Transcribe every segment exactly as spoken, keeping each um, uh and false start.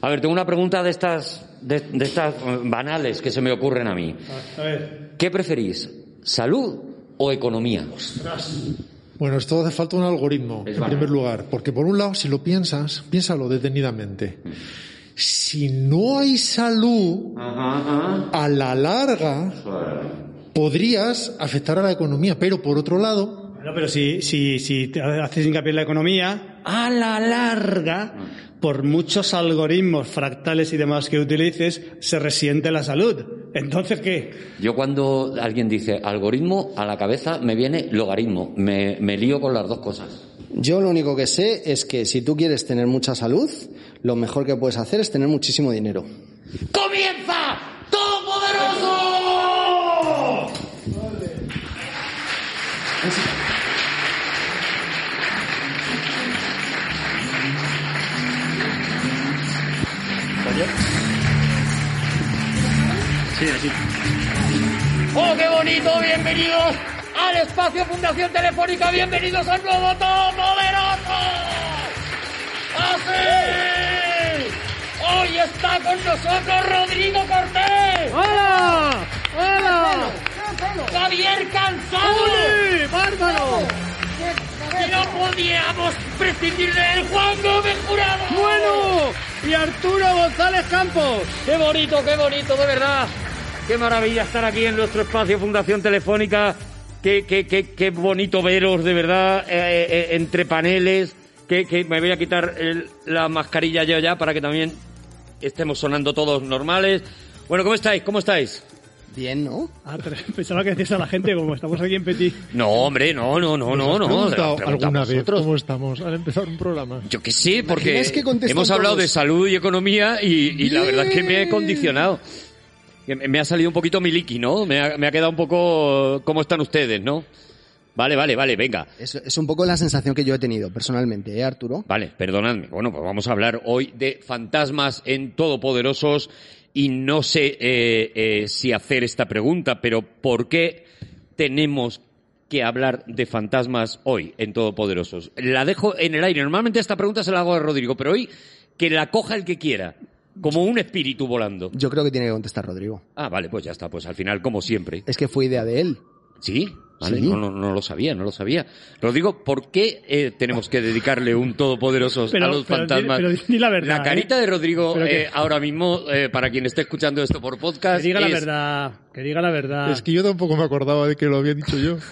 A ver, tengo una pregunta de estas, de, de estas banales que se me ocurren a mí. A ver. ¿Qué preferís? ¿Salud o economía? Ostras. Bueno, esto hace falta un algoritmo, Es en banal. primer lugar. Porque por un lado, si lo piensas, piénsalo detenidamente. Si no hay salud, Ajá, ajá. a la larga podrías afectar a la economía. Pero por otro lado, Bueno, pero si, si, si te haces hincapié en la economía, a la larga, por muchos algoritmos fractales y demás que utilices, se resiente la salud. Entonces, ¿qué? Yo cuando alguien dice algoritmo, a la cabeza me viene logaritmo. Me, me lío con las dos cosas. Yo lo único que sé es que si tú quieres tener mucha salud, lo mejor que puedes hacer es tener muchísimo dinero. ¡Comienza! ¡Todopoderoso! Sí, así. ¡Oh, qué bonito! Bienvenidos al espacio Fundación Telefónica. Bienvenidos al nuevo Todopoderoso. ¡Así! Hoy está con nosotros Rodrigo Cortés. ¡Hola! ¡Hola! Javier Cansado. ¡Uy! ¡Bárbaro! Y no podíamos prescindir de él, Juan Gómez Jurado. ¡Bueno! Y Arturo González Campos. ¡Qué bonito, qué bonito, de verdad! ¡Qué maravilla estar aquí en nuestro espacio Fundación Telefónica! ¡Qué, qué, qué, qué bonito veros, de verdad, eh, eh, entre paneles! Que, que me voy a quitar el, la mascarilla yo ya para que también estemos sonando todos normales. Bueno, ¿cómo estáis? ¿Cómo estáis? Bien, ¿no? Ah, pero pensaba que decías a la gente, como estamos aquí en Petit. No, hombre, no, no, no, no, ¿nos has no. preguntado Preguntad alguna vez vosotros. cómo estamos al empezar un programa? Yo qué sé, porque imagináis que contestan hemos hablado todos? de salud y economía y, y la verdad es que me he condicionado. Que Me me ha salido un poquito miliki, ¿no? Me ha, me ha quedado un poco... ¿Cómo están ustedes, no? Vale, vale, vale, venga. Es, es un poco la sensación que yo he tenido personalmente, ¿eh, Arturo? Vale, perdonadme. Bueno, pues vamos a hablar hoy de fantasmas en Todopoderosos y no sé eh, eh, si hacer esta pregunta, pero ¿por qué tenemos que hablar de fantasmas hoy en Todopoderosos? La dejo en el aire. Normalmente esta pregunta se la hago a Rodrigo, pero hoy que la coja el que quiera, como un espíritu volando. Yo creo que tiene que contestar Rodrigo. Ah, vale, pues ya está. Pues al final, como siempre. Es que fue idea de él. ¿Sí? Vale, Sí. no, no, no lo sabía, no lo sabía. Rodrigo, ¿por qué eh, tenemos que dedicarle un Todopoderosos Pero- a los pero di- fantasmas? pero di la verdad, La carita ¿eh? de Rodrigo Pero que- eh, ahora mismo, eh, para quien esté escuchando esto por podcast, Que diga la es- verdad, que diga la verdad. Es que yo tampoco me acordaba de que lo había dicho yo.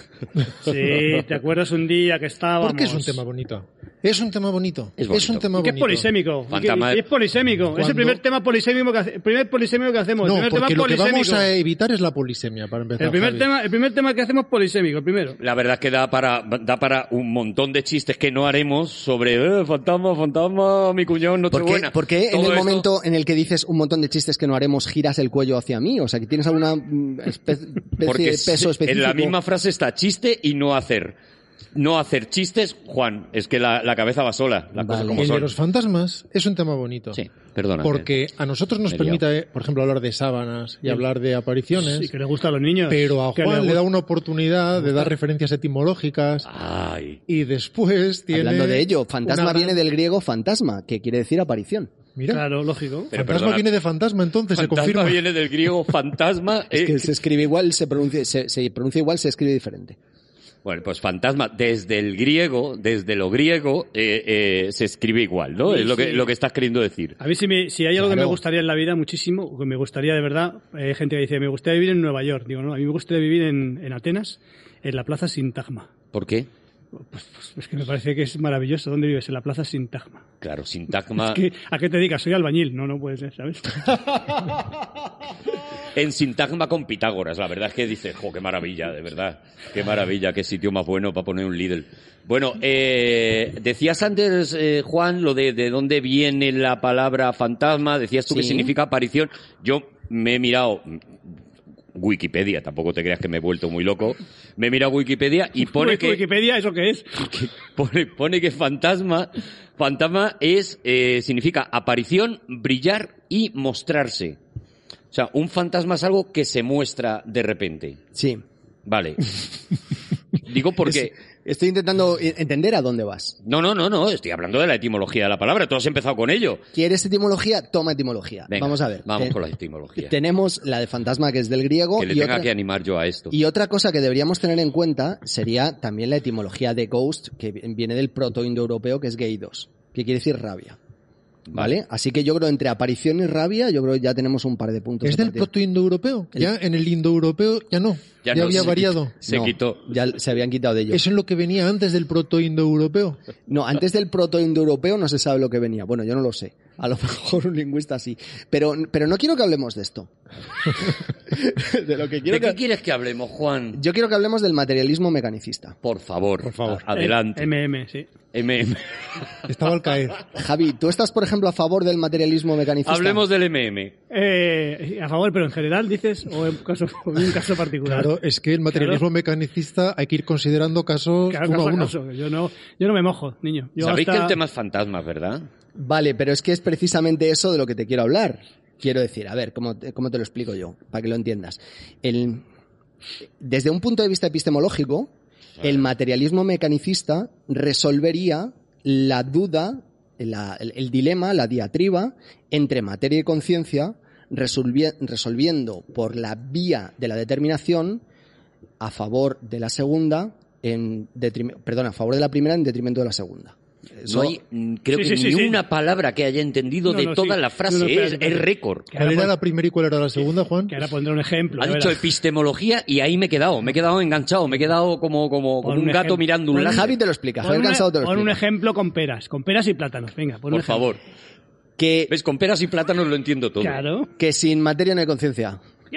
Sí, ¿te acuerdas un día que estábamos? Porque es un tema bonito. Es un tema bonito. Es bonito. un tema Y que es bonito. polisémico. Fantasma- Y que- y es polisémico. Es el Cuando- primer tema polisémico que, hace- el primer polisémico que hacemos. No, el primer porque tema lo que polisémico. vamos a evitar es la polisemia, para empezar. el primer Javi. tema, el primer tema que hacemos polisémico, el primero. La verdad es que da para da para un montón de chistes que no haremos sobre eh, fantasma, fantasma, mi cuñado, ¿Por qué, Nochebuena. por qué en Todo el esto- momento en el que dices un montón de chistes que no haremos giras el cuello hacia mí? O sea, que tienes alguna mm, espe- especie Porque de peso específico. en la misma frase está chiste y no hacer. No hacer chistes, Juan, es que la, la cabeza va sola, las Vale. cosas como El son. de los fantasmas es un tema bonito. Sí, perdona. Porque a nosotros nos Me he liado. permite, por ejemplo, hablar de sábanas y hablar de apariciones, Sí, que le gusta a los niños. pero a Que Juan le gusta- da una oportunidad de dar referencias etimológicas Ay. y después tiene... Hablando de ello, fantasma una- viene del griego fantasma, que quiere decir aparición. Mira, Claro, lógico. Pero fantasma perdona, viene de fantasma, entonces se fantasma confirma. viene del griego fantasma. Es eh, que se escribe igual, se pronuncia, se, se pronuncia igual, se escribe diferente. Bueno, pues fantasma, desde el griego, desde lo griego, eh, eh, se escribe igual, ¿no? Sí, es lo que, sí. lo que estás queriendo decir. A mí si, me, si hay algo que Claro. me gustaría en la vida muchísimo, que me gustaría de verdad, hay gente que dice, me gustaría vivir en Nueva York. Digo, no, a mí me gustaría vivir en, en Atenas, en la Plaza Sintagma. ¿Por qué? Pues, pues es que me parece que es maravilloso. ¿Dónde vives? En la Plaza Sintagma. Claro, sintagma. Es que, ¿a qué te dedicas? Soy albañil. No, no puede ser, ¿sabes? En sintagma con Pitágoras, la verdad es que dices, jo, qué maravilla, de verdad. Qué maravilla, qué sitio más bueno para poner un Lidl. Bueno, eh, decías antes, eh, Juan, lo de, de dónde viene la palabra fantasma, decías tú que Sí. significa aparición. Yo me he mirado Wikipedia, tampoco te creas que me he vuelto muy loco. Me he mirado Wikipedia y pone que... Wikipedia, ¿eso qué es? que pone, pone que fantasma, fantasma es, eh, significa aparición, brillar y mostrarse. O sea, un fantasma es algo que se muestra de repente. Sí. Vale. Digo porque Estoy intentando entender a dónde vas. No, no, no, no, estoy hablando de la etimología de la palabra. Tú has empezado con ello. ¿Quieres etimología? Toma etimología. Venga, vamos a ver. Vamos Ten- con la etimología. Tenemos la de fantasma, que es del griego. Que le y tenga otra... que animar yo a esto. Y otra cosa que deberíamos tener en cuenta sería también la etimología de ghost, que viene del proto-indoeuropeo, que es geidos, que quiere decir rabia. ¿Vale? Vale. Así que yo creo entre aparición y rabia, yo creo que ya tenemos un par de puntos. ¿Es de del partida. proto-indoeuropeo? Ya en el indoeuropeo ya no. Ya Ya, no, había se variado. quitó. Se No, quitó. Ya se habían quitado de ellos. Eso es lo que venía antes del proto-indoeuropeo. No, antes del proto-indoeuropeo no se sabe lo que venía. Bueno, yo no lo sé. A lo mejor un lingüista sí. Pero, pero no quiero que hablemos de esto. De lo que quiero ¿De qué que... quieres que hablemos, Juan? Yo quiero que hablemos del materialismo mecanicista. Por favor. Por favor. A- adelante. M M, sí. M M. Estaba al caer. Javi, ¿tú estás, por ejemplo, a favor del materialismo mecanicista? Hablemos del M M. Eh, a favor, pero en general dices, o en un caso, en un caso particular. Claro, es que el materialismo mecanicista hay que ir considerando casos Claro, uno caso a uno. caso. Yo no, yo no me mojo, niño. Yo Sabéis hasta- que el tema es fantasmas, ¿verdad? Vale, pero es que es precisamente eso de lo que te quiero hablar. Quiero decir, a ver, ¿cómo te, cómo te lo explico yo? Para que lo entiendas. El, desde un punto de vista epistemológico, el materialismo mecanicista resolvería la duda, la- el, el dilema, la diatriba entre materia y conciencia, resolvi- resolviendo por la vía de la determinación a favor de la segunda, en detrim- perdón, a favor de la primera en detrimento de la segunda. Eso- No hay, mm, creo Sí, que sí, ni sí, sí. una palabra que haya entendido No, de no, toda sí. la frase. No, no, espérate, es, espérate. es récord. Que ahora ¿Cuál era pon- la primera y cuál era la segunda, Juan? Que ahora pondré un ejemplo. Ha ya dicho verás. epistemología y ahí me he quedado. Me he quedado enganchado. Me he quedado como, como, Pon como un un gato ejemplo. mirando un Pon láser. Javi te lo explica, Pon Javier una- Cansado te lo pon un explica. ejemplo con peras, con peras y plátanos. Venga, pon un Por ejemplo. favor. Que, ¿Ves? Con peras y plátanos lo entiendo todo. Claro. que sin materia no hay conciencia.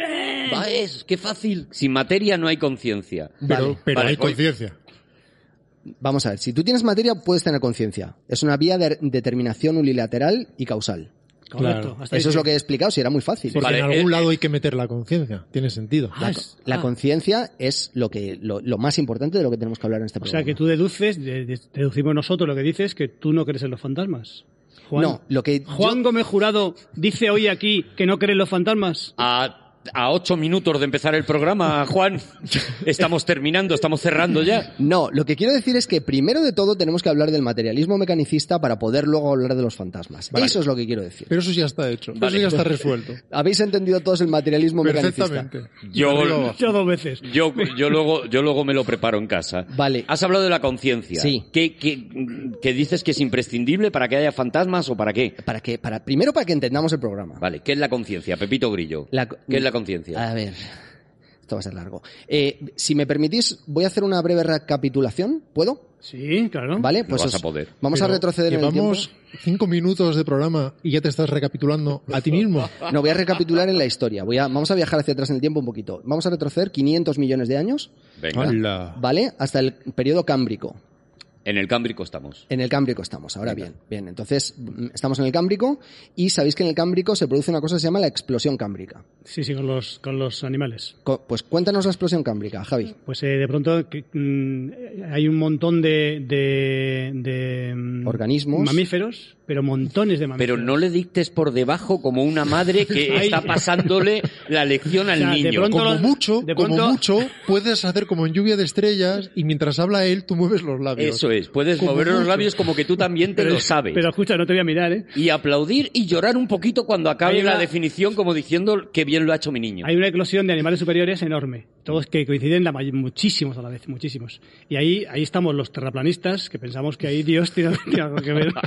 Va, es, qué fácil. Sin materia no hay conciencia. Pero, Vale. pero Vale, hay voy. conciencia. Vamos a ver, si tú tienes materia puedes tener conciencia. Es una vía de determinación unilateral y causal. Correcto. Claro. hasta ahí Eso es sí. lo que he explicado, si era muy fácil. Porque Vale, en algún eh, lado hay que meter la conciencia. Tiene sentido. Ah, es- La ah. conciencia es lo que lo, lo más importante de lo que tenemos que hablar en este O programa. sea, que tú deduces, de- de- deducimos nosotros lo que dices, que tú no crees en los fantasmas. Juan, No, lo que Juan yo- Gómez Jurado dice hoy aquí que no cree en los fantasmas. A, a ocho minutos de empezar el programa, Juan. Estamos terminando, estamos cerrando ya. No, lo que quiero decir es que primero de todo tenemos que hablar del materialismo mecanicista para poder luego hablar de los fantasmas. Vale. Eso es lo que quiero decir. Pero eso ya está hecho. Vale. Eso ya está resuelto. ¿Habéis entendido todos el materialismo mecanicista? Perfectamente. Yo, De arriba abajo. Yo dos veces. yo, yo, luego, yo luego me lo preparo en casa. Vale. Has hablado de la conciencia. Sí. ¿Qué, qué, qué dices que es imprescindible para que haya fantasmas o para qué? Para que, para, primero para que entendamos el programa. Vale, ¿qué es la conciencia? Pepito Grillo. La- ¿Qué es la conciencia? A ver, esto va a ser largo. Eh, si me permitís, voy a hacer una breve recapitulación. ¿Puedo? Sí, claro. ¿Vale? No Pues vas os- a poder. Vamos a Pero retroceder en el llevamos tiempo. cinco minutos de programa y ya te estás recapitulando a ti mismo. No, voy a recapitular en la historia. Voy a, vamos a viajar hacia atrás en el tiempo un poquito. Vamos a retroceder quinientos millones de años, Venga. ¡Hala! ¿vale? Hasta el periodo cámbrico. En el Cámbrico estamos. En el Cámbrico estamos, ahora Venga. bien. Bien, entonces mm, estamos en el Cámbrico y sabéis que en el Cámbrico se produce una cosa que se llama la explosión cámbrica. Sí, sí, con los, con los animales. Co- Pues cuéntanos la explosión cámbrica, Javi. Pues eh, de pronto que, mm, hay un montón de, de, de mm, Organismos. mamíferos, pero montones de mamíferos. Pero no le dictes por debajo como una madre que Ay. está pasándole la lección al O sea, de niño. pronto Como los- mucho, de como pronto- mucho, puedes hacer como en lluvia de estrellas y mientras habla él, tú mueves los labios. Eso es, puedes Como mover los mucho. labios como que tú también te pero, lo sabes. Pero escucha, no te voy a mirar, ¿eh? Y aplaudir y llorar un poquito cuando acabe Hay una- la definición como diciendo que bien lo ha hecho mi niño. Hay una eclosión de animales superiores enorme, todos que coinciden la may- muchísimos a la vez, muchísimos. Y ahí ahí estamos los terraplanistas, que pensamos que ahí Dios tiene, tiene algo que ver.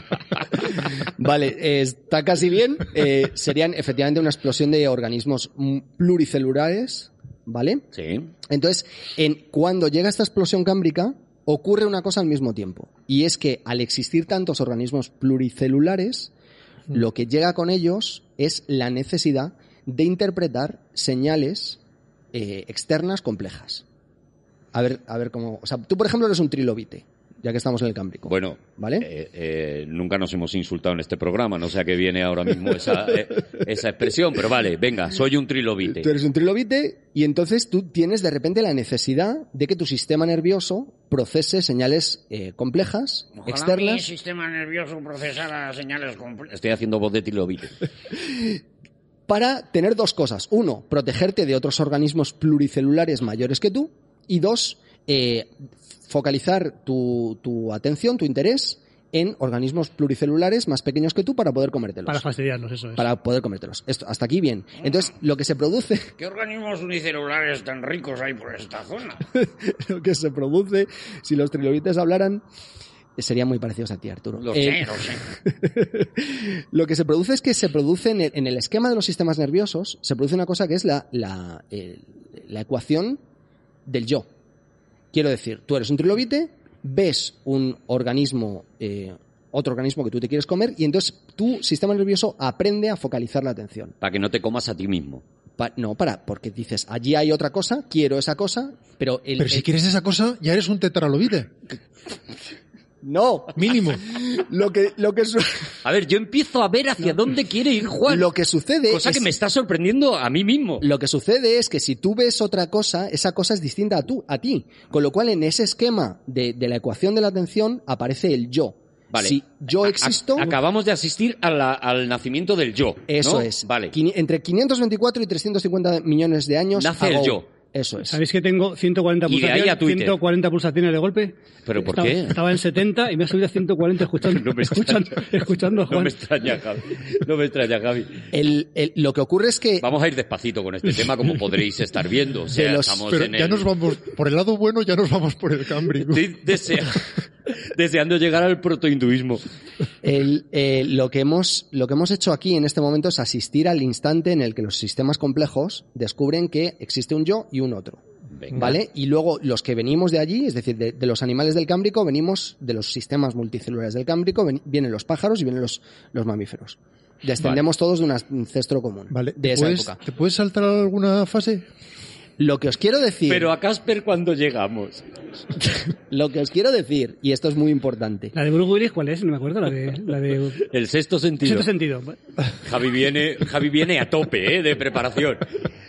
Vale, eh, está casi bien. Eh, serían efectivamente una explosión de organismos mm, pluricelulares, ¿vale? Sí. Entonces, en, cuando llega esta explosión cámbrica, ocurre una cosa al mismo tiempo. Y es que al existir tantos organismos pluricelulares, lo que llega con ellos es la necesidad de interpretar señales eh, externas complejas. A ver, a ver cómo... O sea, tú, por ejemplo, eres un trilobite, ya que estamos en el Cámbrico. Bueno, ¿Vale? eh, eh, nunca nos hemos insultado en este programa, no sé a qué viene ahora mismo esa, eh, esa expresión, pero vale, venga, soy un trilobite. Tú eres un trilobite y entonces tú tienes de repente la necesidad de que tu sistema nervioso procese señales eh, complejas, Ojalá mi externas, sistema nervioso procesara señales complejas. Estoy haciendo voz de trilobite. para tener dos cosas. Uno, protegerte de otros organismos pluricelulares mayores que tú. Y dos, eh, focalizar tu, tu atención, tu interés en organismos pluricelulares más pequeños que tú para poder comértelos. Para fastidiarnos, eso es. Para poder comértelos. Esto, hasta aquí bien. Entonces, lo que se produce... ¿Qué organismos unicelulares tan ricos hay por esta zona? lo que se produce, si los trilobites hablaran, serían muy parecidos a ti, Arturo. Lo Eh, sé, lo sé. lo que se produce es que se produce en el, en el esquema de los sistemas nerviosos, se produce una cosa que es la, la, eh, la ecuación del yo. Quiero decir, tú eres un trilobite, ves un organismo, eh, otro organismo que tú te quieres comer, y entonces tu sistema nervioso aprende a focalizar la atención. Para que no te comas a ti mismo. Pa- no, para, porque dices, allí hay otra cosa, quiero esa cosa, pero... El, Pero si el- quieres esa cosa, ya eres un tetralobite. No, Mínimo. lo que, lo que, su- A ver, yo empiezo a ver hacia dónde quiere ir Juan. lo que sucede Cosa es... que me está sorprendiendo a mí mismo. Lo que sucede es que si tú ves otra cosa, esa cosa es distinta a, tú, a ti. Con lo cual, en ese esquema de, de la ecuación de la atención aparece el yo. Vale. Si yo A- existo... a- acabamos de asistir a la- al nacimiento del yo. Eso ¿no? es. Vale. Quini- Entre quinientos veinticuatro y trescientos cincuenta millones de años... Nace el hago- yo. Eso es. ¿Sabéis que tengo ciento cuarenta Y de ahí pulsaciones, a Twitter. ciento cuarenta pulsaciones de golpe? ¿Pero por Estaba- qué? Estaba en setenta y me ha subido a ciento cuarenta escuchando, No me escuchando, escuchando a No Juan. me extraña, Javi. No me extraña, Javi. El, el- lo que ocurre es que... Vamos a ir despacito con este tema, como podréis estar viendo. O sea, De los- estamos Pero en ya el... nos vamos, por el lado bueno, ya nos vamos por el cámbrico. Estoy desea- deseando llegar al protohinduismo. El, eh, lo, que hemos, lo que hemos hecho aquí en este momento es asistir al instante en el que los sistemas complejos descubren que existe un yo y un otro. Venga. ¿Vale? Y luego los que venimos de allí, es decir, de, de los animales del Cámbrico, venimos de los sistemas multicelulares del Cámbrico, ven- vienen los pájaros y vienen los, los mamíferos. Descendemos todos de un ancestro común. Vale, De ¿te esa puedes, época. ¿te puedes saltar alguna fase? Lo que os quiero decir, Pero a Casper cuando llegamos. lo que os quiero decir, y esto es muy importante, La de Bruce Willis, ¿cuál es? No me acuerdo. La de... La de... El sexto sentido. Cierto sentido. Javi viene, Javi viene a tope, ¿eh? De preparación.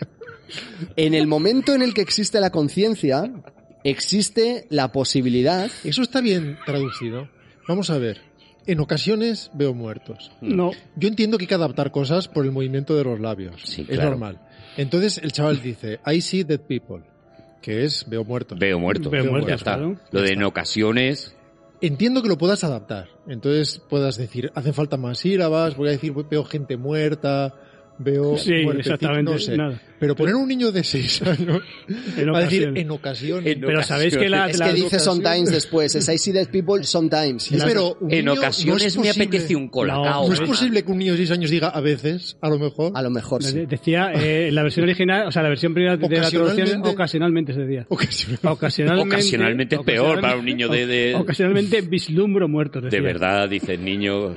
en el momento en el que existe la conciencia, existe la posibilidad... Eso está bien traducido. Vamos a ver. En ocasiones veo muertos. No. Yo entiendo que hay que adaptar cosas por el movimiento de los labios. Sí, es claro. normal. Entonces el chaval dice, I see dead people, que es veo muertos. Veo muerto. Veo muertos, ya está. claro. Lo de en ocasiones... Entiendo que lo puedas adaptar. Entonces puedas decir, hacen falta más sílabas, voy a decir, veo gente muerta, veo Sí, muertecitos, exactamente, no sé. nada. Pero poner a un niño de seis años En va a decir ocasiones. en ocasiones. En Pero sabéis que la... Es la- que dice ocasiones- sometimes después, es I see dead people sometimes. Sí, Es- pero un En niño ocasiones no es me posible- apetece un colacao. No es posible que un niño de seis años diga a veces, a lo mejor. A lo mejor sí. de- Decía, eh, en la versión original, o sea, la versión primera de la traducción, Ocasionalmente- ocasionalmente se decía. Ocasionalmente. Ocasionalmente. Ocasionalmente es peor para un niño de- de- Ocasionalmente vislumbro muertos. De decía. verdad, dice el niño.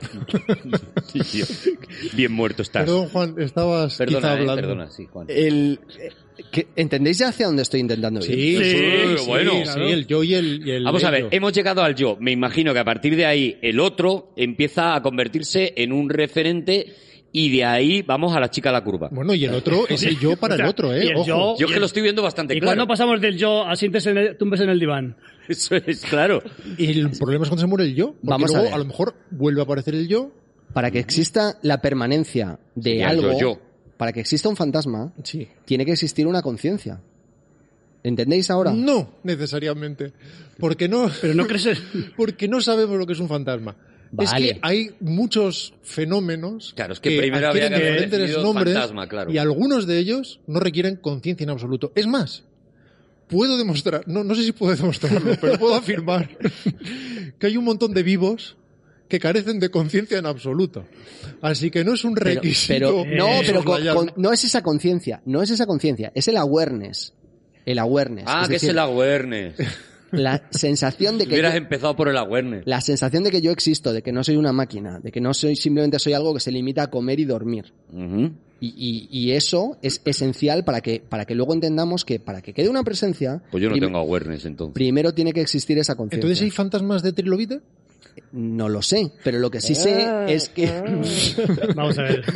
Tío, bien muerto estás. Perdón, Juan, estabas quizá Perdona, eh, hablando. perdona, sí, Juan. El, eh, que- ¿Entendéis ya hacia dónde estoy intentando ir? Sí, Sí, sí, sí, bueno. sí, el yo y el, y el Vamos a ver, ello. hemos llegado al yo. Me imagino que a partir de ahí el otro empieza a convertirse en un referente y de ahí vamos a la chica a la curva. Bueno, y el otro es el yo para O sea, el otro, ¿eh? y el Ojo. yo- Yo es que lo estoy viendo bastante ¿Y claro. cuando pasamos del yo a sientes en el, tumbes en el diván? Eso es claro. Y el problema es cuando se muere el yo. Porque Vamos a luego ver. a, lo mejor vuelve a aparecer el yo. Para que exista la permanencia de Sería el algo, yo-yo. para que exista un fantasma, Sí. tiene que existir una conciencia. ¿Entendéis ahora? No, necesariamente. Porque no, Pero no crees... porque no sabemos lo que es un fantasma. Es Vale. que hay muchos fenómenos Claro, es que primero había adquieren que haber diferentes definido nombres fantasma, claro. y algunos de ellos no requieren conciencia en absoluto. Es más, puedo demostrar, no, no sé si puedo demostrarlo, pero puedo afirmar que hay un montón de vivos que carecen de conciencia en absoluto. Así que no es un Pero, requisito. pero- no, eh, pero con- soslayar. con- no es esa conciencia, no es esa conciencia, es el awareness. El awareness. Ah, es que decir, es el awareness. la sensación de que Hubieras yo- empezado por el awareness. la sensación de que yo existo, de que no soy una máquina, de que no soy simplemente soy algo que se limita a comer y dormir. Ujú. Y, y- y eso es esencial para que para que luego entendamos que para que quede una presencia, Pues yo no prim- tengo awareness entonces. primero tiene que existir esa conciencia. Entonces hay fantasmas de trilobite. No lo sé, pero lo que sí sé es que Vamos a ver.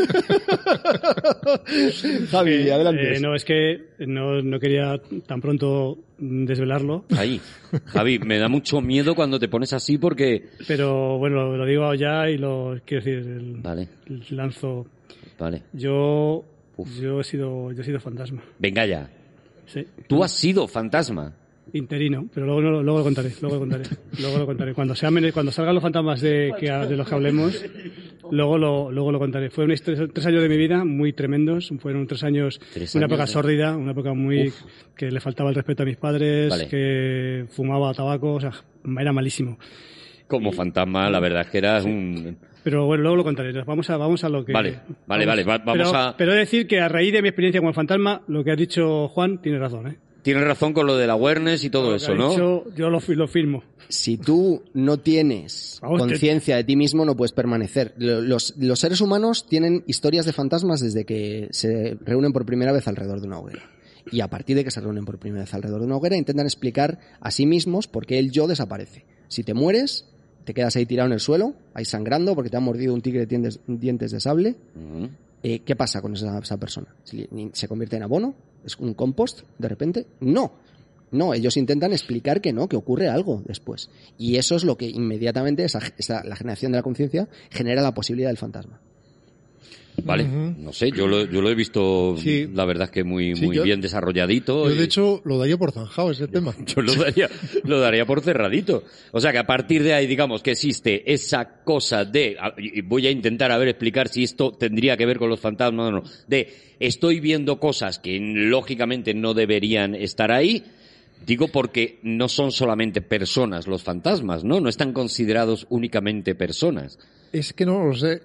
Javi, adelante. Eh, no, es que no, no quería tan pronto desvelarlo, Ahí. Javi, me da mucho miedo cuando te pones así porque... pero bueno, lo digo ya y lo quiero decir, el- Vale, lanzo. vale. Yo, Uf. yo he sido, yo he sido fantasma. Venga ya. Sí. Tú has sido fantasma. Interino, pero luego, no, luego lo contaré, luego lo contaré, luego lo contaré. Cuando, sea, cuando salgan los fantasmas de, que, de los que hablemos, luego lo, luego lo contaré. Fueron tres, tres años de mi vida muy tremendos, fueron tres años, ¿Tres una años, época eh? sórdida, una época muy, Uf. que le faltaba el respeto a mis padres, Vale. que fumaba tabaco, o sea, era malísimo. Como fantasma, la verdad es que eras un... Pero bueno, luego lo contaré. Vamos a, vamos a lo que... Vale, vale, vamos, vale, va- vamos pero, a- Pero he de decir que a raíz de mi experiencia como fantasma, lo que ha dicho Juan tiene razón, ¿eh? Tienes razón con lo del awareness y todo Lo que eso, ha ¿no? dicho, yo lo, fi- lo firmo. Si tú no tienes Vamos, que- conciencia de ti mismo, no puedes permanecer. Lo- Los, los seres humanos tienen historias de fantasmas desde que se reúnen por primera vez alrededor de una hoguera. Y a partir de que se reúnen por primera vez alrededor de una hoguera, intentan explicar a sí mismos por qué el yo desaparece. Si te mueres, te quedas ahí tirado en el suelo, ahí sangrando porque te ha mordido un tigre de dientes, dientes de sable. Ujú. Eh, ¿Qué pasa con esa, esa persona? ¿Se se convierte en abono? ¿Es un compost de repente? No. No, ellos intentan explicar que no, que ocurre algo después. Y eso es lo que inmediatamente, esa, esa, la generación de la conciencia, genera la posibilidad del fantasma. Vale, Ujú. no sé, yo lo, yo lo he visto, Sí. la verdad es que muy, Sí, muy yo- bien desarrolladito. Yo, y- de hecho, lo daría por zanjado ese tema. Yo lo daría, lo daría por cerradito. O sea que a partir de ahí, digamos que existe esa cosa de, a- y voy a intentar a ver explicar si esto tendría que ver con los fantasmas o no, de estoy viendo cosas que lógicamente no deberían estar ahí, digo porque no son solamente personas los fantasmas, ¿no? No están considerados únicamente personas. Es que no lo sé.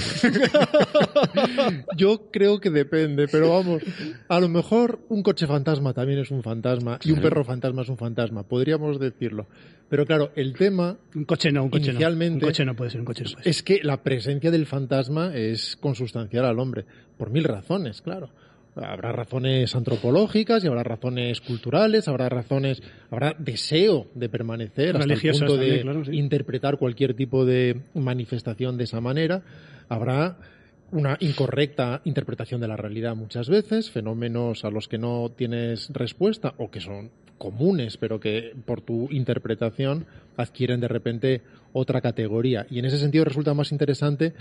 Yo creo que depende, pero vamos, a lo mejor un coche fantasma también es un fantasma y un perro fantasma es un fantasma, podríamos decirlo. Pero claro, el tema Un coche no, un coche Inicialmente- no. Un coche no puede ser, un coche no puede ser. es que la presencia del fantasma es consustancial al hombre, por mil razones, claro. Habrá razones antropológicas y habrá razones culturales, habrá razones, habrá deseo de permanecer hasta el Religiosas punto de también, claro, sí. interpretar cualquier tipo de manifestación de esa manera. Habrá una incorrecta interpretación de la realidad muchas veces, fenómenos a los que no tienes respuesta o que son comunes, pero que por tu interpretación adquieren de repente otra categoría. Y en ese sentido resulta más interesante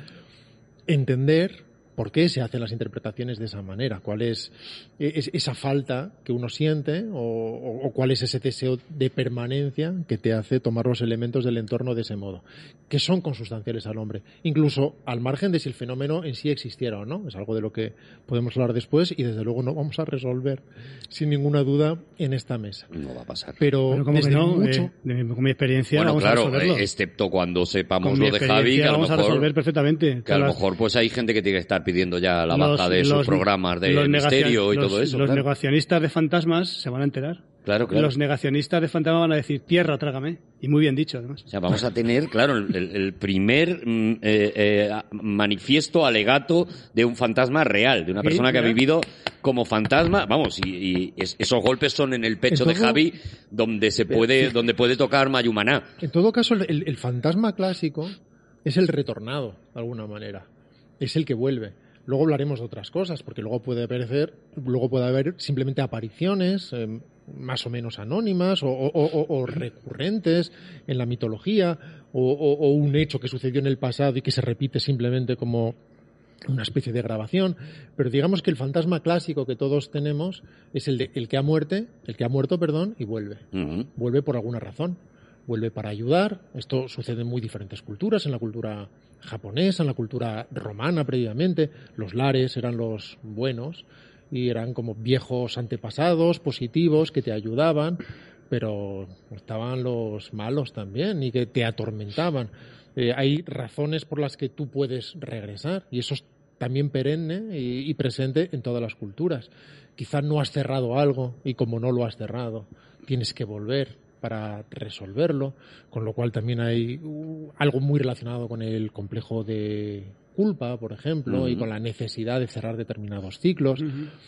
entender por qué se hacen las interpretaciones de esa manera, cuál es, es esa falta que uno siente o, o- o cuál es ese deseo de permanencia que te hace tomar los elementos del entorno de ese modo, que son consustanciales al hombre, incluso al margen de si el fenómeno en sí existiera o no. Es algo de lo que podemos hablar después y desde luego no vamos a resolver sin ninguna duda en esta mesa. No va a pasar. Pero Pero como que desde no, mucho... eh, de mi- con mi experiencia Bueno, vamos a claro, resolverlo. eh, excepto cuando sepamos Con mi lo de Javi, experiencia que a lo vamos a mejor, resolver perfectamente. que a Todas lo las- mejor pues hay gente que tiene que estar pidiendo ya la los- baja de sus los- programas de los misterio negacion- y todo los- eso. Los claro. negacionistas de fantasmas se van a enterar. Claro, claro. Los negacionistas de fantasmas van a decir, tierra, trágame. Y muy bien dicho, además. O sea, vamos a tener, claro, el, el- el primer mm, eh, eh, manifiesto alegato de un fantasma real, de una Sí, persona que ha real. vivido como fantasma. Vamos, y, y es- esos golpes son en el pecho de Entonces- Javi, donde se puede, donde puede tocar Mayumaná. En todo caso, el, el- el fantasma clásico es el retornado, de alguna manera. Es el que vuelve. Luego hablaremos de otras cosas, porque luego puede aparecer, luego puede haber simplemente apariciones eh, más o menos anónimas o, o- o- o recurrentes en la mitología, o, o- o un hecho que sucedió en el pasado y que se repite simplemente como una especie de grabación. Pero digamos que el fantasma clásico que todos tenemos es el de el que ha muerte, el que ha muerto, perdón, y vuelve. Ujú. Vuelve por alguna razón. Vuelve para ayudar. Esto sucede en muy diferentes culturas, en la cultura japonesa, en la cultura romana previamente. Los lares eran los buenos y eran como viejos antepasados positivos que te ayudaban, pero estaban los malos también y que te atormentaban. Eh, hay razones por las que tú puedes regresar y eso es también perenne y, y presente en todas las culturas. Quizás no has cerrado algo y como no lo has cerrado, tienes que volver para resolverlo, con lo cual también hay uh, algo muy relacionado con el complejo de culpa, por ejemplo, Ujú. y con la necesidad de cerrar determinados ciclos,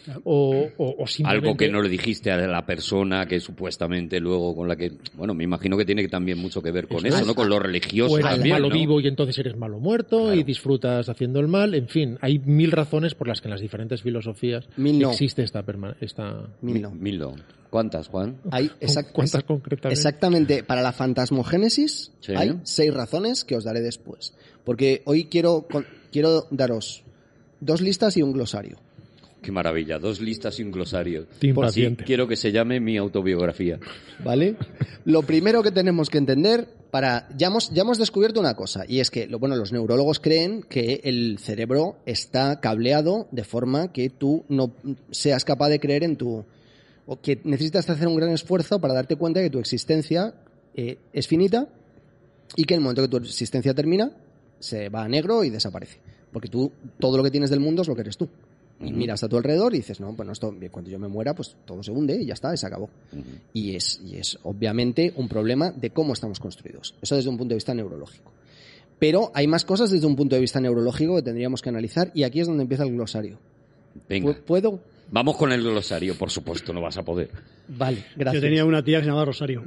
o, o, o simplemente... Algo que no le dijiste a la persona que supuestamente luego con la que, bueno, me imagino que tiene también mucho que ver con Eso eso, es. ¿no? Con lo religioso o eres también, malo ¿no? vivo y entonces eres malo muerto Claro. y disfrutas haciendo el mal. En fin, hay mil razones por las que en las diferentes filosofías Mil no. existe esta, perma- esta... Mil no. Mil no. ¿Cuántas, Juan? Hay exact- ¿Cuántas concretamente? Exactamente, para la fantasmogénesis Sí. hay seis razones que os daré después. Porque hoy quiero, con- quiero daros dos listas y un glosario. Qué maravilla, dos listas y un glosario. Team Por sí, paciente. quiero que se llame mi autobiografía. ¿Vale? Lo primero que tenemos que entender para ya hemos ya hemos descubierto una cosa y es que lo bueno los neurólogos creen que el cerebro está cableado de forma que tú no seas capaz de creer en tu o que necesitas hacer un gran esfuerzo para darte cuenta de que tu existencia eh, es finita y que en el momento que tu existencia termina se va a negro y desaparece, porque tú todo lo que tienes del mundo es lo que eres tú. Y miras a tu alrededor y dices, no, bueno, esto, cuando yo me muera, pues todo se hunde y ya está, y se acabó. Uh-huh. Y es, y es obviamente un problema de cómo estamos construidos. Eso desde un punto de vista neurológico. Pero hay más cosas desde un punto de vista neurológico que tendríamos que analizar y aquí es donde empieza el glosario. Venga. ¿Puedo? Vamos con el glosario, por supuesto, no vas a poder. Vale, gracias. Yo tenía una tía que se llamaba Rosario.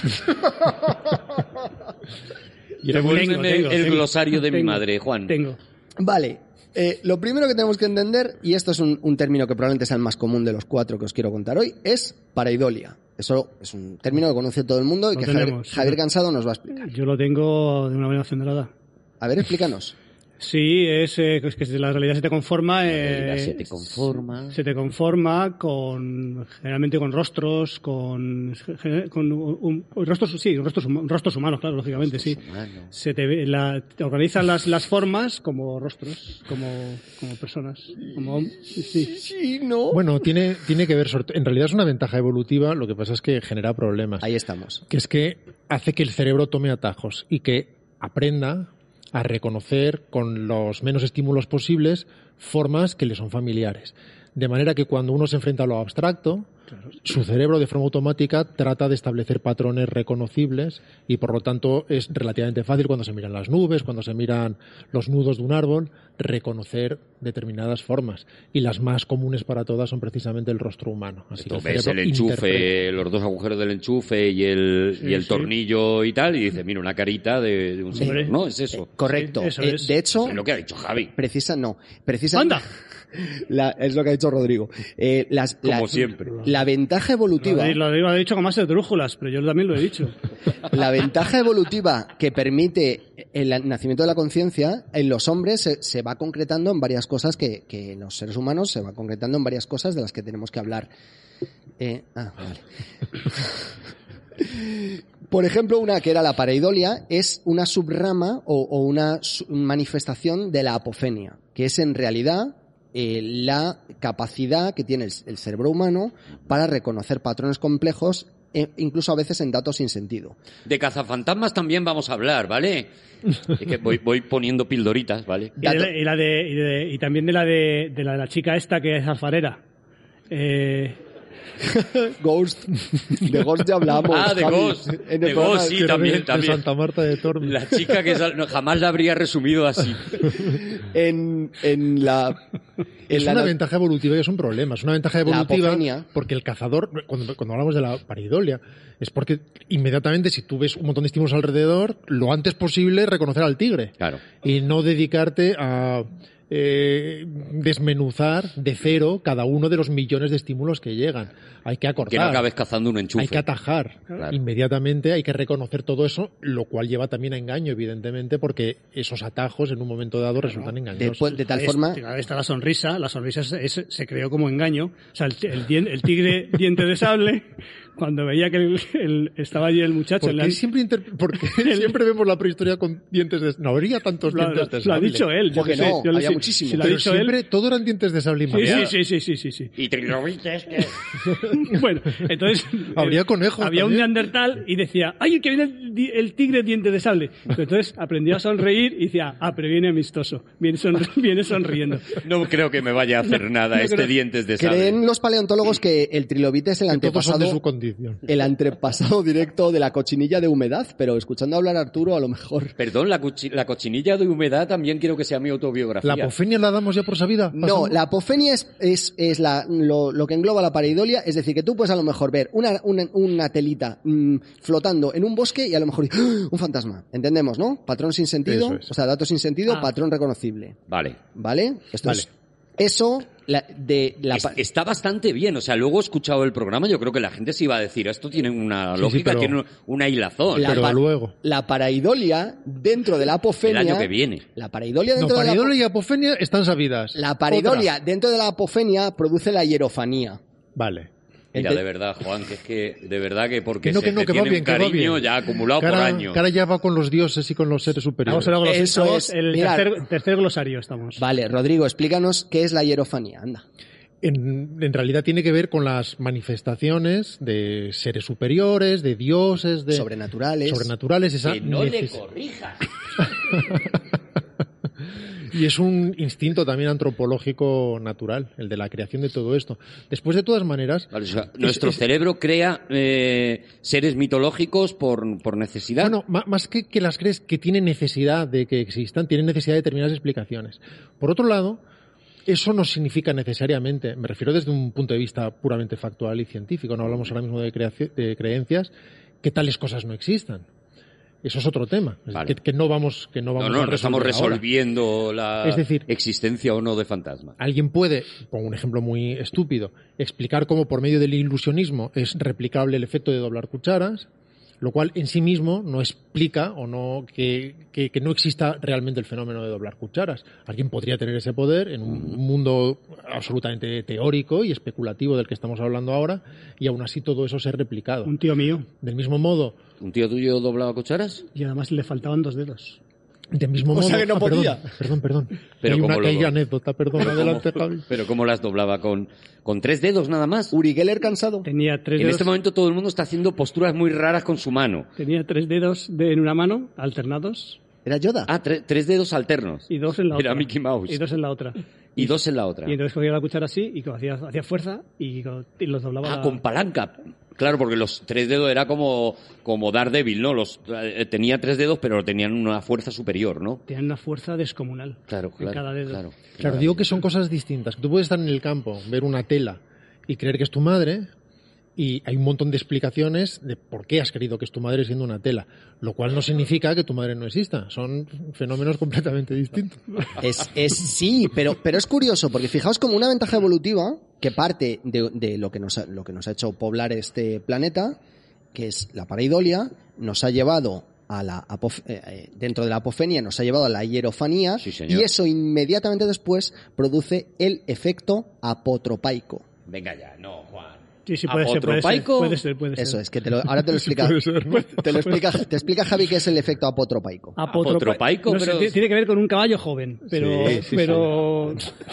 Y Devuélveme tengo, tengo, el tengo, glosario de tengo, mi madre, Juan. Tengo. Vale. Eh, lo primero que tenemos que entender, y esto es un, un término que probablemente sea el más común de los cuatro que os quiero contar hoy, es pareidolia. Eso es un término que conoce todo el mundo y lo que tenemos, Javier, Javier sí. Cansado nos va a explicar. Yo lo tengo de una manera centrada. A ver, explícanos. Sí, es eh, es que la realidad se te conforma. Eh, se te conforma. Se te conforma con generalmente con rostros, con, con un, un, rostros, sí, rostros, rostros humanos, claro, lógicamente, Rostros sí. humanos. Se te, ve- la, te organizan las, las formas como rostros, como, como personas, como sí. Sí, ¿no? Bueno, tiene, tiene que ver, sobre- en realidad es una ventaja evolutiva, lo que pasa es que genera problemas. Ahí estamos. Que es que hace que el cerebro tome atajos y que aprenda a reconocer con los menos estímulos posibles formas que le son familiares. De manera que cuando uno se enfrenta a lo abstracto, su cerebro de forma automática trata de establecer patrones reconocibles y por lo tanto es relativamente fácil cuando se miran las nubes, cuando se miran los nudos de un árbol, reconocer determinadas formas. Y las más comunes para todas son precisamente el rostro humano. Así que Tú ves el cerebro enchufe, interpreta. los dos agujeros del enchufe y el, Sí, y el sí. tornillo y tal, y dices, mira, una carita de, de un señor, Hombre. ¿no? Es eso. Correcto. Sí, eso Eh, es. de hecho, Es lo que ha dicho Javi. precisa, no. Precisa, ¡Anda! La- es lo que ha dicho Rodrigo. Eh, las, Como la, siempre. La ventaja Lo, evolutiva. he- lo he dicho con más de drújulas, pero yo también lo he dicho. La ventaja evolutiva que permite el nacimiento de la conciencia en los hombres se, se va concretando en varias cosas que, que en los seres humanos se va concretando en varias cosas de las que tenemos que hablar. Eh, ah, vale. Por ejemplo, una que era la pareidolia es una subrama o, o una su- manifestación de la apofenia, que es en realidad eh, la capacidad que tiene el, el cerebro humano para reconocer patrones complejos, e incluso a veces en datos sin sentido. De cazafantasmas también vamos a hablar, ¿vale? Es que voy, voy poniendo pildoritas, ¿vale? Y, de la- y la de, y, de- y también de la de, de la de la chica esta que es alfarera. Eh, Ghost. De Ghost ya hablamos. Ah, de Javi. Ghost. En el De programa- Ghost, sí, Que era también, de, de también. Santa Marta de Tormes. La chica que sal- no, jamás la habría resumido así. En, en la... En Es la una no- ventaja evolutiva y es un problema. Es una ventaja La evolutiva apofenia. porque el cazador, cuando, cuando hablamos de la pareidolia, es porque inmediatamente si tú ves un montón de estímulos alrededor, lo antes posible reconocer al tigre. Claro. Y no dedicarte a eh, desmenuzar de cero cada uno de los millones de estímulos que llegan. Hay que acortar. Que no acabes cazando un enchufe. Hay que atajar Claro. inmediatamente, hay que reconocer todo eso, lo cual lleva también a engaño, evidentemente, porque esos atajos en un momento dado resultan engañosos. de, de tal es- forma... Está la sonrisa, la sonrisa es- es- se creó como engaño. O sea, el, el dien- el tigre diente de sable, cuando veía que el- el- estaba allí el muchacho... ¿Por le qué han- siempre, inter- por qué siempre vemos la prehistoria con dientes de No habría tantos lo, dientes de lo- lo ha sable. dicho él. Yo Porque qué sé, no, yo le- había si- muchísimos. si lo ha Pero dicho siempre él... todo eran dientes de sable y Sí, madera. sí, sí, sí, sí, sí, sí. Y trilobite es que... Bueno, entonces... Habría eh, conejos Había un también. neandertal y decía, ¡ay, que viene el, di- el tigre diente de sable! Pero entonces aprendió a sonreír y decía, ah, pero viene amistoso, viene, sonri- viene sonriendo. No creo que me vaya a hacer nada no este creo- dientes de sable. Creen los paleontólogos que el trilobite es el Que todos son antepasado... de su condición. El antepasado directo de la cochinilla de humedad, pero escuchando hablar a Arturo a lo mejor... Perdón, la, cuchi- la cochinilla de humedad también quiero que sea mi autobiografía. ¿La apofenia la damos ya por sabida? No, ¿Pasamos? la apofenia es, es, es la, lo, lo que engloba la pareidolia, es decir, que tú puedes a lo mejor ver una, una, una telita mmm, flotando en un bosque y a lo mejor ¡ah! Un fantasma. ¿Entendemos, no? Patrón sin sentido, Eso es. o sea, datos sin sentido, Ah. patrón reconocible. Vale. ¿Vale? Esto Vale. es Eso, la, de la... Es- está bastante bien. O sea, luego he escuchado el programa, yo creo que la gente se iba a decir, esto tiene una Sí, sí, lógica, pero- tiene una hilazón. La Pero pa- luego. La pareidolia dentro de la apofenia... El año que viene. La pareidolia No, dentro de la... pareidolia y apofenia están sabidas. La pareidolia Otra. dentro de la apofenia produce la hierofanía. Vale. Mira, Ente- de verdad, Juan, que es que, de verdad que porque Que no, se que no, te que va tiene bien, un que va cariño bien. ya acumulado Que por ahora- años. que ahora ya va con los dioses y con los seres superiores. Estamos en el, Eso estamos es. el Mirad. tercer, tercer glosario estamos. Vale, Rodrigo, explícanos qué es la hierofanía. Anda. En, en realidad tiene que ver con las manifestaciones de seres superiores, de dioses, de Sobrenaturales. sobrenaturales. Esa Que no le neces- corrijas. Y es un instinto también antropológico natural, el de la creación de todo esto. Después, de todas maneras, Vale, o sea, es- nuestro es- cerebro crea eh, seres mitológicos por, por necesidad. Bueno, ma- más que que las crees que tienen necesidad de que existan, tienen necesidad de determinadas explicaciones. Por otro lado, eso no significa necesariamente, me refiero desde un punto de vista puramente factual y científico, no hablamos ahora mismo de, creaci- de creencias, que tales cosas no existan. Eso es otro tema, es Vale. que, que no vamos, que no no, vamos no, a no estamos resolver ahora. resolviendo la Es decir- existencia o no de fantasmas. Alguien puede, pongo un ejemplo muy estúpido, explicar cómo por medio del ilusionismo es replicable el efecto de doblar cucharas, lo cual en sí mismo no explica o no que, que, que no exista realmente el fenómeno de doblar cucharas. Alguien podría tener ese poder en un mundo absolutamente teórico y especulativo del que estamos hablando ahora, y aún así todo eso ser replicado. Un tío mío. Del mismo modo, ¿Un tío tuyo doblaba cucharas? Y además le faltaban dos dedos. del mismo O modo. sea que no Ah, perdón, podía. Perdón, perdón. Pero hay ¿cómo una lo que hay do- anécdota, perdón, adelante, Javi. Pero ¿cómo las doblaba? ¿Con, con tres dedos nada más? Uri Geller cansado. Tenía tres En dedos, este momento todo el mundo está haciendo posturas muy raras con su mano. tenía tres dedos de, en una mano, alternados, ¿Era Yoda? Ah, tre- tres dedos alternos. y dos en la Era otra. Mickey Mouse. Y dos en la otra. Y dos en la otra. Y entonces cogía la cuchara así y co- hacía, hacía fuerza y, co- y los doblaba. Ah, la- con palanca. Claro, porque los tres dedos era como, como Daredevil, ¿no? Los, eh, tenía tres dedos, pero tenían una fuerza superior, ¿no? Tenían una fuerza descomunal. Claro, en claro. cada dedo. Claro, Claro, digo que son cosas distintas. Tú puedes estar en el campo, ver una tela y creer que es tu madre, y hay un montón de explicaciones de por qué has creído que es tu madre siendo una tela, lo cual no significa que tu madre no exista. Son fenómenos completamente distintos. Es, es sí, pero, pero es curioso, porque fijaos como una ventaja evolutiva que parte de, de lo, que nos ha, lo que nos ha hecho poblar este planeta, que es la pareidolia, nos ha llevado a la apof- eh, dentro de la apofenia, nos ha llevado a la hierofanía, Sí, señor. y eso inmediatamente después produce el efecto apotropaico. Venga ya, no, Juan. Sí, sí, puede ser, puede ser. ¿Apotropaico? Puede ser, puede ser. Eso es, que te lo, ahora te lo explica, Puede ser, ¿no? te lo explica, te explica Javi qué es el efecto apotropaico. Apotropa- Apotropaico, no sé, pero- tiene- tiene que ver con un caballo joven, pero, Sí, sí, pero,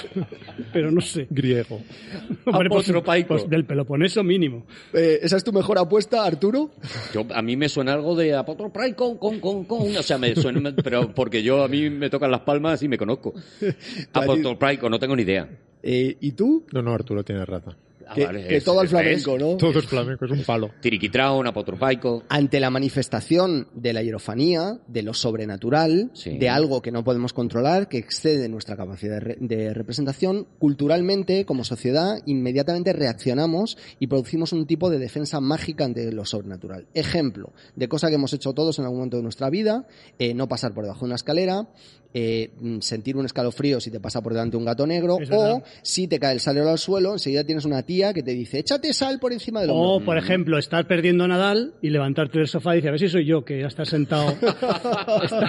pero no sé. Griego. Hombre, pues- Apotropaico. pues del Peloponeso mínimo. Eh, ¿Esa es tu mejor apuesta, Arturo? Yo, a mí me suena algo de apotropaico, con, con, con, o sea, me suena, pero porque yo, a mí me tocan las palmas y me conozco. Apotropaico, no tengo ni idea. Eh, ¿Y tú? No, no, Arturo tiene razón. Ah, Que, vale, que es- todo al es- flamenco, ¿no? Todo es flamenco, es un palo. Tiriquitrao, apotropaico. Ante la manifestación de la hierofanía, de lo sobrenatural, Sí. de algo que no podemos controlar, que excede nuestra capacidad de, re- de representación, culturalmente, como sociedad, inmediatamente reaccionamos y producimos un tipo de defensa mágica ante lo sobrenatural. Ejemplo de cosa que hemos hecho todos en algún momento de nuestra vida: eh, no pasar por debajo de una escalera, eh, mm, sentir un escalofrío si te pasa por delante un gato negro, Es o verdad. si te cae el salero al suelo, enseguida tienes una tía que te dice, échate sal por encima del hombro. O, por ejemplo, estar perdiendo a Nadal y levantarte del sofá y decir, a ver si soy yo, que ya está sentado. Está-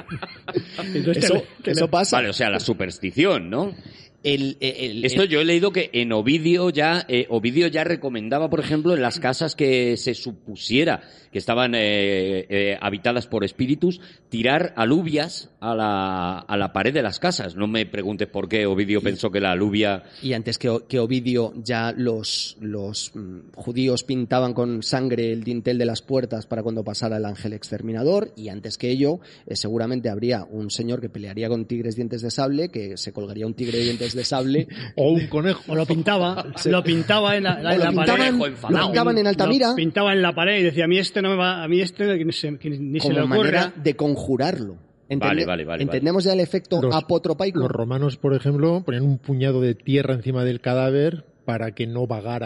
Entonces Eso, te- te- eso pasa. Vale, o sea, la superstición, ¿no? El, el- Esto el- yo he leído que en Ovidio ya, eh, Ovidio ya recomendaba, por ejemplo, en las casas que se supusiera que estaban eh, eh, habitadas por espíritus, tirar alubias a la, a la pared de las casas. No me preguntes por qué Ovidio pensó que la alubia... Y antes que, que Ovidio, ya los, los mm, judíos pintaban con sangre el dintel de las puertas para cuando pasara el ángel exterminador, y antes que ello, eh, seguramente habría un señor que pelearía con tigres dientes de sable, que se colgaría un tigre de dientes de sable. O un conejo. O lo pintaba, lo pintaba en la, O en lo la pintaban, pared. Conejo enfadado. lo pintaban en Altamira Lo pintaba en la pared y decía, a mí este no me va, a mí este que ni se, que ni se le como ocurra. manera de conjurarlo. Entende- Vale, vale, vale, Entendemos ya el efecto Los- apotropaico. Los romanos, por ejemplo, ponían un puñado de tierra encima del cadáver para que no vagara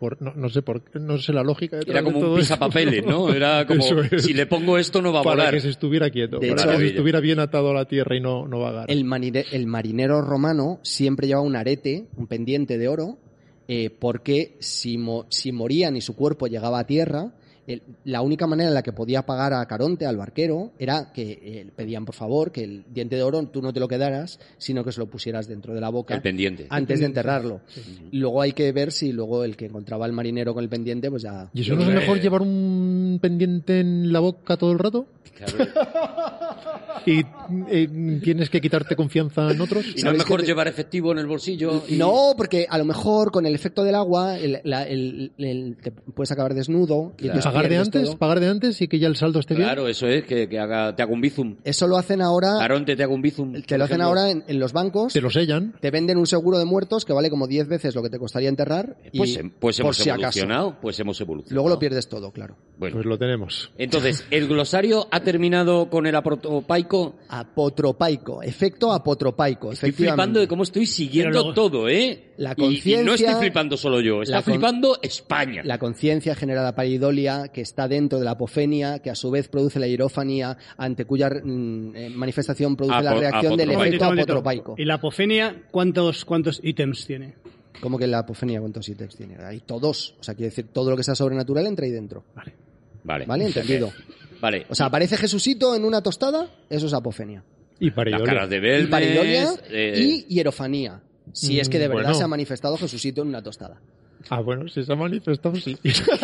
Por, no, no sé por no sé la lógica de Era como todo un esto. pisapapeles, ¿no? Era como, Eso es. si le pongo esto no va a Para volar. que se estuviera quieto, De para hecho- que se estuviera bien atado a la tierra y no, no vagara. El, marine- el marinero romano siempre llevaba un arete, un pendiente de oro, eh, porque si, mo- si morían y su cuerpo llegaba a tierra, el- la única manera en la que podía pagar a Caronte, al barquero, era que eh, pedían por favor que el diente de oro tú no te lo quedaras, sino que se lo pusieras dentro de la boca El pendiente. antes de enterrarlo. Y luego hay que ver si luego el que encontraba al marinero con el pendiente, pues ya... ¿Y eso no es mejor llevar un pendiente en la boca todo el rato? Claro. ¿Y eh, tienes que quitarte confianza en otros? ¿Y no es ¿Sabes mejor qué te- llevar efectivo en el bolsillo? y- No, porque a lo mejor con el efecto del agua el, la- el- el- te puedes acabar desnudo. Y Claro. entonces ¿Pagar de pierdes antes? todo. ¿Pagar de antes y que ya el saldo esté bien? Claro, eso es, que, que haga, te haga un bizum. Eso lo hacen ahora, Caronte te haga un bizum. te lo hacen ahora en, en los bancos. Te lo sellan. Te venden un seguro de muertos que vale como diez veces lo que te costaría enterrar. Y Pues, hem- pues por hemos si acaso. evolucionado, pues hemos evolucionado. Luego lo pierdes todo, claro. Bueno, Pues lo tenemos. entonces, ¿el glosario ha terminado con el apotropaico? Apotropaico, efecto apotropaico. Estoy efectivamente. flipando de cómo estoy siguiendo Pero luego- todo, ¿eh? La Y- y, no conciencia- estoy flipando solo yo, está la con- flipando España. La conciencia generada paridolia, que está dentro de la apofenia, que a su vez produce la hierofanía, ante cuya mm, eh, manifestación produce la Apo- reacción del apotropaico. efecto Un momentito. apotropaico. ¿Y la apofenia cuántos, cuántos ítems tiene? ¿Cómo que la apofenia cuántos ítems tiene? Hay todos. O sea, quiere decir, todo lo que sea sobrenatural entra ahí dentro. Vale. ¿Vale? Entendido. Vale. O sea, aparece Jesucito en una tostada, eso es apofenia. Y las paridolia. caras de Y Belmes, paridolia eh, y hierofanía. Si es que de Mm, verdad bueno. se ha manifestado Jesucito en una tostada. Ah, bueno, si se ha manifestado, sí.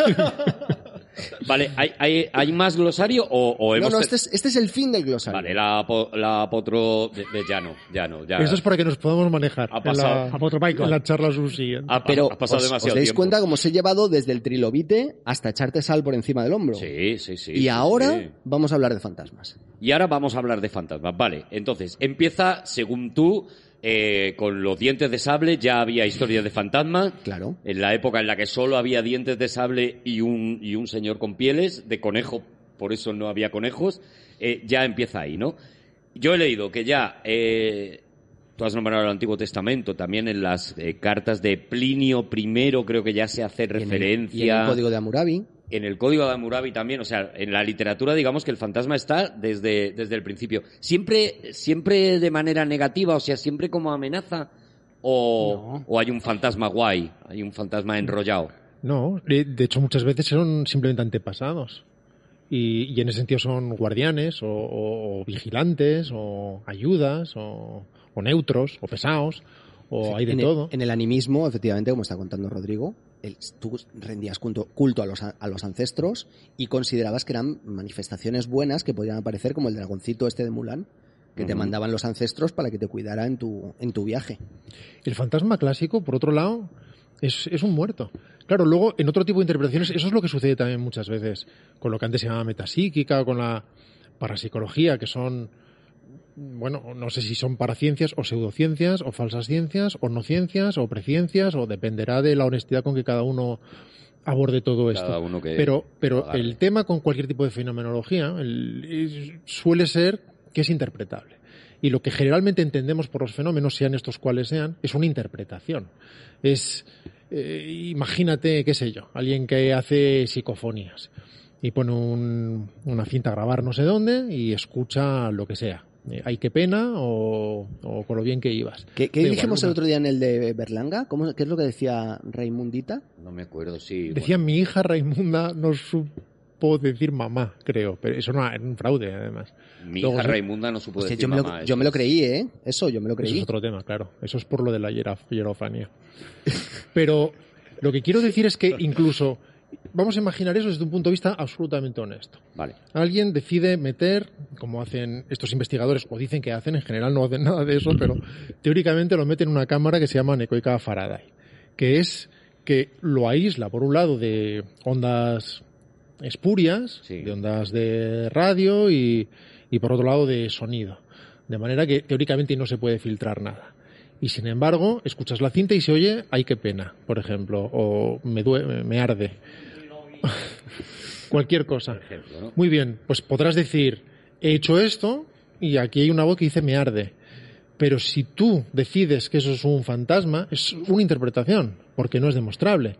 Vale, ¿hay, hay, hay más glosario o, o No, hemos... no, te- este es, este es el fin del glosario. Vale, la, apo- la apotro... de- de- ya no, ya no, ya... Eso es para que nos podamos manejar Ha en pasado. la, Apotropaico. en la charla subsiguiente. Ha, Pero ha pasado os, demasiado os dais tiempo. cuenta cómo os he llevado desde el trilobite hasta echarte sal por encima del hombro. Sí, sí, sí. y sí, ahora sí. vamos a hablar de fantasmas. Y ahora vamos a hablar de fantasmas. Vale, entonces, empieza, según tú, eh, con los dientes de sable. Ya había historias de fantasmas. Claro. En la época en la que solo había dientes de sable y un, y un señor con pieles de conejo, por eso no había conejos, eh, ya empieza ahí, ¿no? Yo he leído que ya... Eh, tú has nombrado el Antiguo Testamento, también en las eh, cartas de Plinio primero creo que ya se hace Y en el- referencia... Y en el código de Hammurabi. En el Código de Hammurabi también, o sea, en la literatura digamos que el fantasma está desde, desde el principio. ¿Siempre, siempre de manera negativa, o sea, siempre como amenaza? ¿O, No. o hay un fantasma guay, hay un fantasma enrollado? No, de de hecho muchas veces son simplemente antepasados. Y, y en ese sentido son guardianes o, o- o vigilantes o ayudas o, o neutros o pesados o hay de en, el, todo. en el animismo, efectivamente, como está contando Rodrigo, el- tú rendías culto, culto a, los, a los ancestros y considerabas que eran manifestaciones buenas que podían aparecer, como el dragoncito este de Mulan, que te Ujú. mandaban los ancestros para que te cuidara en tu, en tu viaje. El fantasma clásico, por otro lado, es, es un muerto. Claro, luego, en otro tipo de interpretaciones, eso es lo que sucede también muchas veces con lo que antes se llamaba metapsíquica, con la parapsicología, que son, bueno, no sé si son paraciencias o pseudociencias, o falsas ciencias, o no ciencias, o preciencias, o dependerá de la honestidad con que cada uno aborde todo esto. Cada uno que pero pero agarre. el tema con cualquier tipo de fenomenología el- es- suele ser que es interpretable. Y lo que generalmente entendemos por los fenómenos, sean estos cuales sean, es una interpretación. Es, eh, imagínate, qué sé yo, alguien que hace psicofonías y pone un- una cinta a grabar no sé dónde y escucha lo que sea. Eh, ay, qué pena o, o con lo bien que ibas. ¿Qué, qué Da igual, dijimos una- el otro día en el de Berlanga? ¿Cómo, ¿Qué es lo que decía Raimundita? No me acuerdo, sí. Decía, mi hija Raimunda no supo decir mamá, creo, pero eso no era un fraude, además. bueno, mi luego hija se- Raimunda no supo Hostia, decir yo, me lo, mamá, yo eso me lo es- creí, ¿eh? Eso, yo me lo Eso creí. es otro tema, claro. Eso es por lo de la hieraf- hierofanía. Pero lo que quiero decir es que incluso vamos a imaginar eso desde un punto de vista absolutamente honesto. Vale. Alguien decide meter, como hacen estos investigadores, o dicen que hacen, en general no hacen nada de eso, pero teóricamente lo meten en una cámara que se llama anecoica Faraday, que es que lo aísla, por un lado, de ondas espurias, Sí. de ondas de radio y, y por otro lado de sonido. De manera que teóricamente no se puede filtrar nada. Y sin embargo, escuchas la cinta y se oye, ay, qué pena, por ejemplo, o me, due- me arde. Cualquier cosa. ejemplo, ¿no? Muy bien, pues podrás decir, he hecho esto y aquí hay una voz que dice me arde. Pero si tú decides que eso es un fantasma, es una interpretación, porque no es demostrable.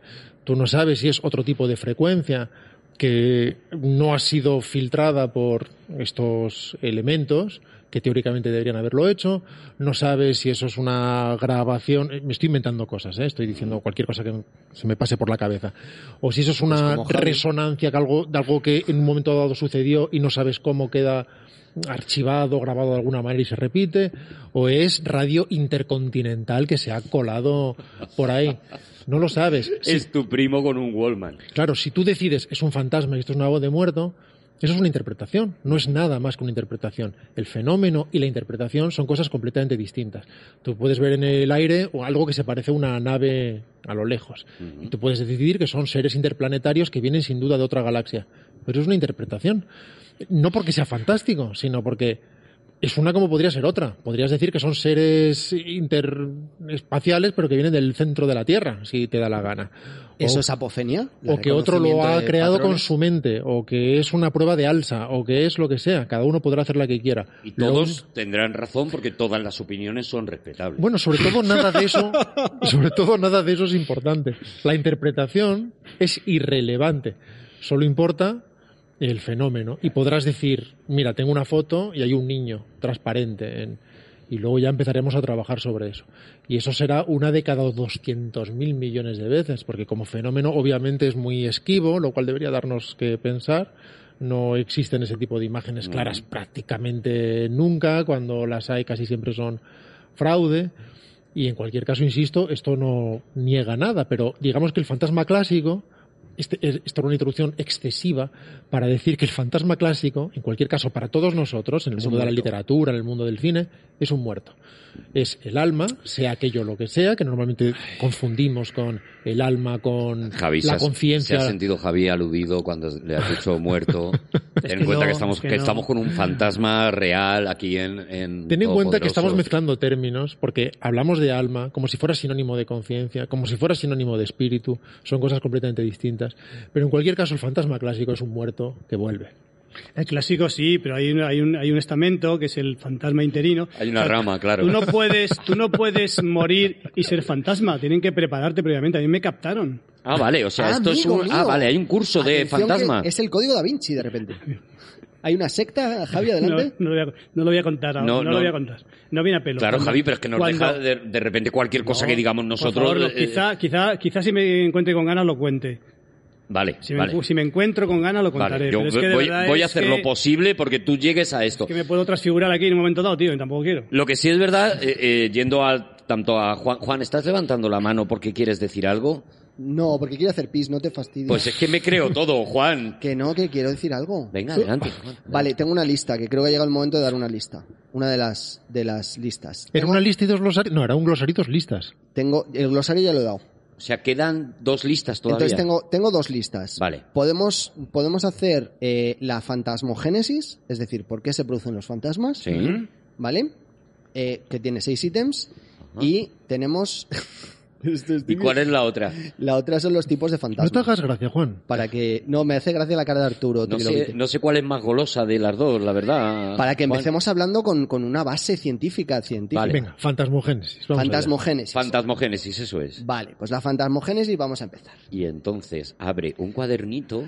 Tú no sabes si es otro tipo de frecuencia que no ha sido filtrada por estos elementos que teóricamente deberían haberlo hecho. No sabes si eso es una grabación. Me estoy inventando cosas, ¿eh? Estoy diciendo cualquier cosa que se me pase por la cabeza. O si eso es una pues resonancia que algo, de algo que en un momento dado sucedió y no sabes cómo queda archivado, grabado de alguna manera y se repite. O es radio intercontinental que se ha colado por ahí. No lo sabes. Es Si- tu primo con un Wallman. Claro, si tú decides es un fantasma y esto es una voz de muerto, eso es una interpretación, no es nada más que una interpretación. El fenómeno y la interpretación son cosas completamente distintas. Tú puedes ver en el aire o algo que se parece a una nave a lo lejos. Uh-huh. Y tú puedes decidir que son seres interplanetarios que vienen sin duda de otra galaxia. Pero es una interpretación. No porque sea fantástico, sino porque es una como podría ser otra. Podrías decir que son seres interespaciales, pero que vienen del centro de la Tierra, si te da la gana. ¿Eso O- es apofenia? ¿La o que otro lo reconocimiento ha de creado con patrones? su mente, o que es una prueba de alza, o que es lo que sea. Cada uno podrá hacer la que quiera. Y Lo todos un- tendrán razón porque todas las opiniones son respetables. Bueno, sobre todo nada de eso, sobre todo nada de eso es importante. La interpretación es irrelevante. Solo importa el fenómeno. Y podrás decir, mira, tengo una foto y hay un niño transparente en- y luego ya empezaremos a trabajar sobre eso. Y eso será una de cada doscientos mil millones de veces, porque como fenómeno obviamente es muy esquivo, lo cual debería darnos que pensar. No existen ese tipo de imágenes claras prácticamente nunca, cuando las hay casi siempre son fraude. Y en cualquier caso, insisto, esto no niega nada, pero digamos que el fantasma clásico, este, esto era una introducción excesiva para decir que el fantasma clásico, en cualquier caso para todos nosotros, en el mundo de la literatura, en el mundo del cine, es un muerto. Es el alma, sea aquello lo que sea, que normalmente confundimos con el alma, con Javi, se la ha- conciencia. Se ha sentido Javi aludido cuando le has dicho muerto. Ten en que cuenta no, que estamos, es que que no. estamos con un fantasma real aquí en, en Ten en cuenta que estamos Todopoderoso. mezclando términos, porque hablamos de alma como si fuera sinónimo de conciencia, como si fuera sinónimo de espíritu, son cosas completamente distintas. Pero en cualquier caso, el fantasma clásico es un muerto que vuelve. El clásico sí, pero hay un, hay un, hay un estamento que es el fantasma interino. Hay una rama, claro. Tú no puedes, tú no puedes morir y ser fantasma. Tienen que prepararte previamente. A mí me captaron. Ah, vale, o sea, Ah, esto es amigo un... mío. Ah, vale, hay un curso de Atención, fantasma. que es el código da Vinci, de repente. ¿Hay una secta, Javi, No, adelante? no, lo voy a, no lo voy a contar ahora. No, No, no. lo voy a contar. No viene a pelo. Claro, Cuando- Javi, pero es que nos cuando- deja de, de repente cualquier cosa No, que digamos por nosotros... favor, no, eh, quizá, quizá, quizá si me encuentre con ganas lo cuente. Vale, Si me, vale. si me encuentro con ganas lo contaré. Vale, yo pero es que de voy, verdad voy a es hacer que- lo posible porque tú llegues a esto. que me puedo transfigurar aquí en un momento dado, tío, y tampoco quiero. Lo que sí es verdad, eh, eh, yendo al, tanto a Juan... Juan, ¿estás levantando la mano porque quieres decir algo? No, porque quiero hacer pis, no te fastidies. Pues es que me creo todo, Juan. Que no, que quiero decir algo. Venga, adelante, Juan. Vale, tengo una lista, que creo que ha llegado el momento de dar una lista. Una de las, de las listas. ¿Era Tengo, una lista y dos glosarios? No, era un glosario y dos listas. tengo, el glosario ya lo he dado. O sea, quedan dos listas todavía. Entonces tengo, tengo dos listas. Vale. Podemos, podemos hacer eh, la fantasmogénesis, es decir, por qué se producen los fantasmas. Sí. ¿Vale? Eh, que tiene seis ítems. Y tenemos... Esto es ¿Y cuál es la otra? La otra son los tipos de No fantasmas. te hagas gracia, Juan. Para que... No, me hace gracia la cara de Arturo. No Trilovite. sé, no sé cuál es más golosa de las dos, la verdad. Para que Juan. empecemos hablando con, con una base científica. científica. Vale. Venga, fantasmogénesis. Vamos allá. Fantasmogénesis. Fantasmogénesis, eso es. Vale, pues la fantasmogénesis vamos a empezar. Y entonces abre un cuadernito.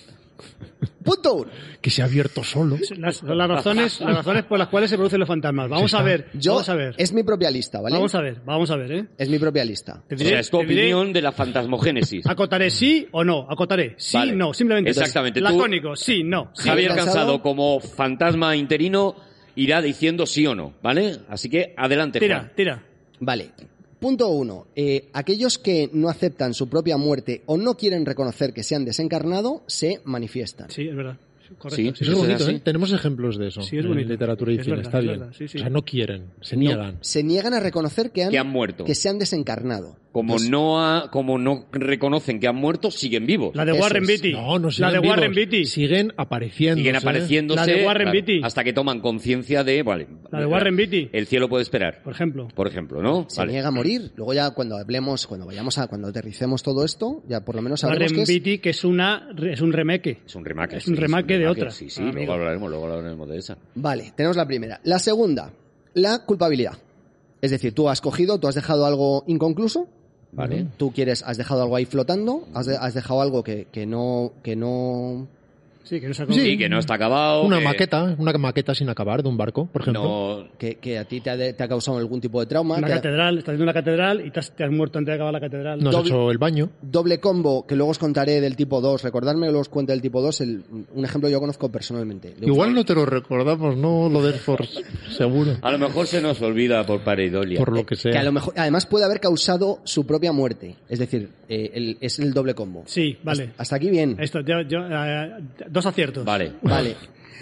Punto uno. Que se ha abierto solo. Las, son las razones, las razones por las cuales se producen los fantasmas. Vamos Sí, a está. ver, Yo, vamos a ver. es mi propia lista, ¿vale? Vamos a ver, vamos a ver, ¿eh? Es mi propia lista. Te O sea, es tu te diré- opinión de la fantasmogénesis. Acotaré sí o no, acotaré sí, Vale. no, simplemente. Exactamente, tú- Lacónico, sí, no. Sí. Javier Cansado. Cansado, como fantasma interino, irá diciendo sí o no, ¿vale? Así que adelante, Tira, Juan. tira. Vale. Punto uno. Eh, aquellos que no aceptan su propia muerte o no quieren reconocer que se han desencarnado, se manifiestan. Sí, es verdad. Correcto. Sí, Eso es Eso es bonito, así. ¿eh? Tenemos ejemplos de eso. Sí, es en bonito. literatura y Es cine. verdad, Está es bien. verdad, sí, sí. O sea, no quieren, se No, niegan. se niegan a reconocer que han, Que han muerto. que se han desencarnado. Como Entonces, no ha- como no reconocen que han muerto, siguen vivos. La de Eso Warren es. Beatty. No, no La siguen de vivos. Warren Beatty. Siguen apareciendo. Siguen apareciéndose La de Warren claro, Beatty. hasta que toman conciencia de, vale, La de Warren Beatty. el cielo puede esperar, Por ejemplo. por ejemplo, ¿no? se Vale. niega a morir. Luego ya cuando hablemos, cuando vayamos a, cuando aterricemos todo esto, ya por lo menos sabremos Warren que es... Beatty, que es una es un remake. Es un remake. Es un sí, remake de otra. Sí, sí, Ah, luego amigo. hablaremos, luego hablaremos de esa. Vale, tenemos la primera. La segunda, la culpabilidad. Es decir, tú has cogido, tú has dejado algo inconcluso Vale. Tú quieres, has dejado algo ahí flotando, has, de- has dejado algo que, que no, que no, Sí, que no sacó. Sí, que no está acabado. Una que maqueta, una maqueta sin acabar de un barco, por ejemplo. No, que, que a ti te ha, de- te ha causado algún tipo de trauma. Una te ha- catedral, estás haciendo una catedral y te has, te has muerto antes de acabar la catedral. No has doble- hecho el baño. Doble combo, que luego os contaré del tipo dos. Recordadme que luego os cuente del tipo dos. El, un ejemplo yo conozco personalmente. De un- Igual no te lo recordamos, no lo des por seguro. a lo mejor se nos olvida por pareidolia. Por lo que que a sea. lo mejor, además puede haber causado su propia muerte. Es decir, eh, el- es el doble combo. Sí, vale. Hasta, hasta aquí bien. Esto, yo, yo, eh, dos aciertos. Vale. Vale.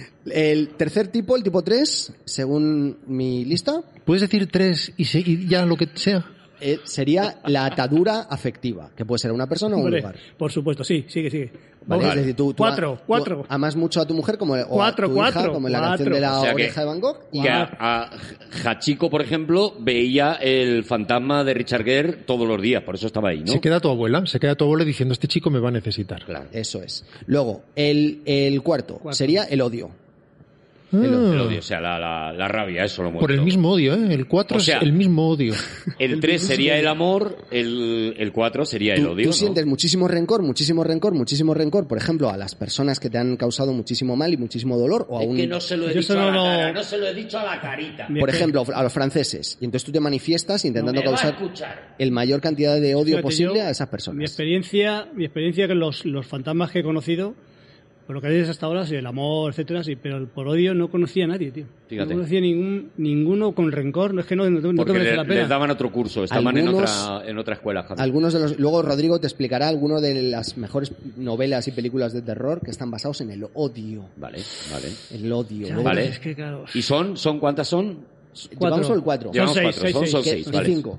El tercer tipo, el tipo tres, según mi lista, ¿Puedes decir tres y, se- y ya lo que sea? eh, sería la atadura afectiva, que puede ser a una persona o a un Hombre, lugar. por supuesto, sí, sigue, sigue. ¿Vale? Vale. Es decir, tú, tú Cuatro, tú cuatro. amas mucho a tu mujer como o Cuatro, a tu cuatro, hija, como en la cuatro. canción de la O sea que- oreja de Van Gogh. Y Que a, a Hachiko, por ejemplo, veía el fantasma de Richard Gere todos los días, por eso estaba ahí, ¿no? Se queda tu abuela, se queda tu abuela diciendo, este chico me va a necesitar. Claro. eso es. Luego, el, el cuarto, Cuatro. sería el odio. Ah, El odio, o sea, la, la, la rabia, eso lo mueve por el todo. mismo odio, ¿eh? El cuatro O sea, es el mismo odio. El tres sería el amor, el, el cuatro sería el Tú, odio, tú ¿no? sientes muchísimo rencor, muchísimo rencor, muchísimo rencor, por ejemplo, a las personas que te han causado muchísimo mal y muchísimo dolor, o a un, se lo he Yo dicho solo a la no- cara, no se lo he dicho a la carita. Mi por exper- ejemplo, a los franceses. Y entonces tú te manifiestas intentando Me va a causar escuchar. el mayor cantidad de odio Fíjate, posible yo, a esas Mi personas. experiencia, mi experiencia que los, los fantasmas que he conocido, por lo que dices hasta ahora, sí, el amor, etcétera, sí, pero por odio no conocía a nadie, tío. Fíjate. No conocía ningún, ninguno con rencor, no es que no, no, no te Porque merece le- la pena. les daban otro curso, estaban Algunos- en otra, en otra escuela. Javi. Algunos de los, luego Rodrigo te explicará algunas de las mejores novelas y películas de terror que están basados en el odio. Vale, vale. El odio. Ya, Luego- Vale. Es que, claro, ¿Y son, son cuántas son? Llevamos solo el cuatro. Llevamos seis, cuatro, seis, son, seis. son Que- seis, y vale. cinco.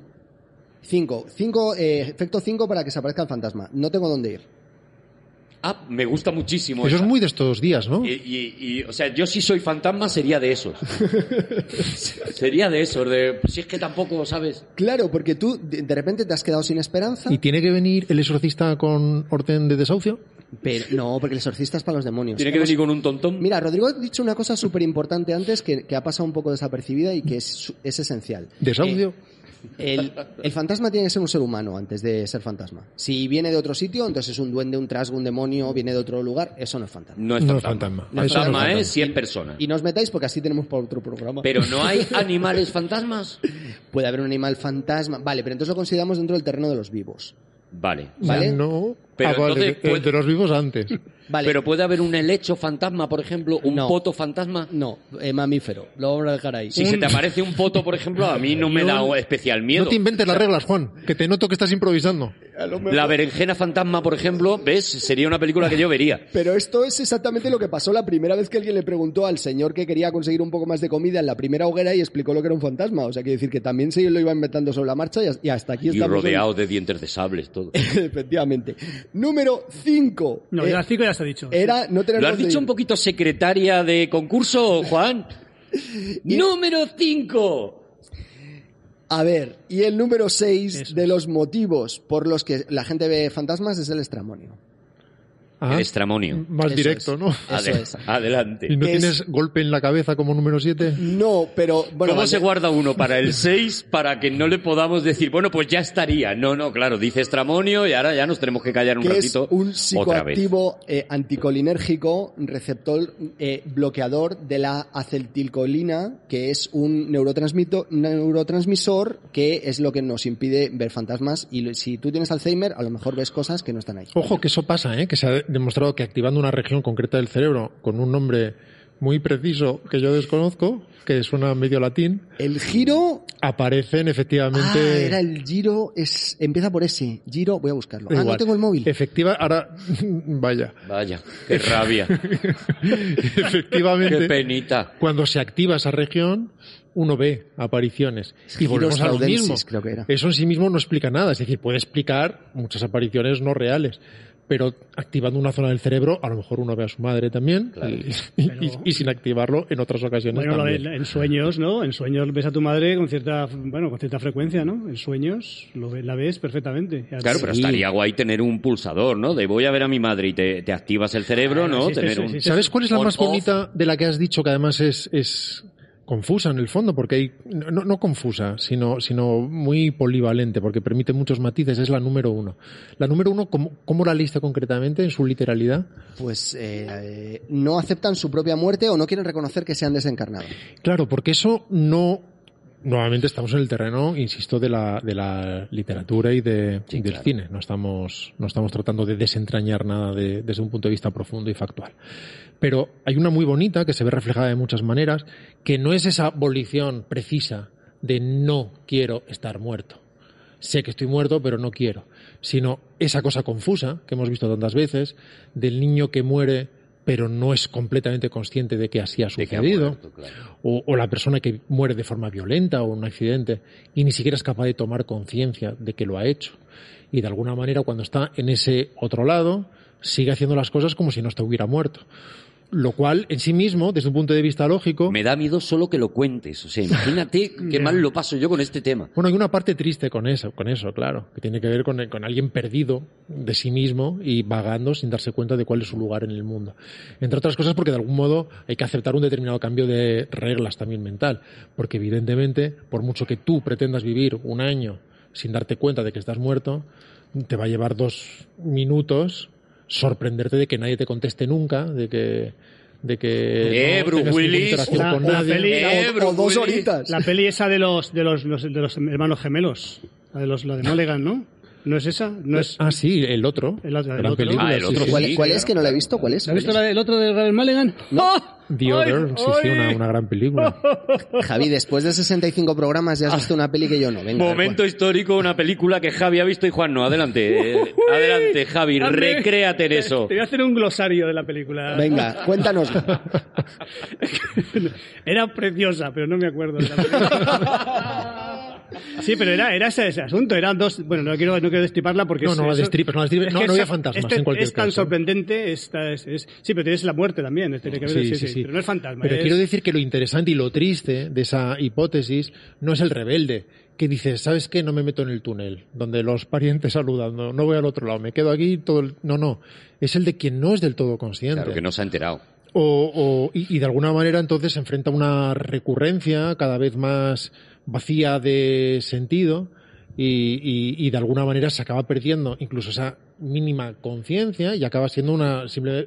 Cinco. Cinco, eh, efecto cinco para que se aparezca el fantasma. No tengo dónde ir. Ah, me gusta muchísimo. Eso es esa. muy de estos días, ¿no? Y, y- y, o sea, yo si soy fantasma sería de esos. sería de esos, de... Si es que tampoco, ¿sabes? Claro, porque tú de, de repente te has quedado sin esperanza. ¿Y tiene que venir el exorcista con orden de desahucio? Pero, no, porque el exorcista es para los demonios. Tiene que Hemos- venir con un tontón. Mira, Rodrigo ha dicho una cosa súper importante antes que, que ha pasado un poco desapercibida y que es, su- es esencial. ¿Desahucio? Eh, el, el fantasma tiene que ser un ser humano antes de ser fantasma. Si viene de otro sitio, entonces es un duende, un trasgo, un demonio, viene de otro lugar, eso no es fantasma. No es No es fantasma. fantasma. Eso Fantasma no es es si es persona. Y no os metáis porque así tenemos para otro programa. Pero no hay animales fantasmas. Puede haber un animal fantasma. Vale, pero entonces lo consideramos dentro del terreno de los vivos. Vale. ¿Vale? No. Pero Ah, vale, entonces de- puede- de los vivos antes. Vale. Pero puede haber un helecho fantasma, por ejemplo, un No. poto fantasma. No, eh, mamífero. Lo vamos a dejar ahí. Si se te aparece un poto, por ejemplo, a mí no me da especial miedo. No te inventes las reglas, Juan, que te noto que estás improvisando. La berenjena fantasma, por ejemplo, ¿ves? Sería una película que yo vería. Pero esto es exactamente lo que pasó la primera vez que alguien le preguntó al señor que quería conseguir un poco más de comida en la primera hoguera y explicó lo que era un fantasma. O sea, quiere decir que también se lo iba inventando sobre la marcha y as- y hasta aquí Y estamos. hoy. rodeado de dientes de sables, todo. Efectivamente. Número cinco. No, ya las cinco ya se ha dicho. Era no tener ¿Lo has dónde dicho ir. un poquito secretaria de concurso, Juan? Número cinco. A ver, y el número seis Eso de es. los motivos por los que la gente ve fantasmas es el estramonio. Ah, El estramonio. más Eso directo, es. ¿no? Eso Ade- es. Adelante. ¿Y no Es- tienes golpe en la cabeza como número siete? No, pero bueno. ¿Cómo vale. se guarda uno para el seis para que no le podamos decir, bueno, pues ya estaría? No, no, claro, dice estramonio y ahora ya nos tenemos que callar un que es ratito. un otra vez. psicoactivo eh, anticolinérgico receptor eh, bloqueador de la acetilcolina, que es un neurotransmito- neurotransmisor que es lo que nos impide ver fantasmas. Y lo- si tú tienes Alzheimer, a lo mejor ves cosas que no están ahí. Ojo, que eso pasa, ¿eh? Que se ha demostrado que activando una región concreta del cerebro con un nombre muy preciso que yo desconozco, que suena medio latín, El giro. aparecen efectivamente... Ah, era el giro. Es, empieza por ese. Giro, voy a buscarlo. Da Ah, no igual. tengo el móvil. Efectiva, ahora, vaya. Vaya, qué rabia, Efectivamente, qué penita. cuando se activa esa región, uno ve apariciones. Y Giros volvemos a lo fraudensis, mismo. creo que era. Eso en sí mismo no explica nada. Es decir, puede explicar muchas apariciones no reales. Pero activando una zona del cerebro, a lo mejor uno ve a su madre también. Y, y- Pero- y- y sin activarlo en otras ocasiones Bueno, lo también. de- en sueños, ¿no? En sueños ves a tu madre con cierta, bueno, con cierta frecuencia, ¿no? En sueños lo ve- la ves perfectamente. Claro, pero estaría guay tener un pulsador, ¿no? De voy a ver a mi madre y te, te activas el cerebro, Claro, ¿no? existe Tener eso, un... existe ¿Sabes cuál es la on, más off. bonita de la que has dicho, que además es, es confusa en el fondo, porque hay, no, no confusa, sino, sino muy polivalente, porque permite muchos matices, es la número uno. La número uno, ¿cómo, cómo la leíste concretamente en su literalidad? Pues eh, no aceptan su propia muerte o no quieren reconocer que se han desencarnado. Claro, porque eso no... Nuevamente estamos en el terreno, insisto, de la, de la literatura y, de, Sí, y del claro. cine. No estamos, no estamos tratando de desentrañar nada de, desde un punto de vista profundo y factual. Pero hay una muy bonita que se ve reflejada de muchas maneras, que no es esa abolición precisa de no quiero estar muerto. Sé que estoy muerto, pero no quiero. Sino esa cosa confusa que hemos visto tantas veces del niño que muere pero no es completamente consciente de que así ha De que ha sucedido, muerto, claro. o, o la persona que muere de forma violenta o en un accidente y ni siquiera es capaz de tomar conciencia de que lo ha hecho. Y de alguna manera cuando está en ese otro lado sigue haciendo las cosas como si no estuviera muerto. Lo cual, en sí mismo, desde un punto de vista lógico... Me da miedo solo que lo cuentes. O sea, imagínate qué mal lo paso yo con este tema. Bueno, hay una parte triste con eso, con eso, claro, que tiene que ver con, con alguien perdido de sí mismo y vagando sin darse cuenta de cuál es su lugar en el mundo. Entre otras cosas porque de algún modo hay que aceptar un determinado cambio de reglas también mental, porque evidentemente, por mucho que tú pretendas vivir un año sin darte cuenta de que estás muerto, te va a llevar dos minutos sorprenderte de que nadie te conteste nunca, de que de que Eh, no Bruce tengas ninguna Willis. interacción La- con la nadie. peli- Eh, o, Bruce o dos Willis. horitas. La peli esa de los de los, los- de los hermanos gemelos, la de los la de Mulligan, ¿no? ¿No es esa? No es. Ah, sí, el otro. El otro, el Gran otro. película, Ah, el sí, otro sí, ¿Cuál, sí. cuál es que no la he visto? ¿Cuál es? ¿Has visto la del otro de Robert Mulligan? ¡No! The Other, sí, sí, una, una gran película. Javi, después de sesenta y cinco programas ya has visto una peli que yo no. Venga, Momento histórico, una película que Javi ha visto y Juan no. Adelante, eh, adelante, Javi, Hazme- recréate en eso. Te voy a hacer un glosario de la película. venga, cuéntanos. Era preciosa, pero no me acuerdo de la película. Sí, pero era, era ese, ese asunto. Eran dos. Bueno, no quiero, no quiero destriparla porque. No, es, no la eso- destripes, no la destripes. es No, que no había es- fantasmas este en cualquier es tan caso. sorprendente. Esta es, es- sí, pero tienes la muerte también. Tiene que ver, sí, sí, pero no es fantasma. Pero es- quiero decir que lo interesante y lo triste de esa hipótesis no es el rebelde, que dice, ¿sabes qué? No me meto en el túnel, donde los parientes saludan, no, no voy al otro lado, me quedo aquí todo el... No, no, es el de quien no es del todo consciente. Claro que no se ha enterado. O, o- y, y de alguna manera entonces se enfrenta a una recurrencia cada vez más vacía de sentido y, y- y de alguna manera se acaba perdiendo incluso esa mínima conciencia y acaba siendo una simple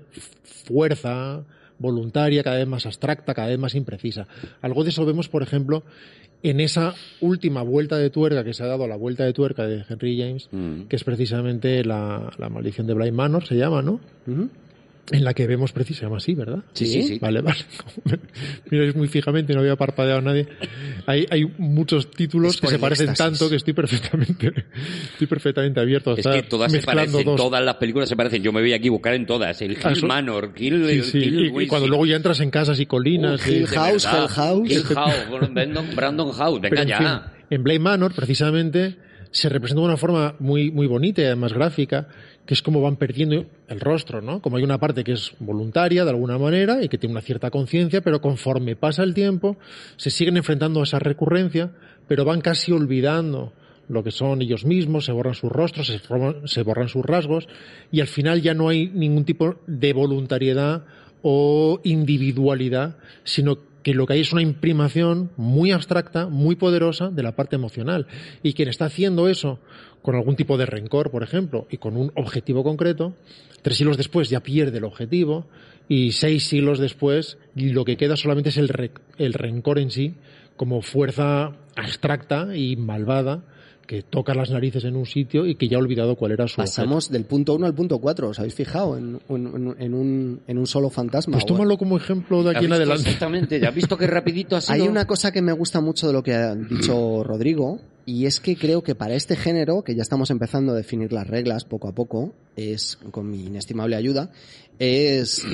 fuerza voluntaria, cada vez más abstracta, cada vez más imprecisa. Algo de eso vemos, por ejemplo, en esa última vuelta de tuerca que se ha dado a la vuelta de tuerca de Henry James, Mm. que es precisamente la, la maldición de Bly Manor, se llama, ¿no? Ujú. En la que vemos precisamente, se llama así, ¿verdad? Sí, sí, sí. Vale, vale. Miráis muy fijamente, no había parpadeado a nadie. Hay, hay muchos títulos Es que por se el parecen éxtasis. tanto que estoy perfectamente, estoy perfectamente abierto a Es estar que todas se mezclando parecen, dos. todas las películas se parecen. Yo me voy a equivocar en todas. El Hill Ah, eso- Manor, Hill, Sí, sí. Hill Y- Y, Wilson. cuando luego ya entras en casas y colinas. Uh, y- Hill de House, verdad. Hell House. Hill House, Brandon, Brandon House. Venga Pero, en ya. fin, en Bly Manor, precisamente, se representa de una forma muy, muy bonita y además gráfica, que es como van perdiendo el rostro, ¿no? Como hay una parte que es voluntaria, de alguna manera, y que tiene una cierta conciencia, pero conforme pasa el tiempo, se siguen enfrentando a esa recurrencia, pero van casi olvidando lo que son ellos mismos, se borran sus rostros, se, forman- se borran sus rasgos, y al final ya no hay ningún tipo de voluntariedad o individualidad, sino que lo que hay es una imprimación muy abstracta, muy poderosa de la parte emocional. Y quien está haciendo eso con algún tipo de rencor, por ejemplo, y con un objetivo concreto, tres siglos después ya pierde el objetivo y seis siglos después lo que queda solamente es el, re- el rencor en sí como fuerza abstracta y malvada que toca las narices en un sitio y que ya ha olvidado cuál era su objeto. Pasamos del punto uno al punto cuatro, ¿os habéis fijado? En, en- en un, en un solo fantasma. Pues tómalo como ejemplo de ¿Has aquí en visto adelante. Exactamente. ¿Ya has visto qué rapidito ha sido? Hay una cosa que me gusta mucho de lo que ha dicho Rodrigo, y es que creo que para este género, que ya estamos empezando a definir las reglas poco a poco, es, con mi inestimable ayuda, es...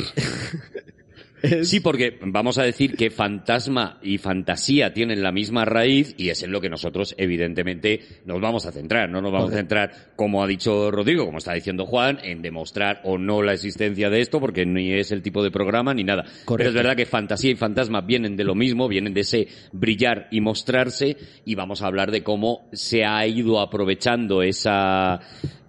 es- Sí, porque vamos a decir que fantasma y fantasía tienen la misma raíz y es en lo que nosotros, evidentemente, nos vamos a centrar. No nos vamos a centrar, como ha dicho Rodrigo, como está diciendo Juan, en demostrar o no la existencia de esto, porque ni es el tipo de programa ni nada. Correcto. Pero es verdad que fantasía y fantasma vienen de lo mismo, vienen de ese brillar y mostrarse, y vamos a hablar de cómo se ha ido aprovechando esa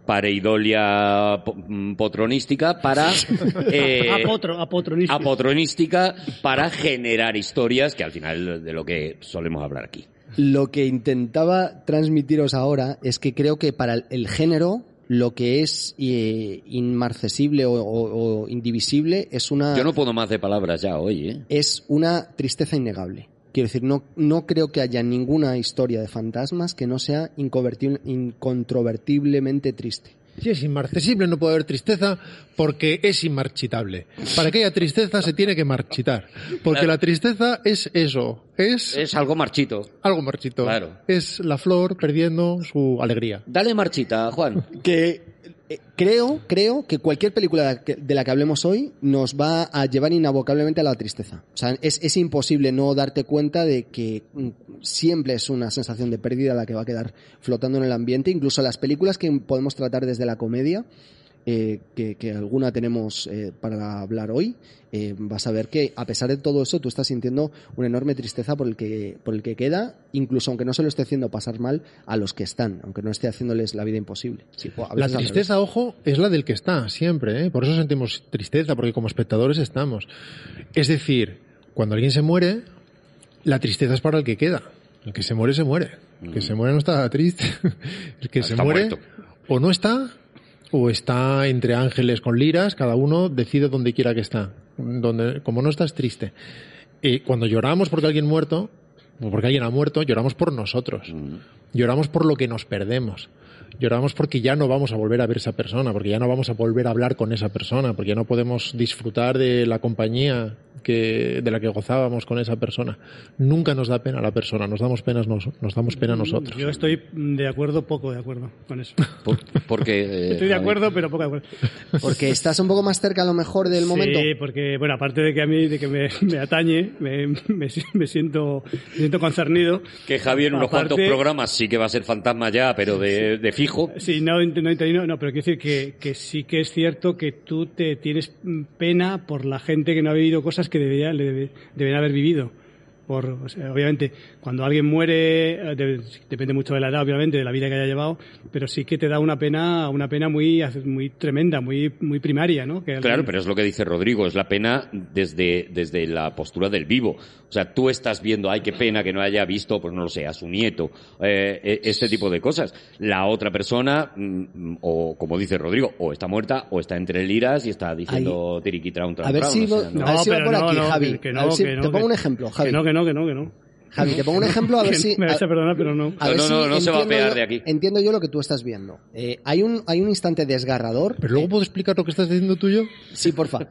pareidolia po- potronística para eh, Apotro, apotronística. apotronística para generar historias, que al final de lo que solemos hablar aquí. Lo que intentaba transmitiros ahora es que creo que para el, el género lo que es eh, inmarcesible o, o, o indivisible es una Yo no puedo más de palabras ya hoy, ¿eh? es una tristeza innegable. Quiero decir, no, no creo que haya ninguna historia de fantasmas que no sea inconvertible- incontrovertiblemente triste. Si es inmarcesible no puede haber tristeza porque es inmarchitable. Para que haya tristeza se tiene que marchitar. Porque la tristeza es eso, es, Es algo marchito. algo marchito. Claro. Es la flor perdiendo su alegría. Dale marchita, Juan. Que eh, creo, creo que cualquier película de la que- de la que hablemos hoy nos va a llevar inabocablemente a la tristeza. O sea, es, es imposible no darte cuenta de que mm, siempre es una sensación de pérdida la que va a quedar flotando en el ambiente. Incluso las películas que podemos tratar desde la comedia, eh, que, que alguna tenemos eh, para hablar hoy, eh, vas a ver que a pesar de todo eso tú estás sintiendo una enorme tristeza por el que por el que queda, incluso aunque no se lo esté haciendo pasar mal a los que están, aunque no esté haciéndoles la vida imposible. Sí, o a La veces al tristeza, ojo, es la del que está, siempre, ¿eh? Por eso sentimos tristeza, porque como espectadores estamos. Es decir, cuando alguien se muere, la tristeza es para el que queda. El que se muere, se muere. El que se muere no está triste. El que se Está muere muerto. o no está, o está entre ángeles con liras, cada uno decide donde quiera que está. Donde, como no estás triste. Y cuando lloramos porque alguien muerto, o porque alguien ha muerto, lloramos por nosotros. Lloramos por lo que nos perdemos. Lloramos porque ya no vamos a volver a ver esa persona, porque ya no vamos a volver a hablar con esa persona, porque ya no podemos disfrutar de la compañía que, de la que gozábamos con esa persona. Nunca nos da pena la persona, nos damos pena, nos, nos damos pena nosotros. Yo estoy de acuerdo, poco de acuerdo con eso. Por- porque eh, Estoy de Javi, acuerdo, pero poco de acuerdo. Porque estás un poco más cerca a lo mejor del momento. Sí, porque, bueno, aparte de que a mí de que me, me atañe, me, me, me siento, me siento concernido. que Javi en unos Aparte- cuantos programas sí que va a ser fantasma ya, pero de, de fijo. Sí, no, no, no, no, pero quiero decir que, que sí que es cierto que tú te tienes pena por la gente que no ha vivido cosas que debería, le debe- deben haber vivido. Por, o sea, obviamente, cuando alguien muere, eh, de- depende mucho de la edad, obviamente, de la vida que haya llevado, pero sí que te da una pena, una pena muy, muy tremenda, muy, muy primaria, ¿no? Que Claro, alguien- pero es lo que dice Rodrigo, es la pena desde, desde la postura del vivo. O sea, tú estás viendo, ay, qué pena que no haya visto, pues no lo sé, a su nieto, eh, eh, este tipo de cosas. La otra persona, mm, o como dice Rodrigo, o está muerta, o está entre liras y está diciendo tiriquitraun, A ver si, o sea, no- no. a ver si va pero por no, aquí, no, Javi. que A no, ver si- que no, te pongo que- un ejemplo, Javi. Que no, que no, que no, que no. Javi, te pongo un ejemplo a ver Que si... Me a- vas a perdonar, pero no. a ver No, no, si no se va a entiendo pegar yo- de aquí. Entiendo yo lo que tú estás viendo. Eh, hay un hay un instante desgarrador. Pero luego puedo explicar lo que estás diciendo tú y yo. Sí, porfa.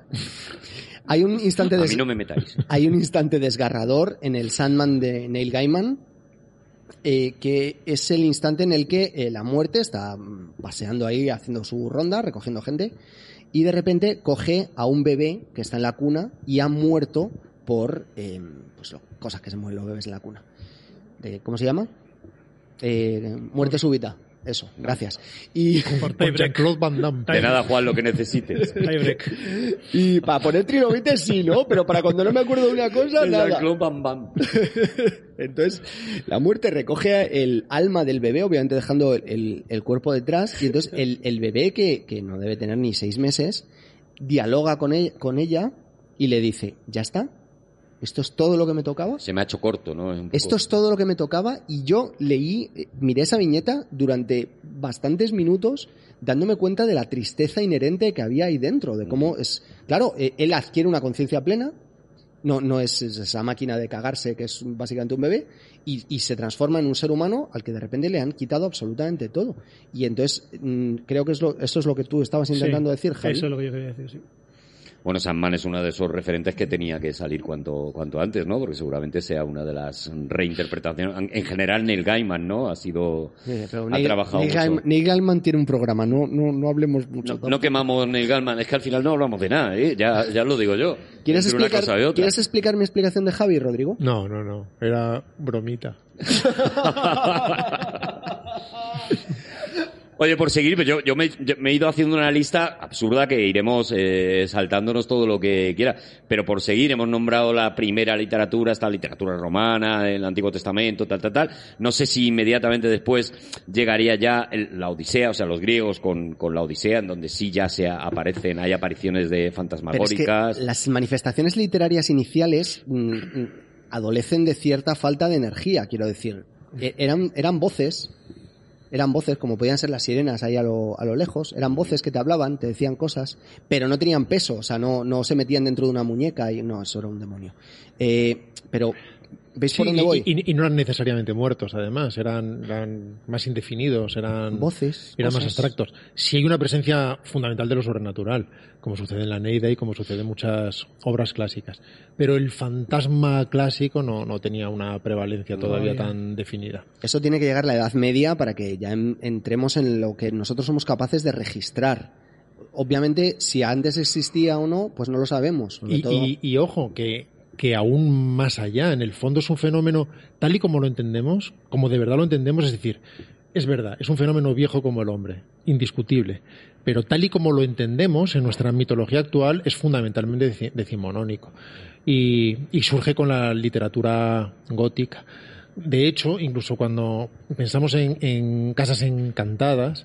Hay un instante A des- mí no me metáis. hay un instante desgarrador en el Sandman de Neil Gaiman, eh, que es el instante en el que eh, la muerte está mm, paseando ahí, haciendo su ronda, recogiendo gente, y de repente coge a un bebé que está en la cuna y ha muerto por eh, pues lo- cosas que se mueren los bebés en la cuna. De- ¿Cómo se llama? Eh, muerte súbita. Eso, gracias. Y, Con Jean-Claude Van Damme. De nada, Juan, lo que necesites. Tiebreak. y para poner trilobites sí, ¿no? Pero para cuando no me acuerdo de una cosa, nada. Jean-Claude Van Damme. Entonces, la muerte recoge el alma del bebé, obviamente dejando el, el- el cuerpo detrás, y entonces el, el bebé, que, que no debe tener ni seis meses, dialoga con, e- con ella y le dice, ¿ya está? ¿Esto es todo lo que me tocaba? Se me ha hecho corto, ¿no? Un poco- Esto es todo lo que me tocaba, y yo leí, eh, miré esa viñeta durante bastantes minutos dándome cuenta de la tristeza inherente que había ahí dentro, de cómo es... Claro, eh, él adquiere una conciencia plena, no, no es, es esa máquina de cagarse que es básicamente un bebé, y, y se transforma en un ser humano al que de repente le han quitado absolutamente todo. Y entonces mm, creo que es lo, eso es lo que tú estabas intentando Sí, decir, Javi. Eso es lo que yo quería decir, sí. Bueno, Sandman es uno de esos referentes que tenía que salir cuanto, cuanto antes, ¿no? Porque seguramente sea una de las reinterpretaciones. En general, Neil Gaiman, ¿no? Ha sido... Sí, pero ha Neil- trabajado Neil mucho. Gaiman, Neil Gaiman tiene un programa, no, no, no hablemos mucho. No, tampoco. no quemamos Neil Gaiman, es que al final no hablamos de nada, ¿eh? Ya, ya lo digo yo. ¿Quieres Entre una explicar, cosa y otra. ¿Quieres explicar mi explicación de Javi, Rodrigo? No, no, no. Era bromita. Oye, por seguir, pues yo, yo, me, yo me he ido haciendo una lista absurda que iremos eh, saltándonos todo lo que quiera. Pero por seguir, hemos nombrado la primera literatura, esta literatura romana, el Antiguo Testamento, tal, tal, tal. No sé si inmediatamente después llegaría ya el, la Odisea, o sea, los griegos con, con la Odisea, en donde sí ya se aparecen, hay apariciones de fantasmagóricas. Pero es que las manifestaciones literarias iniciales mmm, adolecen de cierta falta de energía, quiero decir. E- eran, eran voces... Eran voces, como podían ser las sirenas ahí a lo, a lo lejos, eran voces que te hablaban, te decían cosas, pero no tenían peso, o sea, no, no se metían dentro de una muñeca y no, eso era un demonio. Eh, pero, ¿veis Sí, por dónde y, voy? Y, y no eran necesariamente muertos, además, eran, eran más indefinidos, eran Voces, eran más cosas. abstractos. Sí hay una presencia fundamental de lo sobrenatural, como sucede en la Eneida y como sucede en muchas obras clásicas. Pero el fantasma clásico no, no tenía una prevalencia todavía tan definida. Eso tiene que llegar a la Edad Media para que ya en- entremos en lo que nosotros somos capaces de registrar. Obviamente, si antes existía o no, pues no lo sabemos. Sobre Y, todo- y, y ojo, que, que aún más allá, en el fondo es un fenómeno tal y como lo entendemos, como de verdad lo entendemos, es decir, es verdad, es un fenómeno viejo como el hombre, indiscutible, pero tal y como lo entendemos en nuestra mitología actual es fundamentalmente deci- decimonónico y, y surge con la literatura gótica. De hecho, incluso cuando pensamos en, en casas encantadas,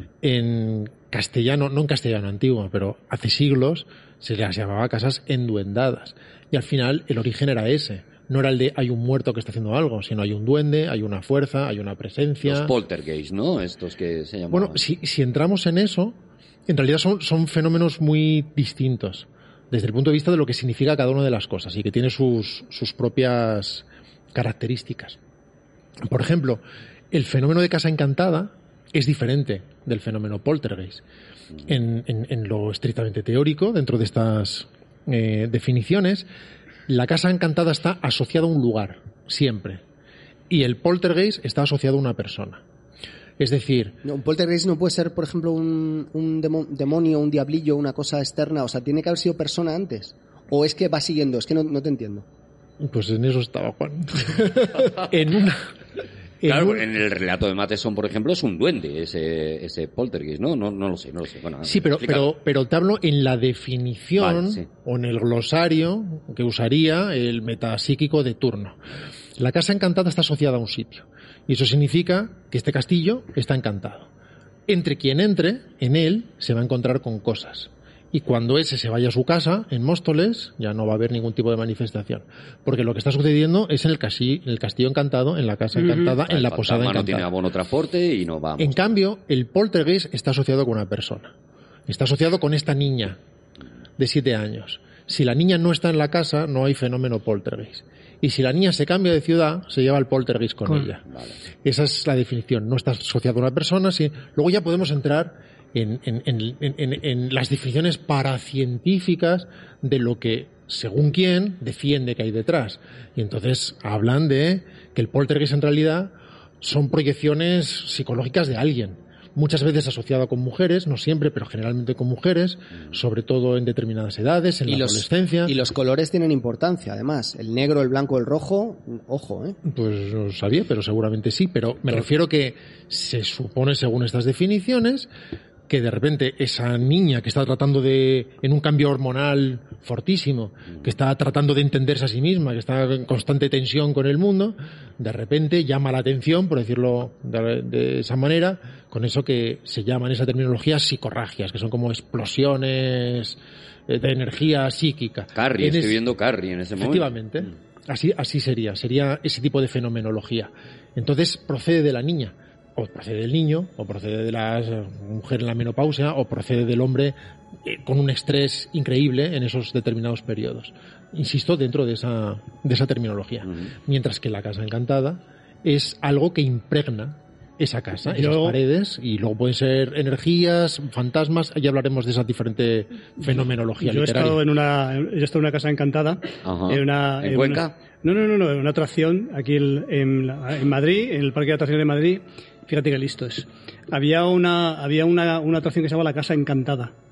en castellano, no en castellano antiguo, pero hace siglos se las llamaba casas enduendadas. Y al final el origen era ese. No era el de hay un muerto que está haciendo algo, sino hay un duende, hay una fuerza, hay una presencia. Los poltergeist, ¿no? Estos que se llaman. Bueno, si, si entramos en eso, en realidad son, son fenómenos muy distintos desde el punto de vista de lo que significa cada una de las cosas y que tiene sus, sus propias características. Por ejemplo, el fenómeno de casa encantada es diferente del fenómeno poltergeist. En, en, en lo estrictamente teórico, dentro de estas eh, definiciones, la casa encantada está asociada a un lugar, siempre. Y el poltergeist está asociado a una persona. Es decir, No, un poltergeist no puede ser, por ejemplo, un, un demo- demonio, un diablillo, una cosa externa. O sea, tiene que haber sido persona antes. O es que va siguiendo, es que no, no te entiendo. pues en eso estaba Juan. en una... en Claro, un- en el relato de Matheson, por ejemplo, es un duende ese, ese poltergeist, ¿no? No, no lo sé, no lo sé. Bueno, Sí, pero, explícalo. pero, pero te hablo en la definición Vale, sí. o en el glosario que usaría el metapsíquico de turno. La casa encantada está asociada a un sitio. Y eso significa que este castillo está encantado. Entre quien entre, en él, se va a encontrar con cosas. Y cuando ese se vaya a su casa, en Móstoles, ya no va a haber ningún tipo de manifestación. Porque lo que está sucediendo es en el, casi- en el castillo encantado, en la casa encantada, El en la posada fantasma no encantada. tiene abono transporte y no vamos. En cambio, el poltergeist está asociado con una persona. Está asociado con esta niña de siete años. Si la niña no está en la casa, no hay fenómeno poltergeist. Y si la niña se cambia de ciudad, se lleva el poltergeist con, Con- ella. Vale. Esa es la definición. No está asociado a una persona. Sí. Luego ya podemos entrar en, en- en- en- en- en las definiciones paracientíficas de lo que, según quién, defiende que hay detrás. Y entonces hablan de que el poltergeist en realidad son proyecciones psicológicas de alguien. Muchas veces asociado con mujeres, no siempre, pero generalmente con mujeres, sobre todo en determinadas edades, en Y la los, adolescencia. y los colores tienen importancia, además. El negro, el blanco, el rojo, ojo, ¿eh? Pues no sabía, pero seguramente sí. Pero me refiero que se supone, según estas definiciones, que de repente esa niña que está tratando de, en un cambio hormonal fortísimo, que está tratando de entenderse a sí misma, que está en constante tensión con el mundo, de repente llama la atención, por decirlo de, de esa manera, con eso que se llaman esa terminología psicorragias, que son como explosiones eh, de energía psíquica. Carrie, En estoy es- viendo Carrie en ese momento. Efectivamente. Así, así sería, sería ese tipo de fenomenología. Entonces procede de la niña, o procede del niño, o procede de la mujer en la menopausia, o procede del hombre eh, con un estrés increíble en esos determinados periodos. Insisto, dentro de esa, de esa terminología. Ujú. Mientras que la casa encantada es algo que impregna esa casa, esas Yo- paredes, y luego pueden ser energías, fantasmas, ya hablaremos de esa diferente fenomenología Yo he literaria. estado en una, yo he estado en una casa encantada. Ajá. En, una, ¿En en Cuenca? una- no, no, no, no, en una atracción aquí en, en, la- en Madrid, en el Parque de Atracciones de Madrid. Fíjate que listos. Había una, había una, una atracción que se llama la Casa Encantada.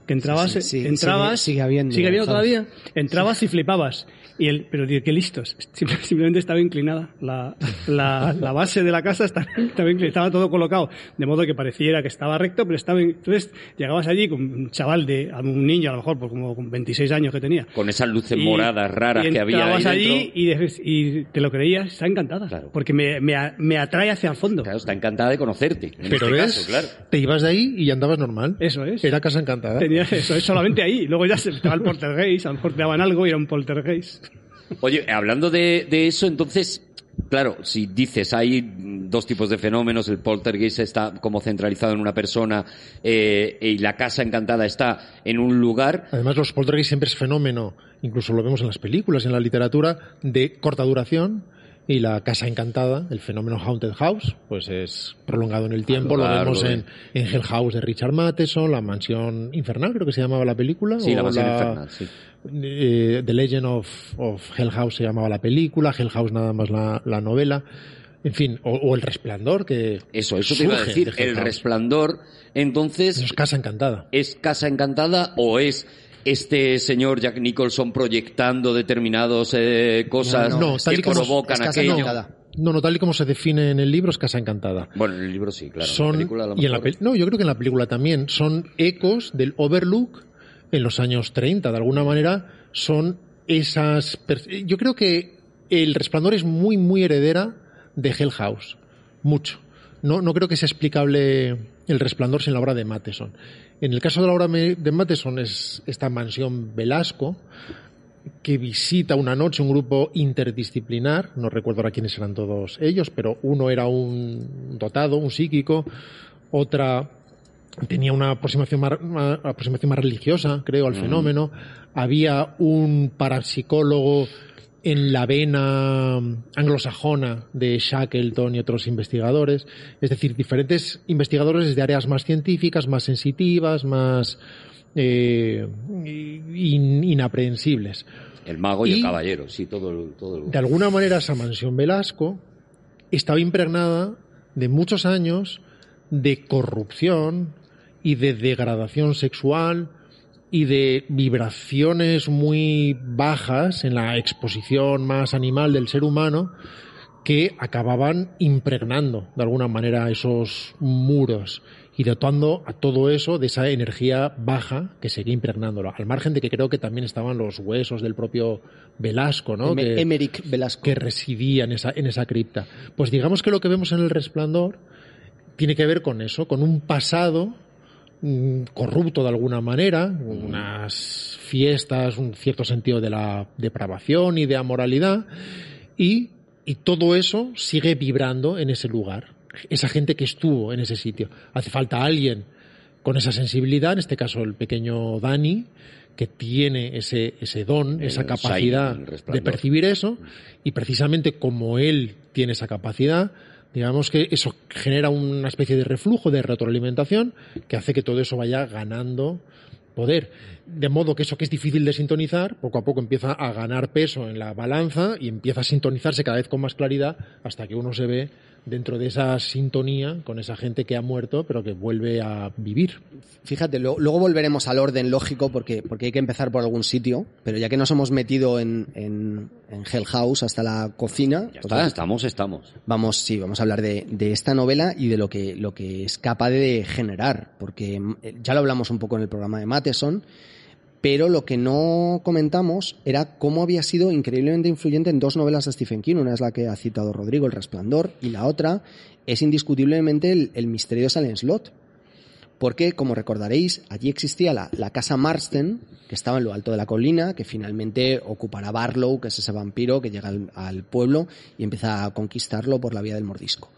que entrabas, Sí, sí, sí, entrabas, sigue- sigue habiendo, sigue habiendo ¿sabes? todavía, entrabas y flipabas. Y el, pero tío, qué listos. Simple- Simplemente estaba inclinada. La, la, la base de la casa estaba, estaba, inclinada, estaba todo colocado. De modo que pareciera que estaba recto, pero estaba, in- entonces llegabas allí con un chaval de, un niño a lo mejor, pues como con veintiséis años que tenía. Con esas luces Y- moradas raras y que había ahí entrabas dentro. allí y, de- y te lo creías, está encantada. Claro. Porque me, me, a- me atrae hacia el fondo. Claro, está encantada de conocerte. En Pero este ves, caso, claro. te ibas de ahí y andabas normal. Eso es. Era Casa Encantada. Tenía eso, es solamente ahí. Luego ya se estaba el poltergeist, a lo mejor te daban algo y era un poltergeist. Oye, hablando de, de eso, entonces, claro, si dices hay dos tipos de fenómenos, el poltergeist está como centralizado en una persona eh, y la casa encantada está en un lugar. Además, los poltergeist siempre es fenómeno, incluso lo vemos en las películas, en la literatura, de corta duración. Y la Casa Encantada, el fenómeno Haunted House, pues es prolongado en el tiempo. A lo Lo largo vemos de- en, en Hell House de Richard Matheson, La Mansión Infernal, creo que se llamaba la película. Sí, o la mansión infernal, sí. eh, The Legend of, of Hell House se llamaba la película, Hell House nada más la, la novela. En fin, o, o El Resplandor, que Eso, eso te iba a surge decir. de Hell El House. Resplandor, entonces, Eso es Casa Encantada. ¿es Casa Encantada o es este señor Jack Nicholson proyectando determinadas eh, cosas No, no, tal que y como- provocan es Casa aquello? Encantada. No, no, tal y como se define en el libro, es Casa Encantada. Bueno, en el libro sí, claro. Son, en la película a lo y en la mejor- pel- no, yo creo que en la película también son ecos del Overlook en los años treinta. De alguna manera son esas... per- Yo creo que El Resplandor es muy, muy heredera de Hell House. Mucho. No, no creo que sea explicable El Resplandor sin la obra de Matheson. En el caso de la obra me- de Matheson es esta mansión Velasco, que visita una noche un grupo interdisciplinar, no recuerdo ahora quiénes eran todos ellos, pero uno era un dotado, un psíquico, otra tenía una aproximación más, una aproximación más religiosa, creo, al fenómeno, había un parapsicólogo en la vena anglosajona de Shackleton y otros investigadores, es decir, diferentes investigadores de áreas más científicas, más sensitivas, más eh, in- inaprehensibles. El mago y, el Y- caballero, sí, todo el... Todo el... De alguna manera esa mansión Velasco estaba impregnada de muchos años de corrupción y de degradación sexual y de vibraciones muy bajas en la exposición más animal del ser humano que acababan impregnando de alguna manera esos muros y dotando a todo eso de esa energía baja que seguía impregnándolo, al margen de que creo que también estaban los huesos del propio Velasco, ¿no? Em- que, Emmerich Velasco. que residía en esa, en esa cripta. Pues digamos que lo que vemos en El Resplandor tiene que ver con eso, con un pasado mm, corrupto de alguna manera, unas fiestas, un cierto sentido de la depravación y de amoralidad, y, y todo eso sigue vibrando en ese lugar. Esa gente que estuvo en ese sitio. Hace falta alguien con esa sensibilidad, en este caso el pequeño Dani, que tiene ese, ese don, El esa Shining, capacidad el de Resplandor. percibir eso, y precisamente como él tiene esa capacidad, digamos que eso genera una especie de reflujo, de retroalimentación, que hace que todo eso vaya ganando poder. De modo que eso que es difícil de sintonizar, poco a poco empieza a ganar peso en la balanza y empieza a sintonizarse cada vez con más claridad hasta que uno se ve dentro de esa sintonía con esa gente que ha muerto pero que vuelve a vivir. Fíjate, lo- luego volveremos al orden lógico porque, porque hay que empezar por algún sitio, pero ya que nos hemos metido en, en, en Hell House hasta la cocina, Ya pues está, estamos, estamos. vamos, sí, vamos a hablar de, de esta novela y de lo que, lo que es capaz de generar, porque mm, ya lo hablamos un poco en el programa de Matheson, pero lo que no comentamos era cómo había sido increíblemente influyente en dos novelas de Stephen King. Una es la que ha citado Rodrigo, El Resplandor, y la otra es indiscutiblemente el, el misterio de Salem Slot. Porque, como recordaréis, allí existía la, la casa Marsden, que estaba en lo alto de la colina, que finalmente ocupará Barlow, que es ese vampiro que llega al, al pueblo y empieza a conquistarlo por la vía del mordisco.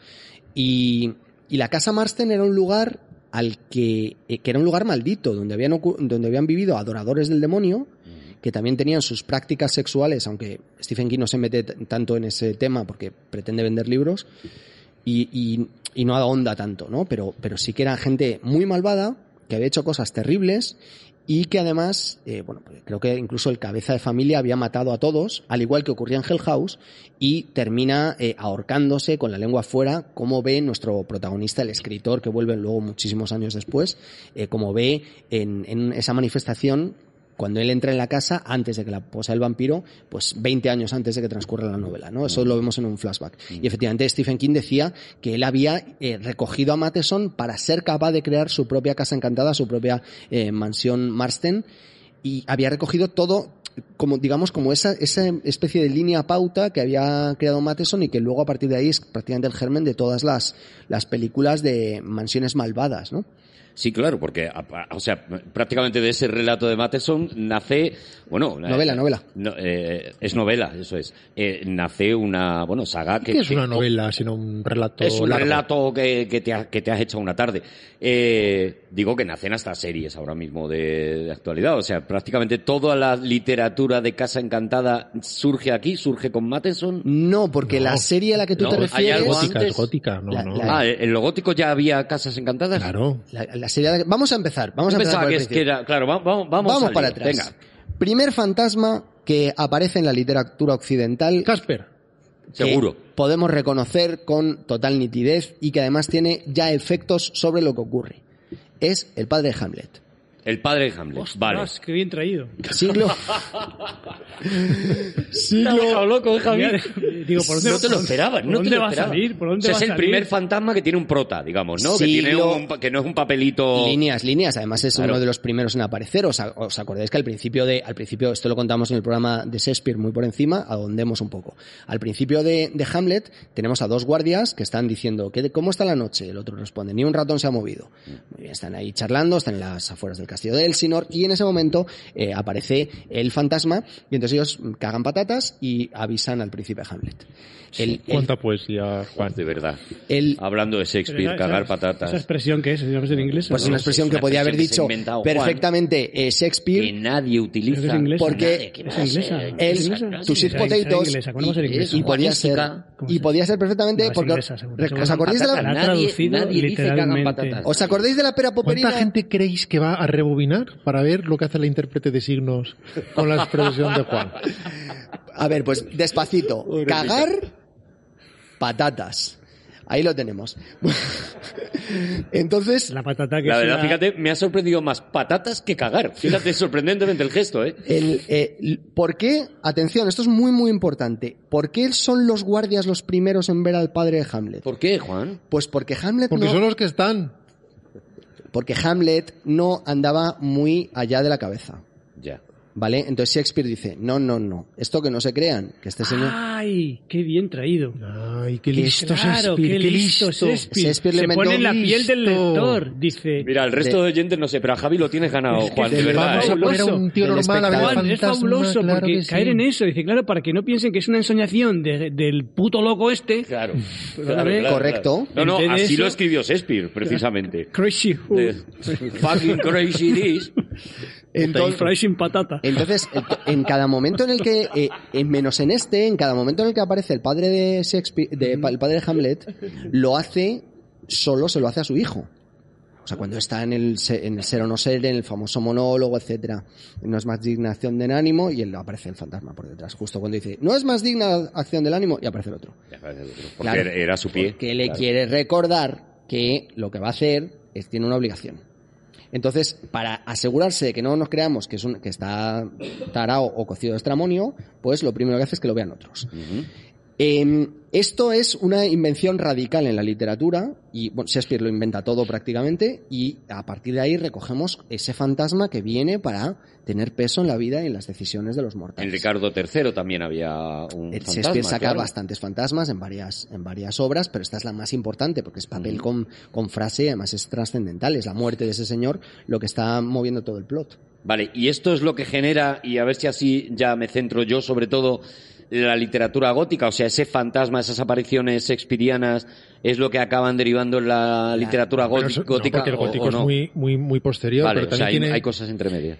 Y, y la casa Marsden era un lugar al que, eh, que era un lugar maldito, donde habían, ocu- donde habían vivido adoradores del demonio, que también tenían sus prácticas sexuales, aunque Stephen King no se mete t- tanto en ese tema porque pretende vender libros, y, y, y no ahonda tanto, ¿no? Pero, pero sí que era gente muy malvada, que había hecho cosas terribles y que además, eh, bueno, pues creo que incluso el cabeza de familia había matado a todos, al igual que ocurría en Hell House, y termina eh, ahorcándose con la lengua afuera, como ve nuestro protagonista, el escritor, que vuelve luego muchísimos años después, eh, como ve en, en esa manifestación, cuando él entra en la casa, antes de que la posea el vampiro, pues veinte años antes de que transcurra la novela, ¿no? Eso lo vemos en un flashback. Y efectivamente Stephen King decía que él había eh, recogido a Matheson para ser capaz de crear su propia casa encantada, su propia eh, mansión Marsden, y había recogido todo, como digamos, como esa, esa especie de línea pauta que había creado Matheson y que luego a partir de ahí es prácticamente el germen de todas las, las películas de mansiones malvadas, ¿no? Sí, claro, porque, o sea, prácticamente de ese relato de Matheson nace, bueno... Novela, eh, novela. No, eh, es novela, eso es. Eh, nace una, bueno, saga que... ¿Qué es que- una novela, sino un relato Es un largo? relato que, que, te ha- que te has hecho una tarde. Eh, digo que nacen hasta series ahora mismo de, de actualidad. O sea, prácticamente toda la literatura de Casa Encantada surge aquí, surge con Matheson. No, porque No. la serie a la que tú No, te hay refieres... algo Gótica, antes. es gótica, no, La- no. la- Ah, ¿en lo gótico ya había Casas Encantadas? Claro. La, la serie de- Vamos a empezar, vamos Yo a empezar pensaba por que, el es que principio. era... Claro, vamos, vamos, vamos, Vamos al para lío. atrás. Venga, Primer fantasma que aparece en la literatura occidental, Casper. seguro. que podemos reconocer con total nitidez y que además tiene ya efectos sobre lo que ocurre. Es el padre de Hamlet. El padre de Hamlet. Ostras, Vale. qué bien traído. Siglo... Te ha dejado loco, ¿eh, Javi? Mira, digo, ¿por dónde, No te lo esperabas, ¿por no dónde te lo va a esperabas. salir? ¿Por dónde O sea, va es a el salir? primer fantasma que tiene un prota, digamos, ¿no? Que, Siglo- tiene un, pa- que no es un papelito... Líneas, líneas. Además es Claro. uno de los primeros en aparecer. ¿Os, a- os acordáis que al principio de, al principio, esto lo contamos en el programa de Shakespeare muy por encima, ahondemos un poco. Al principio de, de Hamlet tenemos a dos guardias que están diciendo, ¿qué, ¿cómo está la noche? El otro responde, ni un ratón se ha movido. Muy bien, están ahí charlando, están en las afueras del castillo de Elsinore y en ese momento eh, aparece el fantasma y entonces ellos cagan patatas y avisan al príncipe Hamlet. El, el, Cuánta poesía, Juan. De verdad. el- Hablando de Shakespeare, Pero esa- cagar esa- patatas. ¿Esa expresión qué es? ¿Es en inglés? pues ¿O una no? expresión es que una podía haber expresión que se ha dicho inventado Juan. perfectamente eh, Shakespeare. Que nadie Creo utiliza. que es inglesa. Porque- Es inglesa. El- ¿Es inglesa? tus sweet Será- será potatoes inglesa, ¿cómo no va a ser y- inglesa? y podía ser Juanística. ¿Cómo y se- podía ser perfectamente No, es porque inglesa, seguro, rec- seguro. os acordáis de La la ha Nadie- traducido nadie dice que hagan literalmente. patatas. os acordáis de la pera ¿Cuánta poperina gente creéis que va a rebobinar para ver lo que hace la intérprete de signos con la expresión de Juan? a ver pues despacito cagar patatas ahí lo tenemos. Entonces La patata que La es verdad, una- fíjate, me ha sorprendido más patatas que cagar. Fíjate, sorprendentemente el gesto, ¿eh? el, eh, l- ¿por qué? Atención, esto es muy muy importante. ¿Por qué son los guardias los primeros en ver al padre de Hamlet? ¿Por qué, Juan? Pues porque Hamlet Porque no, son los que están. porque Hamlet no andaba muy allá de la cabeza. Ya. ¿Vale? Entonces Shakespeare dice, no, no, no, esto que no se crean, que este señor... ¡Ay! ¡Qué bien traído! Ay, qué listo Claro, Shakespeare, qué listo listo. Shakespeare. Shakespeare lo Se inventó. pone en la piel del Listo. lector. Dice... Mira, el resto de oyentes no sé, pero a Javi lo tienes ganado, Es que Juan, de de verdad. Vamos ¿eh? a poner a un tío Del normal a ver espectador. Juan, es fantasma, fabuloso claro porque que sí. caer en eso, dice, claro, para que no piensen que es una ensoñación de- del puto loco este. Claro. Perdóname. Correcto. No, no, Entiende así eso. lo escribió Shakespeare, precisamente. Crazy. De- fucking crazy this. Entonces, Fry sin patata. entonces, en- en cada momento en el que, eh, en menos en este, en cada momento en el que aparece el padre de Shakespeare, de, el padre de Hamlet, lo hace solo, se lo hace a su hijo. O sea, cuando está en el, se- en el ser o no ser, en el famoso monólogo, etcétera, no es más digna acción del ánimo, y él aparece el fantasma por detrás, justo cuando dice, no es más digna acción del ánimo, y aparece el otro. Porque Claro. era- era su pie. Porque le Claro. quiere recordar que lo que va a hacer es tiene una obligación. Entonces, para asegurarse de que no nos creamos que es un, que está tarao o cocido de estramonio, pues lo primero que hace es que lo vean otros. Ujú. Eh, esto es una invención radical en la literatura y bueno, Shakespeare lo inventa todo prácticamente y a partir de ahí recogemos ese fantasma que viene para tener peso en la vida y en las decisiones de los En mortales. Ricardo tercero también había un Eh, fantasma, Shakespeare saca claro. bastantes fantasmas en varias, en varias obras, pero esta es la más importante porque es papel con, con frase y además es trascendental. Es la muerte de ese señor lo que está moviendo todo el plot. Vale, y esto es lo que genera, y a ver si así ya me centro yo, sobre todo la literatura gótica, o sea, ese fantasma, esas apariciones shakespearianas, es lo que acaban derivando en la literatura Pero gó- eso- no, gótica porque el o- gótico o no. es muy, muy, muy posterior, Vale, pero o sea, también hay, tiene... hay cosas entre medias.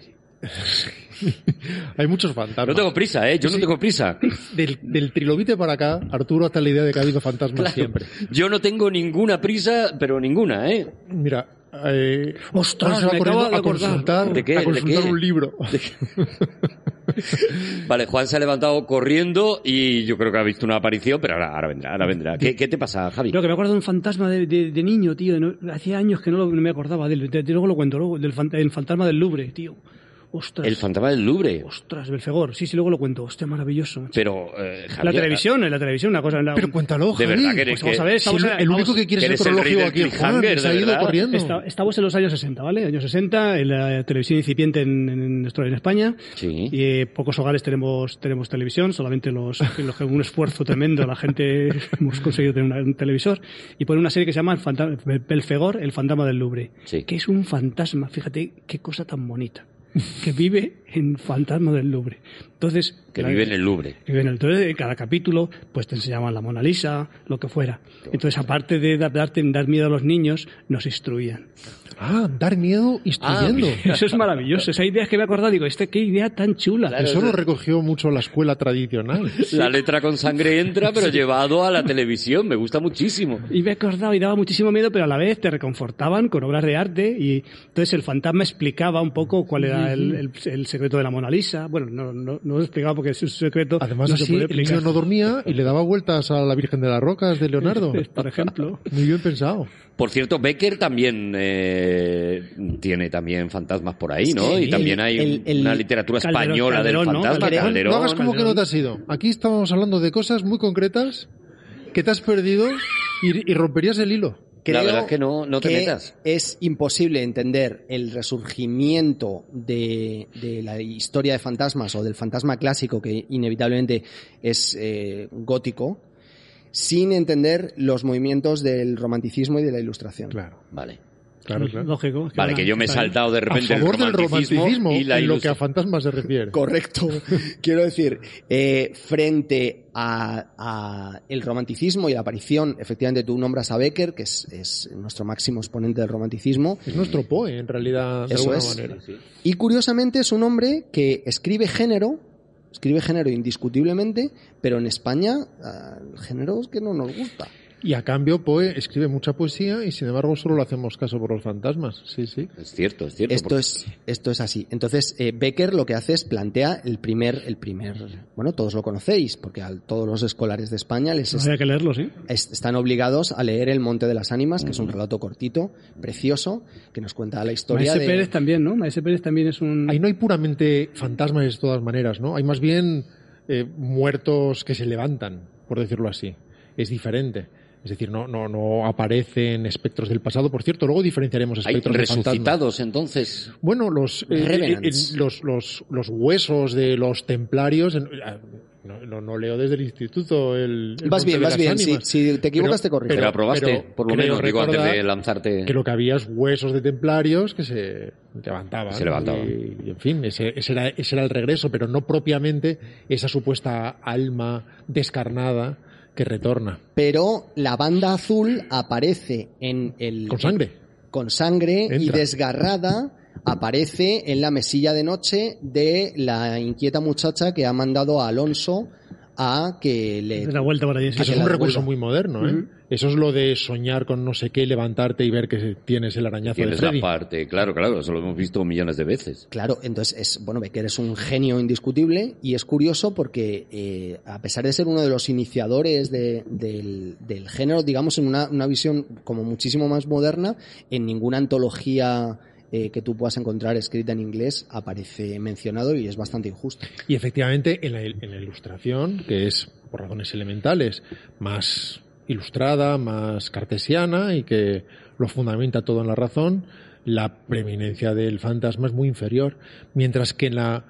hay muchos fantasmas. No tengo prisa, ¿eh? Yo no Sí. tengo prisa. Del, del trilobite para acá, Arturo hasta la idea de que ha habido fantasmas Claro. siempre. Yo no tengo ninguna prisa, pero ninguna, ¿eh? Mira, Eh, ¡Ostras, se va me corriendo acabo de a acordar! consultar, ¿De qué? a consultar ¿De qué? un libro. Vale, Juan se ha levantado corriendo y yo creo que ha visto una aparición, pero ahora, ahora vendrá, ahora vendrá. ¿Qué, qué te pasa, Javi? No, que me acuerdo de un fantasma de, de, de niño, tío. No, hacía años que no, lo, no me acordaba de él. De, de, luego lo cuento, luego, del fan- el fantasma del Louvre, tío. Ostras. El fantasma del Louvre. Ostras, Belfegor. Sí, sí, luego lo cuento. Hostia, maravilloso. macho. Pero, eh, Javier, La televisión, en la televisión, una cosa. En la, Pero cuéntalo, de Javi. verdad que eres Pues vamos que- a ver, Si estamos el, en- el vamos- único que quiere que ser eres el rey cronológico del aquí es Juan, cliffhanger, se ha de ido verdad. corriendo. Está- estamos en los años sesenta, ¿vale? Años sesenta, en la televisión incipiente en, en, nuestro- en España. Sí. Y eh, pocos hogares tenemos tenemos televisión, solamente los, los que un esfuerzo tremendo la gente hemos conseguido tener una- un televisor. Y pone una serie que se llama el Fanta- Belfegor, el fantasma del Louvre. Sí. Que es un fantasma, fíjate qué cosa tan bonita. Que vive en fantasma del Louvre. Entonces, Que la- vive en el Louvre. que viene. Entonces, en cada capítulo, pues te enseñaban la Mona Lisa, lo que fuera. Entonces, aparte de da- darte, dar miedo a los niños, nos instruían. Ah, dar miedo instruyendo. Ah, Eso es maravilloso. Esa idea que me he acordado, digo, este, qué idea tan chula. Eso lo recogió mucho la escuela tradicional. La letra con sangre entra, pero llevado a la televisión. Me gusta muchísimo. Y me he acordado y daba muchísimo miedo, pero a la vez te reconfortaban con obras de arte y entonces el fantasma explicaba un poco cuál era el, el- el secreto de la Mona Lisa. Bueno, no, no, no lo explicaba porque es un secreto. Además, no se así puede el niño explicar. no dormía y le daba vueltas a la Virgen de las Rocas de Leonardo. Por ejemplo. Muy bien pensado. Por cierto, Becker también eh, tiene también fantasmas por ahí, ¿no? Sí, y también hay el- el- una literatura Calderón, española Calderón, del ¿no? fantasma, Calderón. Calderón. No hagas como que no te has ido. Aquí estábamos hablando de cosas muy concretas que te has perdido y, y romperías el hilo. La verdad es que no- no te que metas. Es imposible entender el resurgimiento de, de la historia de fantasmas o del fantasma clásico, que inevitablemente es eh, gótico, sin entender los movimientos del romanticismo y de la ilustración. Claro, Vale. claro, claro. Lógico. es Vale, van a- que yo me he está bien. saltado de A repente favor el del romanticismo, romanticismo y la en lo que a ilustración. fantasmas se refiere. Correcto. Quiero decir, eh, frente a, a el romanticismo y la aparición, efectivamente tú nombras a Becker, que es, es nuestro máximo exponente del romanticismo, Es nuestro Poe, en realidad, de Eso alguna es. manera. y curiosamente es un hombre que escribe género, escribe género indiscutiblemente, pero en España ah, el género es que no nos gusta. Y a cambio, Poe escribe mucha poesía y sin embargo solo le hacemos caso por los fantasmas. Sí, sí. Es cierto, es cierto. Esto porque- es, esto es así. Entonces, eh, Becker lo que hace es plantea el primer, el primer, bueno, todos lo conocéis, porque a todos los escolares de España les es- Habría que leerlo, sí. es- están obligados a leer El Monte de las Ánimas, que es un relato cortito, precioso, que nos cuenta la historia Maese de... Pérez también, ¿no? Maese Pérez también es un... Ahí no hay puramente fantasmas de todas maneras, ¿no? Hay más bien eh, muertos que se levantan, por decirlo así. Es diferente. Es decir, no, no, no aparecen espectros del pasado. Por cierto, luego diferenciaremos Hay espectros de fantasmas. resucitados, entonces. Bueno, los, eh, Revenants. eh, los, los, los huesos de los templarios... en- ah, no, no, no leo desde el instituto el... el Vas Monte bien, de vas las bien. Ánimas. Si, si te equivocas, Pero- te corrijo. Pero, aprobaste, pero por lo creo menos, digo, antes recordar de lanzarte. Que lo que había es huesos de templarios que se levantaban. Se levantaban. Y, y, en fin, ese, ese, era, ese era el regreso, pero no propiamente esa supuesta alma descarnada que retorna. Pero la banda azul aparece en el... Con sangre. Con sangre y Entra. desgarrada aparece en la mesilla de noche de la inquieta muchacha que ha mandado a Alonso a que le... De la vuelta por allí. sí. Que eso que es un la recurso devuelva. muy moderno, ¿eh? Ujú. Eso es lo de soñar con no sé qué, levantarte y ver que tienes el arañazo de Tienes la Freddy. parte, claro, claro, eso lo hemos visto millones de veces. Claro, entonces es bueno, Becker es un genio indiscutible y es curioso porque eh, a pesar de ser uno de los iniciadores de- del, del género, digamos en una, una visión como muchísimo más moderna, en ninguna antología eh, que tú puedas encontrar escrita en inglés aparece mencionado y es bastante injusto. Y efectivamente, en la, en la ilustración, que es, por razones elementales, más ilustrada, más cartesiana y que lo fundamenta todo en la razón, la preeminencia del fantasma es muy inferior, mientras que en la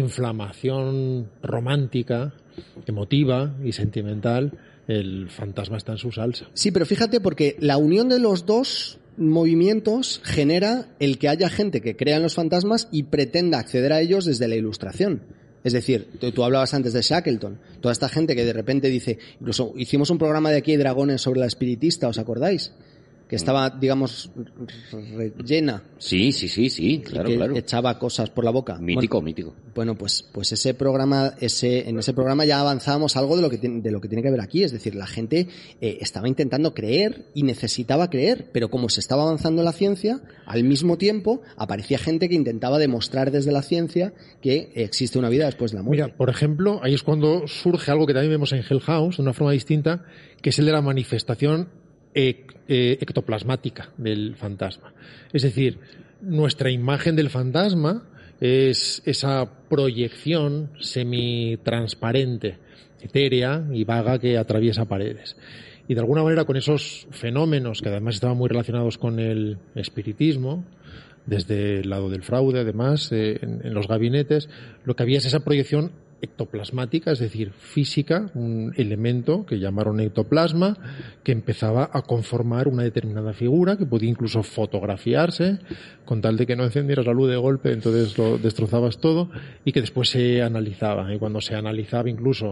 inflamación romántica, emotiva y sentimental, el fantasma está en su salsa. Sí, pero fíjate porque la unión de los dos movimientos genera el que haya gente que crea en los fantasmas y pretenda acceder a ellos desde la ilustración. Es decir, tú, tú hablabas antes de Shackleton, toda esta gente que de repente dice, incluso hicimos un programa de Aquí hay dragones sobre la espiritista, ¿os acordáis? que estaba, digamos, rellena. Sí, sí, sí, sí, claro, que claro. echaba cosas por la boca. Mítico, bueno, mítico. Bueno, pues, pues ese programa, ese, en ese programa ya avanzábamos algo de lo que tiene, de lo que tiene que ver aquí. Es decir, la gente eh, estaba intentando creer y necesitaba creer, pero como se estaba avanzando la ciencia, al mismo tiempo aparecía gente que intentaba demostrar desde la ciencia que existe una vida después de la muerte. Mira, por ejemplo, ahí es cuando surge algo que también vemos en Hell House, de una forma distinta, que es el de la manifestación eh, eh, ectoplasmática del fantasma. Es decir, nuestra imagen del fantasma es esa proyección semitransparente, etérea y vaga que atraviesa paredes. Y de alguna manera con esos fenómenos, que además estaban muy relacionados con el espiritismo, desde el lado del fraude, además, eh, en, en los gabinetes, lo que había es esa proyección ectoplasmática, es decir, física, un elemento que llamaron ectoplasma, que empezaba a conformar una determinada figura, que podía incluso fotografiarse, con tal de que no encendieras la luz de golpe, entonces lo destrozabas todo, y que después se analizaba. Y cuando se analizaba incluso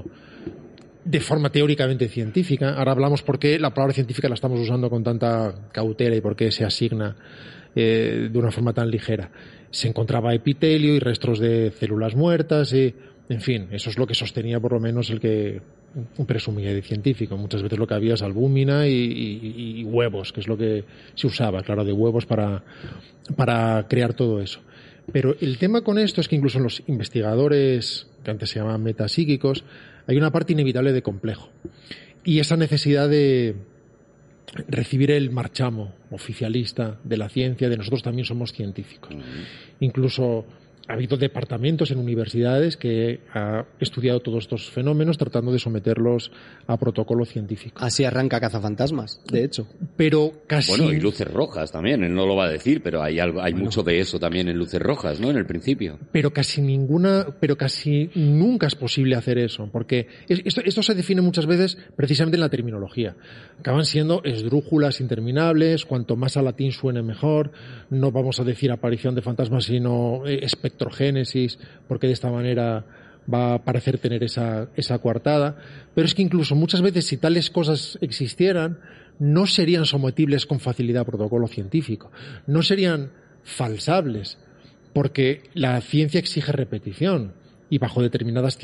de forma teóricamente científica, ahora hablamos por qué la palabra científica la estamos usando con tanta cautela y por qué se asigna eh, de una forma tan ligera. Se encontraba epitelio y restos de células muertas y, en fin, eso es lo que sostenía por lo menos el que presumía de científico. Muchas veces lo que había es albúmina y, y, y huevos, que es lo que se usaba, claro, de huevos para, para crear todo eso. Pero el tema con esto es que incluso en los investigadores, que antes se llamaban metapsíquicos, hay una parte inevitable de complejo. Y esa necesidad de recibir el marchamo oficialista de la ciencia, de nosotros también somos científicos. Uh-huh. Incluso ha habido departamentos en universidades que han estudiado todos estos fenómenos tratando de someterlos a protocolo científico. Así arranca Cazafantasmas, de hecho. Pero casi... Bueno, y Luces Rojas también, él no lo va a decir, pero hay algo, hay bueno. mucho de eso también en Luces Rojas, ¿no? En el principio. Pero casi ninguna, pero casi nunca es posible hacer eso, porque esto, esto se define muchas veces precisamente en la terminología. Acaban siendo esdrújulas interminables, cuanto más a latín suene mejor, no vamos a decir aparición de fantasmas, sino espectrología, electrogénesis, porque de esta manera va a parecer tener esa, esa coartada. Pero es que incluso muchas veces, si tales cosas existieran, no serían sometibles con facilidad a protocolo científico, no serían falsables, porque la ciencia exige repetición y bajo determinadas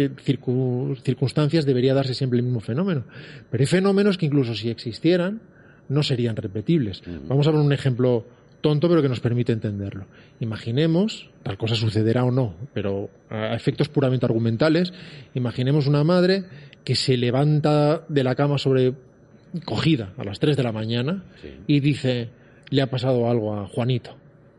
circunstancias debería darse siempre el mismo fenómeno. Pero hay fenómenos que incluso si existieran no serían repetibles. Vamos a ver un ejemplo tonto, pero que nos permite entenderlo. Imaginemos, tal cosa sucederá o no, pero a efectos puramente argumentales, imaginemos una madre que se levanta de la cama sobre cogida a las tres de la mañana sí. y dice, le ha pasado algo a Juanito.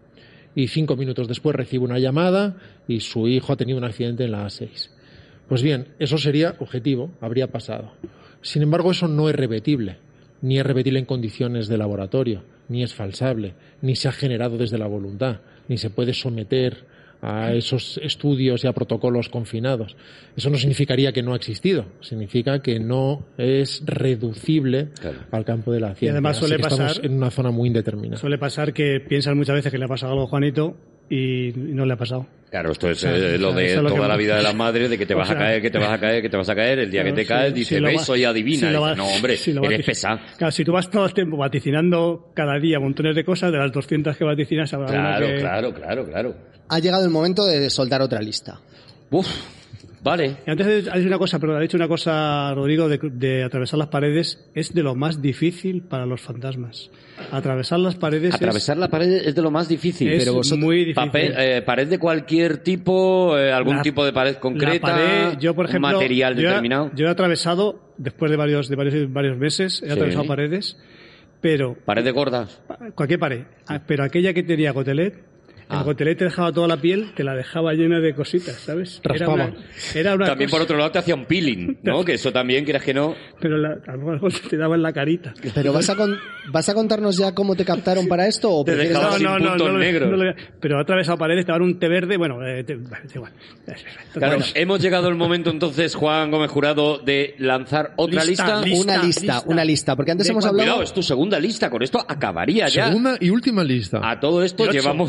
Y cinco minutos después recibe una llamada y su hijo ha tenido un accidente en la A seis. Pues bien, eso sería objetivo, habría pasado. Sin embargo, eso no es repetible, ni es repetible en condiciones de laboratorio, ni es falsable, ni se ha generado desde la voluntad, ni se puede someter a esos estudios y a protocolos confinados. Eso no significaría que no ha existido, significa que no es reducible claro. al campo de la ciencia. Y además suele Así que pasar, estamos en una zona muy indeterminada. Suele pasar que piensan muchas veces que le ha pasado algo a Juanito y no le ha pasado. Claro, esto es o sea, eh, lo de toda lo que... la vida de la madre, madre, de que te vas o sea, a caer, que te vas a caer, que te vas a caer, el día claro, que te caes, si, dices, si ¿ves? Va, Soy adivina. Si va, dice, no, hombre, si eres pesado. Claro, si tú vas todo el tiempo vaticinando cada día montones de cosas, de las doscientas que vaticinas habrá claro, una que... Claro, claro, claro. Ha llegado el momento de soltar otra lista. Uf, vale. Y antes ha dicho una cosa, pero ha dicho una cosa, Rodrigo, de, de atravesar las paredes es de lo más difícil para los fantasmas. Atravesar las paredes Atravesar es, la pared es de lo más difícil. Es pero vosotros, muy difícil. Papel, eh, pared de cualquier tipo, eh, algún la, tipo de pared concreta, la pared, yo, por ejemplo, un material yo determinado. He, yo he atravesado, después de varios, de varios, varios meses, he sí. atravesado paredes, pero... ¿Paredes gordas? Cualquier pared. Pero aquella que tenía gotelet, el ah. gotelet te dejaba toda la piel, te la dejaba llena de cositas, ¿sabes? Raspaba. Era una, era una también cosa... por otro lado te hacía un peeling, ¿no? Que eso también, quieras que no... Pero la, a lo mejor te daba en la carita. ¿Pero vas a, con, vas a contarnos ya cómo te captaron para esto? ¿O te dejaba no, sin no, puntos no, no, negros? No, no, pero ha atravesado paredes, te daban un té verde, bueno, eh, te, da igual. Claro, bueno. hemos llegado el momento entonces, Juan Gómez Jurado, de lanzar otra lista. lista. Una lista, lista, una lista, porque antes hemos hablado... Cuidado, es tu segunda lista, con esto acabaría ya. Segunda y última lista. A todo esto de ocho, llevamos media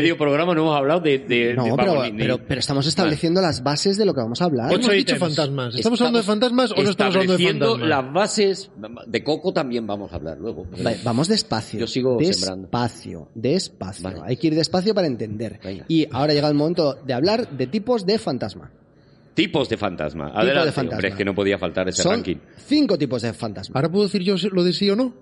medio programa no hemos hablado de... de No, de- pero, vamos, ni- ni- pero, pero estamos estableciendo las bases de lo que vamos a hablar. Hemos Ocho dicho ítems. fantasmas. ¿Estamos hablando de fantasmas o no estamos hablando de Estableciendo fantasmas? las bases... De Coco también vamos a hablar luego. Va- Vamos despacio. Yo sigo sembrando. Despacio, despacio. Vale. Hay que ir despacio para entender. Venga. Y ahora llega el momento de hablar de tipos de fantasma. Tipos de fantasma. Adelante, de fantasma. hombre, es que no podía faltar ese Son ranking. cinco tipos de fantasma. ¿Ahora puedo decir yo lo de sí o no?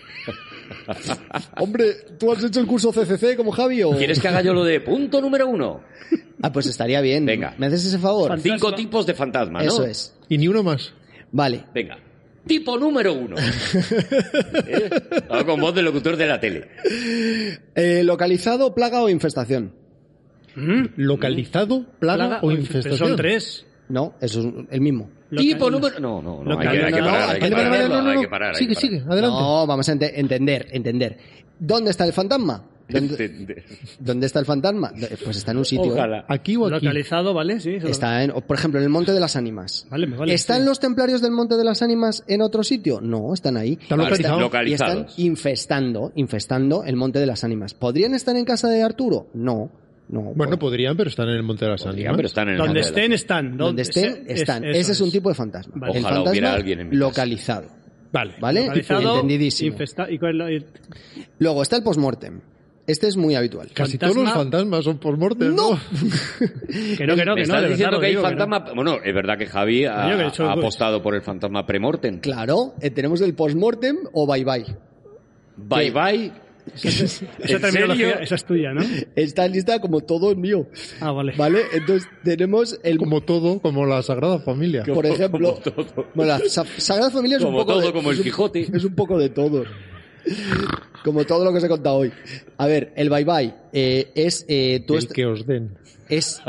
Hombre, ¿tú has hecho el curso C C C como Javi o...? ¿Quieres que haga yo lo de punto número uno? Ah, pues estaría bien. Venga. ¿Me haces ese favor? Fantasma. Cinco tipos de fantasma, ¿no? Eso es. Y ni uno más. Vale. Venga. Tipo número uno. ¿Eh? Hago con voz de locutor de la tele. Eh, localizado, plaga o infestación. ¿Localizado, plaga, Plaga o o infestación? Son tres. No, eso es el mismo. Tipo Local- número... No, no, no. Local- Hay que, hay que no, no, parar, hay vale, que vale, parar. vale, no, no, hay no. que parar, hay Sigue, que parar. sigue, adelante. No, vamos a ente- entender, entender. ¿Dónde está el fantasma? ¿Dónde, ¿Dónde está el fantasma? Pues está en un sitio. Ojalá. ¿Aquí o aquí? Localizado, ¿vale? Sí. eso lo- Está en, o, por ejemplo, en el Monte de las Ánimas. Vale, me vale, ¿Están sí. los templarios del Monte de las Ánimas en otro sitio? No, están ahí. Están Vale, localizados. localizados. Y están infestando, infestando el Monte de las Ánimas. ¿Podrían estar en casa de Arturo? No, no. Bueno, por- podrían, pero están en el Monte de las Podrían, Ánimas. pero están en el Donde monte de la- estén, están. donde estén, es- están. eso Ese es un tipo de fantasma. Vale. El Ojalá fantasma hubiera alguien en mi casa. localizado. Vale. ¿Vale? Localizado, Entendidísimo. infesta- ¿y cuál es la- y- Luego está el postmortem. Este es muy habitual. Casi Fantasma- todos los fantasmas son por muerte, ¿no? ¡No! Que no, que no, ¿Me que no. estás de diciendo verdad que hay lo digo, que no. fantasma? Bueno, es verdad que Javi ha, Yo que he hecho, ha pues- apostado por el fantasma premortem. Claro, eh, tenemos el postmortem o bye bye. Bye ¿Qué? bye. Esa ¿En terminología, serio? esa es tuya, ¿no? Está lista como todo es mío. Ah, vale. ¿Vale? Entonces tenemos el... Como todo, como la Sagrada Familia. por ejemplo... Como todo. Bueno, la Sa- Sagrada Familia es Como un poco todo, de, como el es un- Quijote. Es un poco de todo. Como todo lo que os he contado hoy. A ver, el bye bye eh, es... Eh, tú El est- que os den. es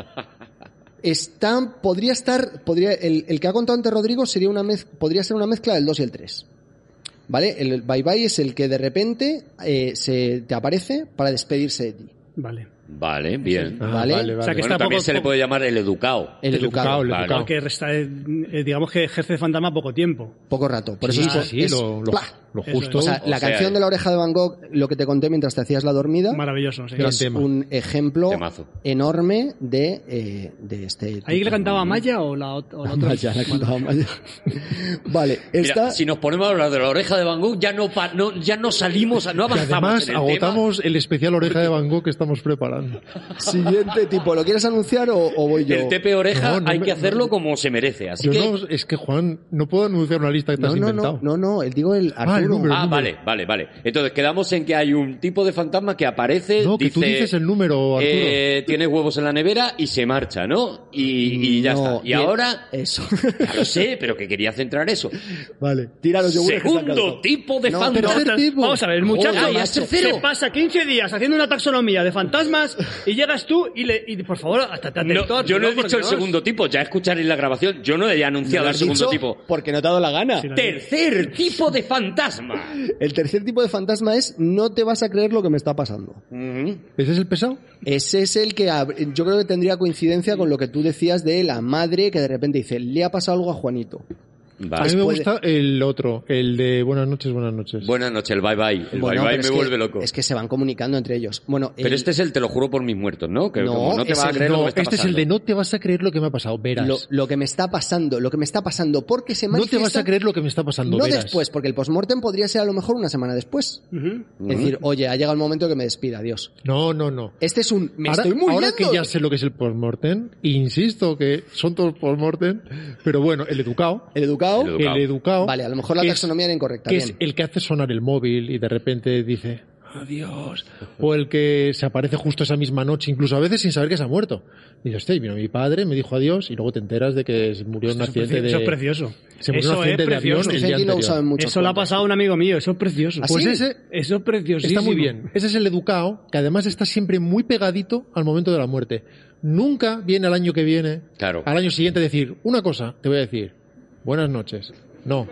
está, podría estar, podría, el, el que ha contado antes Rodrigo sería una mez, podría ser una mezcla del dos y el tres. ¿Vale? El bye bye es el que de repente eh, se te aparece para despedirse de ti. Vale. Vale, bien. Ah, Vale. vale, O vale. sea, que Bueno, está también poco- se le poco- puede llamar el educado. El, El educado. educado, el Vale. educado. Porque resta, eh, eh, digamos que ejerce fantasma poco tiempo. Poco rato. Por eso Sí, es, sí, sí, es lo, lo- ¡plah! lo Eso justo. O sea, O la sea, canción de la oreja de Van Gogh, lo que te conté mientras te hacías la dormida, Maravilloso, sí. Gran es tema. un ejemplo Temazo. enorme de, eh, de este... ¿Ahí tipo. le cantaba Maya o la, ot- o la otra? Maya, la cantaba Maya. Vale, Mira, esta... si nos ponemos a hablar de la oreja de Van Gogh, ya no, pa- no, ya no salimos, no Y avanzamos además en el agotamos el especial Oreja de Van Gogh que estamos preparando. Siguiente tipo, ¿lo quieres anunciar o, o voy yo? tema. El tepe oreja No, no hay me- que hacerlo no. como se merece. Así Yo que... no, es que Juan, no puedo anunciar una lista que te No, has no, inventado. no, no, no, él digo el Ah, el Arturo. número. Ah, número. vale, vale, vale. Entonces quedamos en que hay un tipo de fantasma que aparece, No, que dice, tú dices el número, Arturo. eh, tiene huevos en la nevera y se marcha, ¿no? Y, y ya No, está. Y bien, ahora, Eso. ya lo sé, pero que quería centrar eso. Vale. Tira los yogures que se han Segundo caducado. tipo de No, fantasma. tercer tipo. Vamos a ver, el muchacho Joder, ya es tercero. se pasa quince días haciendo una taxonomía de fantasmas y llegas tú y le y por favor, hasta te atento, No, yo no he Arturo, dicho el por Dios. segundo tipo, ya escucharéis la grabación. Yo no he ¿Me anunciado lo el has segundo dicho? tipo. Porque no te ha dado la gana. Sí, la- Tercer tipo de fantasma. El tercer tipo de fantasma es no te vas a creer lo que me está pasando. Ujú. ¿Ese es el pesado? Ese es el que hab- yo creo que tendría coincidencia con lo que tú decías de la madre que de repente dice, le ha pasado algo a Juanito. A Vale. mí me puede- gusta el otro, el de buenas noches, buenas noches. Buenas noches, el bye bye. El Bueno, bye bye pero me es que- vuelve loco. Es que se van comunicando entre ellos. Bueno, Pero el- este es el te lo juro por mis muertos, ¿no? Que No, como no te es vas a el- creer lo que no, me está este es el pasando. de no te vas a creer lo que me ha pasado, verás. lo, lo que me está pasando, lo que me está pasando, porque se no te manifiesta... vas a creer lo que me está pasando, No verás. después, porque el postmortem podría ser a lo mejor una semana después. Ujú. Es decir, oye, ha llegado el momento que me despida, adiós. No, no, no. Este es un... Me ahora, estoy muriendo. ahora que ya sé lo que es el postmortem, insisto que son todos postmortem, pero bueno, el educado, El educado... El educado. el educado, Vale, a lo mejor la que es- taxonomía era incorrecta. que bien. es el que hace sonar el móvil y de repente dice adiós, o el que se aparece justo esa misma noche, incluso a veces sin saber que se ha muerto. Y dices, hostia, vino mi padre, me dijo adiós, y luego te enteras de que se murió en un Eso es accidente preci- de... eso es precioso. Se murió en un Eso es accidente de avión precioso. el Dicen día que lo anterior. usaban muchos Eso le ha cuantos. pasado a un amigo mío, eso es precioso. ¿Ah, Pues sí? ese Eso es preciosísimo. está muy bien. Ese es el educado, que además está siempre muy pegadito al momento de la muerte. Nunca viene al año que viene, Claro. al año siguiente decir, una cosa, te voy a decir, buenas noches. No.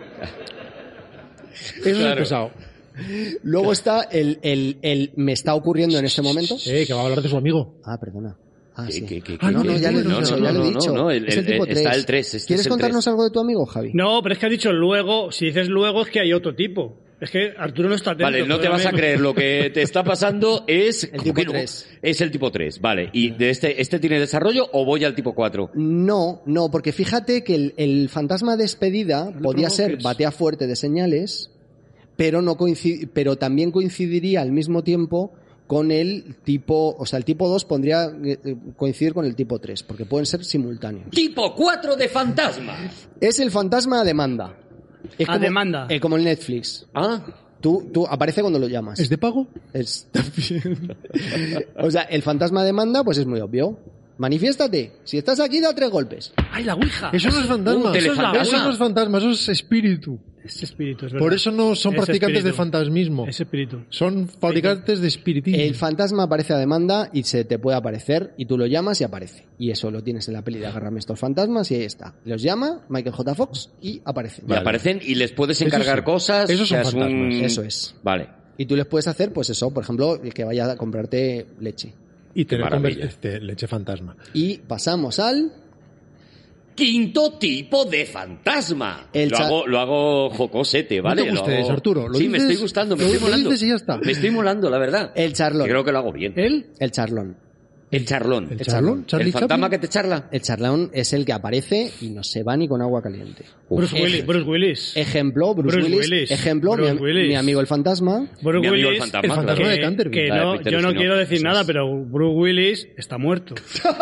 Eso es el Claro. pesado. Luego está el, el, el me está ocurriendo en este momento. Eh, que va a hablar de su amigo. Ah, perdona. Ah, ¿Qué, sí. qué, qué, Ah, qué? no, no, ya lo he No, dicho, no, ya lo he no, dicho. no, el- es el el- tipo está tres. el tres, este ¿Quieres es el contarnos tres. algo de tu amigo, Javi? No, pero es que ha dicho luego, si dices luego es que hay otro tipo. Es que Arturo no está atento. Vale, no te vas a perdóname. creer. Lo que te está pasando es... El tipo Bueno, tres. Es el tipo tres, vale. ¿Y de este, este tiene desarrollo o voy al tipo cuatro? No, no, porque fíjate que el, el fantasma despedida podía ser provoques. batea fuerte de señales, pero no coincid- pero también coincidiría al mismo tiempo con el tipo, o sea, el tipo dos podría eh, coincidir con el tipo tres, porque pueden ser simultáneos. Tipo cuatro de fantasma. Es el fantasma a demanda. Es A demanda. eh, como el Netflix. Ah, Tú, tú aparece cuando lo llamas. ¿Es de pago? Es- o sea, el fantasma a demanda, pues es muy obvio. Manifiéstate. Si estás aquí, da tres golpes. ¡Ay, la ouija! Eso no es fantasma. Un telefantasma. Eso no es fantasma, eso es espíritu. Es espíritu, es verdad. Por eso no son Es practicantes de espíritu. fantasmismo. Es espíritu. Son fabricantes de espiritismo. El fantasma aparece a demanda y se te puede aparecer y tú lo llamas y aparece. Y eso lo tienes en la peli de Agárrame estos fantasmas y ahí está. Los llama Michael J. Fox y aparecen. y aparecen y les puedes Eso encargar sí. cosas. Esos son o sea, es un- fantasmas. Eso es. Vale. Y tú les puedes hacer, pues eso, por ejemplo, el que vaya a comprarte leche. Y tener maravilla. conver- este, leche fantasma. Y pasamos al... Quinto tipo de fantasma. El lo, cha- hago, lo hago jocosete, ¿vale? No te Lo gustes, hago- Arturo. Lo sí, me dices- estoy gustando, me lo- estoy lo molando. dices y ya está. Me estoy molando, la verdad. El charlón. Creo que lo hago bien. ¿Él? El charlón. El charlón. ¿El El, charlón? ¿Charlie fantasma Chaplin? que te charla. El charlón es el que aparece y no se va ni con agua caliente. Bruce Uf, Willis. Bruce Willis. Ejemplo, Bruce, Bruce Willis. Willis. Ejemplo, Bruce mi, am- Willis. mi amigo el fantasma. Bruce Mi amigo el Willis, fantasma, el fantasma que, de Canterville. que La de no, Peter yo no Ustinov. quiero decir Eso nada, es. pero Bruce Willis está muerto.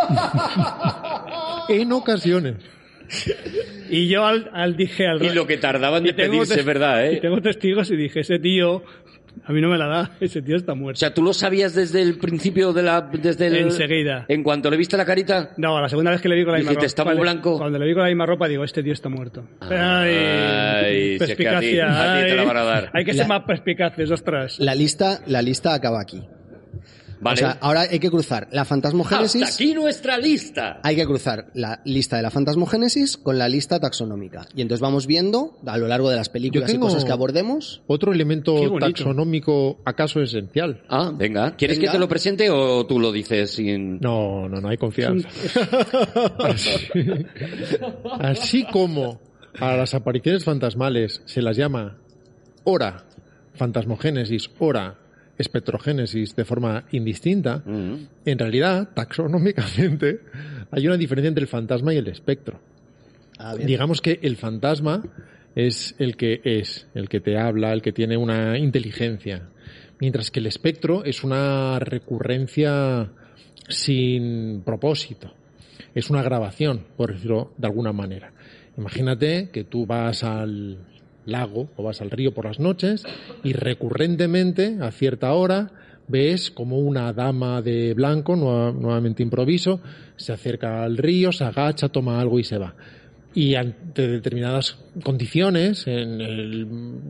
En ocasiones. Y yo al, al dije al Y lo que tardaban de y tengo pedirse, tes- es verdad, Y ¿eh? tengo testigos y dije, ese tío, a mí no me la da, ese tío está O muerto. sea, ¿tú lo sabías desde el principio de la... desde el... Enseguida. En cuanto le viste la carita? No, la segunda vez que le vi con la misma Dijiste, ropa. "Está muy cuando- blanco". Cuando le vi con la misma ropa, digo, este tío está muerto. Ay, si es que a ti- perspicacia. a ti te la ay. van a dar. Hay que La- ser más perspicaces, ostras. La lista, la lista acaba aquí. Vale. O sea, ahora hay que cruzar la Hasta fantasmogénesis. aquí nuestra lista. Hay que cruzar la lista de la fantasmogénesis con la lista taxonómica. Y entonces vamos viendo, a lo largo de las películas Yo tengo- y cosas que abordemos, Otro Qué elemento bonito. taxonómico acaso esencial. Ah, venga. ¿Quieres Venga. que te lo presente o tú lo dices sin...? No, no, no hay confianza. Así, así como a las apariciones fantasmales se las llama ora fantasmogénesis, ora espectrogénesis de forma indistinta, Mm. en realidad, taxonómicamente, hay una diferencia entre el fantasma y el espectro. a ver, Digamos que el fantasma es el que es, el que te habla, el que tiene una inteligencia, mientras que el espectro es una recurrencia sin propósito, es una grabación, por decirlo de alguna manera. Imagínate que tú vas al lago o vas al río por las noches y recurrentemente, a cierta hora, ves como una dama de blanco, nueva- nuevamente improviso, se acerca al río, se agacha, toma algo y se va. Y ante determinadas condiciones, en el,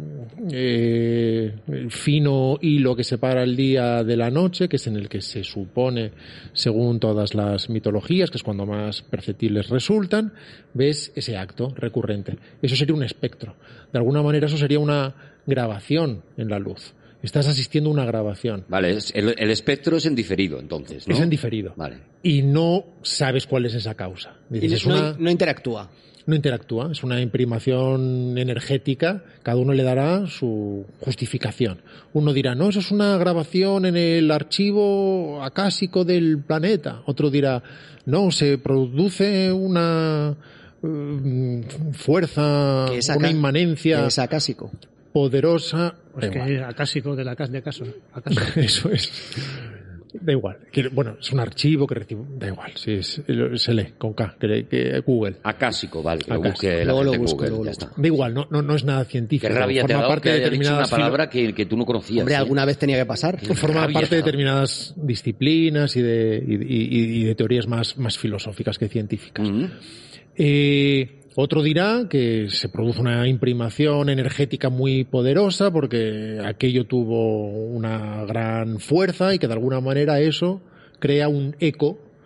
eh, el fino hilo que separa el día de la noche, que es en el que se supone, según todas las mitologías, que es cuando más perceptibles resultan, ves ese acto recurrente. Eso sería un espectro. De alguna manera eso sería una grabación en la luz. Estás asistiendo a una grabación. Vale, es- el, el espectro es en diferido, entonces, ¿no? Es en diferido. Vale. Y no sabes cuál es esa causa. y Dices, es no, una... no interactúa. no interactúa, es una imprimación energética, cada uno le dará su justificación. Uno dirá, no, eso es una grabación en el archivo acásico del planeta. Otro dirá, no, se produce una eh, fuerza, Que es una acá- inmanencia que es acásico. poderosa. Pues Da que igual. es acásico de la casa de caso. Acaso. Eso es. Da igual. Que, bueno, es un archivo que recibo. Da igual. Si es, se lee con K, que, que Google. Acásico, vale, que lo Acásico. busque la Luego lo gente en busco, Google, luego ya lo está. Da igual, no, no, no es nada científico. Qué rabia te ha Forma dado parte que de haya dicho una determinadas filo- palabra que, que tú no conocías. Hombre, ¿eh? alguna vez tenía que pasar. forma rabia parte de te ha dado. determinadas disciplinas y de, y, y- y de teorías más, más filosóficas que científicas. Mm. Eh, otro dirá que se produce una imprimación energética muy poderosa porque aquello tuvo una gran fuerza y que de alguna manera eso crea un eco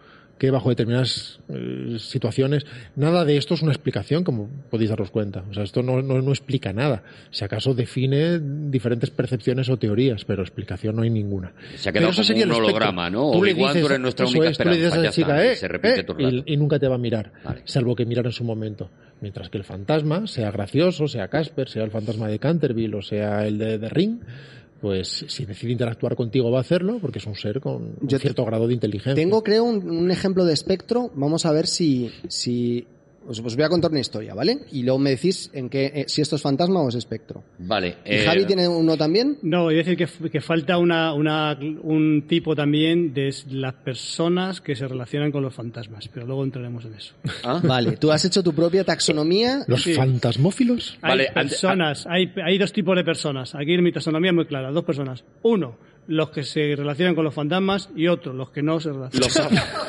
que bajo determinadas eh, situaciones, nada de esto es una explicación, como podéis daros cuenta. O sea, esto no, no, no explica nada. Si acaso define diferentes percepciones o teorías, pero explicación no hay ninguna. Se ha quedado Pero eso como sería un el espectro. holograma, ¿no? Tú le Obi-Wan, dices, tú eres nuestra eso única es, tú le dices esperanza, a la ya chica, está, eh, y se repite eh, todo el rato. y, y nunca te va a mirar, Vale. salvo que mirar en su momento. Mientras que el fantasma, sea gracioso, sea Casper, sea el fantasma de Canterville o sea el de The Ring, pues si decide interactuar contigo va a hacerlo porque es un ser con un Yo cierto grado de inteligencia. Tengo, creo, un, un ejemplo de espectro. Vamos a ver si... si os, os voy a contar una historia, ¿vale? Y luego me decís en qué, eh, si esto es fantasma o es espectro. Vale. ¿Y eh, Javi tiene uno también? No, voy a decir que, que falta una, una, un tipo también de las personas que se relacionan con los fantasmas, pero luego entraremos en eso. ¿ah? Vale, tú has hecho tu propia taxonomía. ¿Los Sí. fantasmófilos? Hay Vale, ante- personas, hay, hay dos tipos de personas. Aquí en mi taxonomía es muy clara, dos personas. Uno, los que se relacionan con los fantasmas y otro, los que no se relacionan. Los,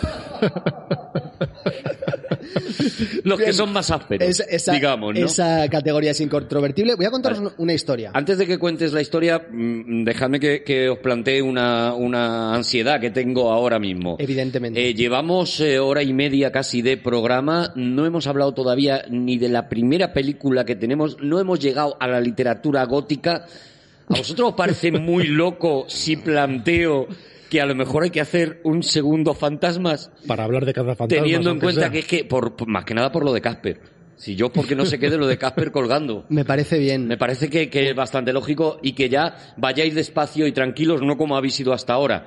los que son más ásperos, Es- esa, digamos, ¿no? esa categoría es incontrovertible. Voy a contaros Vale. una- una historia. Antes de que cuentes la historia, mm, dejadme que, que os plantee una, una ansiedad que tengo ahora mismo. Evidentemente. Eh, llevamos eh, hora y media casi de programa, no hemos hablado todavía ni de la primera película que tenemos, no hemos llegado a la literatura gótica. ¿A vosotros os parece muy loco si planteo que a lo mejor hay que hacer un segundo Fantasmas? Para hablar de cada fantasma. Teniendo en aunque cuenta sea. que es que, por, por- más que nada por lo de Casper. Si yo, porque no se quede lo de Casper colgando. Me parece bien. Me parece que, que es bastante lógico y que ya vayáis despacio y tranquilos, no como habéis ido hasta ahora.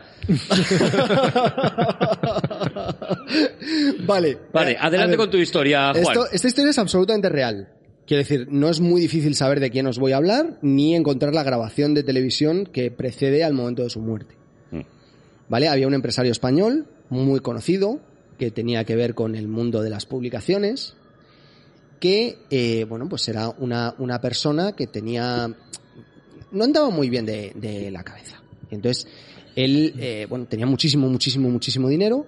Vale. Vale, Eh, adelante a ver. con tu historia, Juan. Esto- esta historia es absolutamente real. Quiero decir, no es muy difícil saber de quién os voy a hablar, ni encontrar la grabación de televisión que precede al momento de su muerte. Mm. ¿Vale? Había un empresario español muy conocido que tenía que ver con el mundo de las publicaciones, que, eh, bueno, pues era una, una persona que tenía... no andaba muy bien de, de la cabeza. Entonces, él, eh, bueno, tenía muchísimo, muchísimo, muchísimo dinero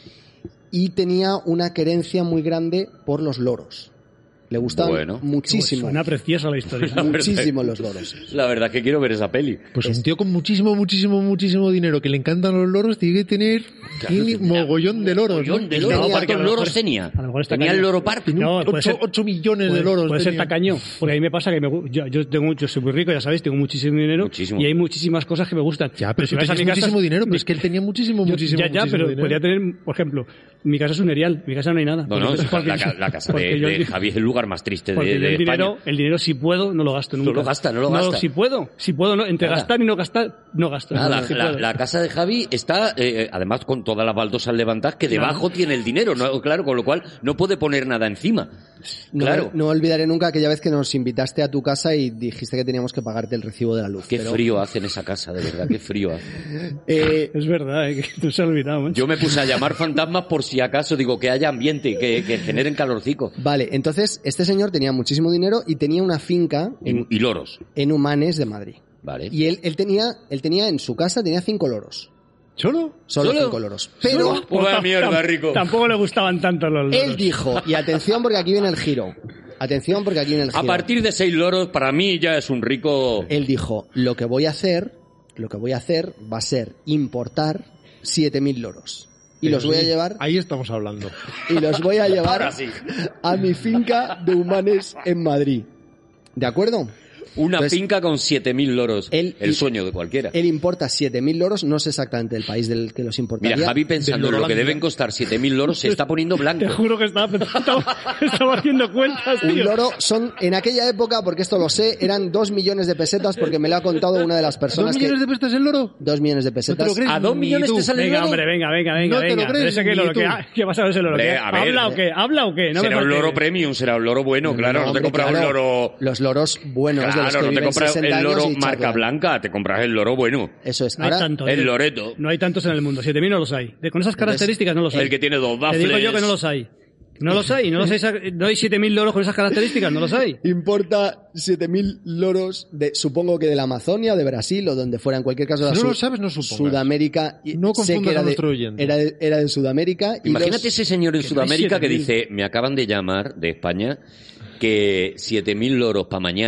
y tenía una querencia muy grande por los loros. Le gustaban Bueno. muchísimo, Suena preciosa la historia. muchísimo los loros. La verdad es que quiero ver esa peli. Pues un tío con muchísimo, muchísimo, muchísimo dinero que le encantan los loros tiene que tener tiene mogollón de loros. ¿no? Mogollón de No, loros. porque ¿Cuántos a lo mejor loros es- tenía? a lo mejor está Tenía el cañón. loro park. No, puede ser- ocho millones de Puede- loros. Puede ser tenía. tacaño, porque a mí me pasa que me, gu- yo, yo tengo yo soy muy rico, ya sabéis, tengo muchísimo dinero Muchísimo. y hay muchísimas cosas que me gustan. Ya, pero si vais a tienes mi casa- muchísimo dinero, pero mi- es que él tenía muchísimo, yo- muchísimo, ya, ya, muchísimo pero dinero. podría tener, por ejemplo, mi casa es un erial, mi casa no hay nada. No, no, Porque- porque- la, ca- la casa de, porque yo- de Javi es el lugar más triste de, porque yo de el dinero, España. el dinero si puedo, no lo gasto nunca. lo gasta, no lo gasta. si puedo, si puedo, no, entre Nada. gastar y no gastar, no gasto. Nada, Si la, puedo. la casa de Javi está, eh, además, con todas las baldosas levantadas, que debajo tiene el dinero, ¿no? Claro, con lo cual no puede poner nada encima. No, Claro. no olvidaré nunca aquella vez que nos invitaste a tu casa y dijiste que teníamos que pagarte el recibo de la luz. Qué pero, frío hace en esa casa, de verdad, qué frío hace. eh, Es verdad, eh, que no se ha olvidado, macho. Yo me puse a llamar fantasmas por si acaso, digo, que haya ambiente, que, que generen calorcico. Vale, entonces este señor tenía muchísimo dinero y tenía una finca en, Y, y loros. en Humanes de Madrid. Vale. Y él, él tenía, él tenía en su casa tenía cinco loros. ¿Solo? Solo, ¿Solo? cinco loros. Pero ¿Solo? Pues vaya Tam- mierda, tam- rico. Tampoco le gustaban tanto los loros. él dijo, y atención porque aquí viene el giro. Atención porque aquí viene el A giro. partir de seis loros, para mí ya es un rico... Él dijo, lo que voy a hacer, lo que voy a hacer va a ser importar siete mil loros. Y Pero los voy a sí, llevar Ahí estamos hablando. y los voy a llevar Ahora sí. a mi finca de Humanes en Madrid. ¿De acuerdo? Una Entonces, finca con siete mil loros. él- el sueño de cualquiera. Él importa siete mil loros, no sé exactamente el país del que los importaría. Mira, Javi pensando en lo que Lorolandia. deben costar siete mil loros se está poniendo blanco. Te juro que estaba, estaba, estaba haciendo cuentas, Un tío. loro son, en aquella época, porque esto lo sé, eran dos millones de pesetas porque me lo ha contado una de las personas ¿Dos millones que... de pesetas el loro? Dos millones de ¿No te pesetas. lo crees? ¿A dos Ni millones tú. te sale el Venga, loro? hombre, venga, venga, venga, No te lo venga. crees Ese que ni loro, tú. que, ¿qué vas a ver ese loro? Hombre, ¿Qué? a ver, ¿Habla o eh. qué? ¿Habla o qué? No será me un loro fastidies. premium, será un loro bueno, claro. No, te hombre, compras claro. un loro... Los loros buenos, de los Claro, que no te viven compras sesenta el años loro y marca charlan. blanca, te compras el loro bueno. Eso es. No hay Ahora, tantos. el ¿eh? Loreto. No hay tantos en el mundo. siete mil no los hay. De, con esas características no los hay. El que tiene dos Te baffles. digo yo que no los hay. No los hay. No, los hay, no hay siete mil loros con esas características. No los hay. importa siete mil loros de, supongo que de la Amazonia, de Brasil o donde fuera, en cualquier caso de Si la no lo Sud- sabes, no supongas. Sudamérica. y No sé confundas que era a de, nuestro oyente. Era de, era de Sudamérica. y Imagínate los- ese señor en que no hay Sudamérica que siete mil. dice, me acaban de llamar de España que siete mil loros para mañana,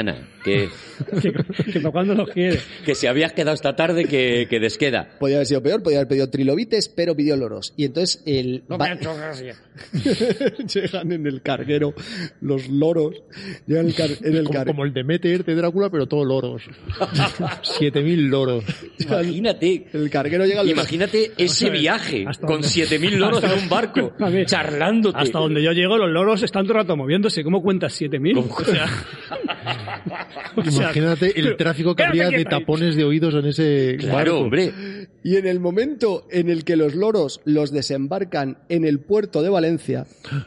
que, que, que para cuando los quiere. que si habías quedado esta tarde, que, que desqueda. Podría haber sido peor, podría haber pedido trilobites, pero pidió loros. Y entonces el... No me ha hecho gracia. Llegan en el carguero los loros. Llegan en el, car... en el Como, carguero. como el Demeter de Drácula, pero todo loros. siete mil loros. Imagínate. El carguero llega al... Imagínate ese viaje hasta con dónde- siete mil loros en un barco, A ver, charlándote. Hasta donde yo llego, los loros están todo el rato moviéndose. ¿Cómo cuentas siete mil? O sea, o sea, Imagínate el pero- tráfico que espérate habría de quieto ahí. tapones de oídos en ese Claro, barco. hombre. Y en el momento en el que los loros los desembarcan en el puerto de Valencia,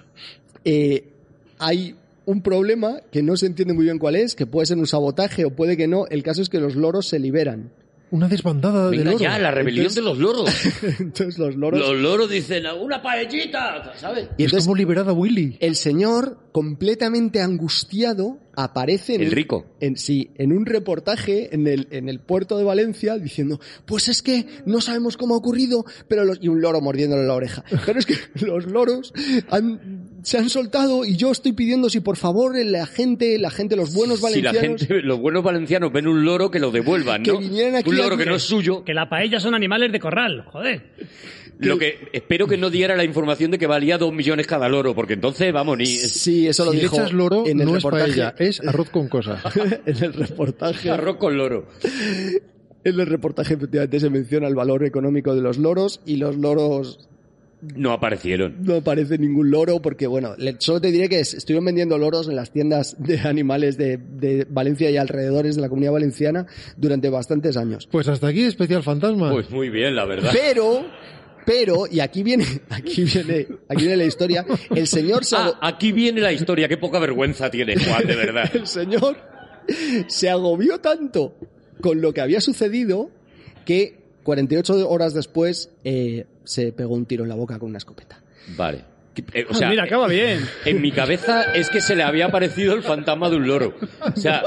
eh, hay un problema que no se entiende muy bien cuál es, que puede ser un sabotaje o puede que no. El caso es que los loros se liberan. Una desbandada de Venga loros. ya, la rebelión Entonces- de los loros. Entonces los loros... Los loros dicen, una paellita, ¿sabes? Y Es entonces como liberar a Willy. el señor, completamente angustiado, aparece en El un- rico. en, sí, en un reportaje en el, en el puerto de Valencia diciendo, pues es que no sabemos cómo ha ocurrido, pero los, y un loro mordiéndole la oreja. Pero es que los loros han, se han soltado y yo estoy pidiendo si por favor la gente, la gente, los buenos Si la valencianos, gente, los buenos valencianos ven un loro, que lo devuelvan, que ¿no? vinieran aquí Un loro a- que no es suyo. que la paella son animales de corral, joder. Lo que espero que no diera la información de que valía dos millones cada loro, porque entonces, vamos, ni... sí, eso lo Si le dijo echas loro, en el no es reportaje. paella, es arroz con cosas. En el reportaje. Arroz con loro. En el reportaje efectivamente se menciona el valor económico de los loros y los loros No aparecieron. no aparece ningún loro porque, bueno, le- solo te diré que es- estuvieron vendiendo loros en las tiendas de animales de, de Valencia y alrededores de la Comunidad Valenciana durante bastantes años. Pues hasta aquí especial fantasma. Pues muy bien, la verdad. Pero, pero, y aquí viene, aquí viene, aquí viene la historia, el señor se, Ah, ago- aquí viene la historia. Qué poca vergüenza tiene Juan, de verdad. el señor se agobió tanto con lo que había sucedido que cuarenta y ocho horas después eh, se pegó un tiro en la boca con una escopeta. Vale. Eh, o sea, Mira, acaba bien. en mi cabeza es que se le había aparecido el fantasma de un loro. O sea,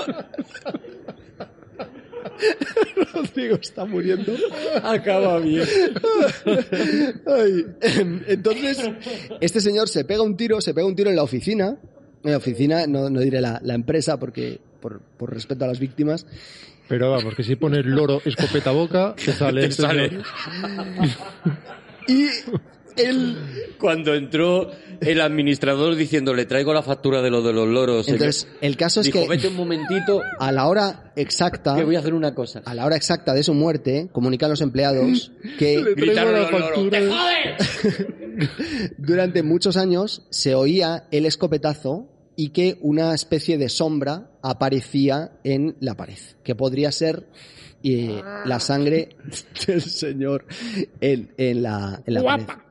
Rodrigo está muriendo. acaba bien. Ay. Entonces, este señor se pega un tiro, se pega un tiro en la oficina. En la oficina, no, no diré la, la empresa porque por, por respeto a las víctimas. Pero vamos, que si pones loro, escopeta boca, te sale. Te este sale. señor. Y él, Cuando entró el administrador diciendo, le traigo la factura de lo de los loros. entonces, el caso es dijo, que vete un momentito, a la hora exacta, que voy a hacer una cosa. a la hora exacta de su muerte, comunican los empleados que Gritaron la los loros, factura. ¡te jodes! durante muchos años se oía el escopetazo y que una especie de sombra aparecía en la pared, que podría ser eh, la sangre del señor en, en la, en la pared. Guapa.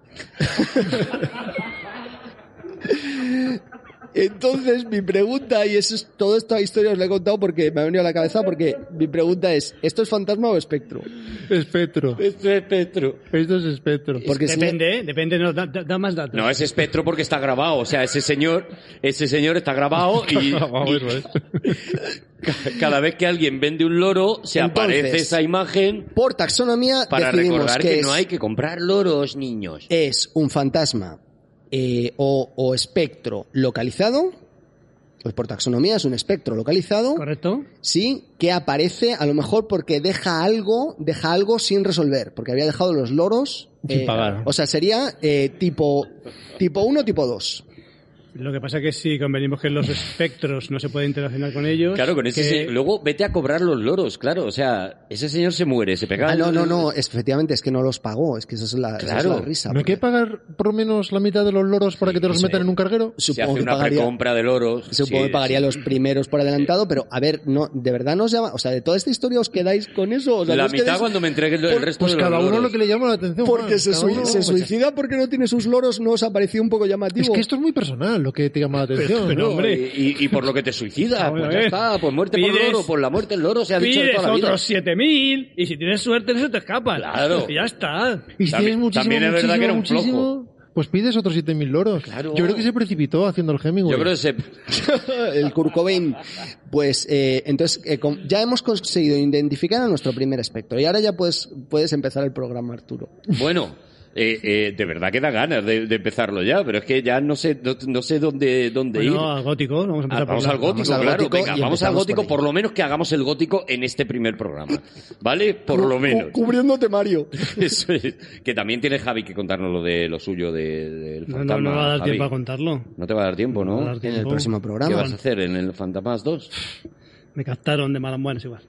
Entonces, mi pregunta, y eso es, toda esta historia os la he contado porque me ha venido a la cabeza, porque mi pregunta es, ¿esto es fantasma o espectro? Espectro. Esto es espectro. Esto es espectro. Porque si- Depende, ¿eh? Depende, no, da, da- da más datos. No, es espectro porque está grabado. O sea, ese señor, ese señor está grabado y, Vamos, y eso es. ca- cada vez que alguien vende un loro, se Entonces, aparece esa imagen por taxonomía para decidimos recordar que, que, es, no hay que comprar loros, niños. es un fantasma eh, o, o espectro localizado, pues por taxonomía es un espectro localizado, ¿Correcto? sí, que aparece a lo mejor porque deja algo, deja algo sin resolver, porque había dejado los loros Sin eh, pagar. O sea, sería eh, tipo tipo uno, tipo dos. Lo que pasa es que si convenimos que los espectros no se puede interaccionar con ellos. Claro, con ese que- se- luego vete a cobrar los loros, claro. O sea, ese señor se muere, se pega. Ah, no, el- no, no, es, efectivamente es que no los pagó, es que esa es la, esa es Claro. la risa. ¿No hay que porque pagar por lo menos la mitad de los loros para que te los Eso metan es. en un carguero? Se Supongo hace que una pagaría, precompra de loros. supongo Sí, que pagaría sí. los primeros por adelantado, pero a ver, no, de verdad nos llama, o sea, de toda esta historia os quedáis con eso, o sea, no La os mitad quedéis- cuando me entregue el, el Por- resto Pues de los cada uno loros. lo que le llama la atención. porque Juan, se, cada sui- uno- se suicida porque no tiene sus loros, ¿no os ha parecido un poco llamativo? Es que esto es muy personal lo que te llama la atención. pero, ¿no? hombre, Y, y- y por lo que te suicidas, Vamos pues a ya ver. está, pues muerte por Pides- loro, por la muerte del loro se ha dicho de Pides toda la vida. otros siete mil y si tienes suerte no se te escapan. Claro. Y ya está. Y si También- tienes muchísimo, también es verdad que era un muchísimo, flojo. muchísimo, pues pides otros siete mil loros. Claro. Yo creo que se precipitó haciendo el Hemingway. Yo creo que se... El Kurt Cobain. Pues eh, entonces eh, con- ya hemos conseguido identificar a nuestro primer espectro y ahora ya puedes, puedes empezar el programa, Arturo. Bueno, Eh, eh, de verdad que da ganas de, de empezarlo ya, pero es que ya no sé no, no sé dónde, dónde Bueno, ir. al gótico, vamos a empezar Ah, por vamos la- al gótico, vamos al claro. gótico Venga, y vamos al empezamos gótico, por ahí. por lo menos que hagamos el gótico en este primer programa. ¿Vale? Por lo menos. Cubriéndote, Mario. Eso es. Que también tiene Javi que contarnos lo de lo suyo de, del No, fantasma. no, no va a dar Javi. tiempo a contarlo. No te va a dar tiempo, No va a ¿no? dar En el tiempo. próximo ¿Qué programa. vas a hacer en el Fantasmas dos? Me captaron de malas buenas igual.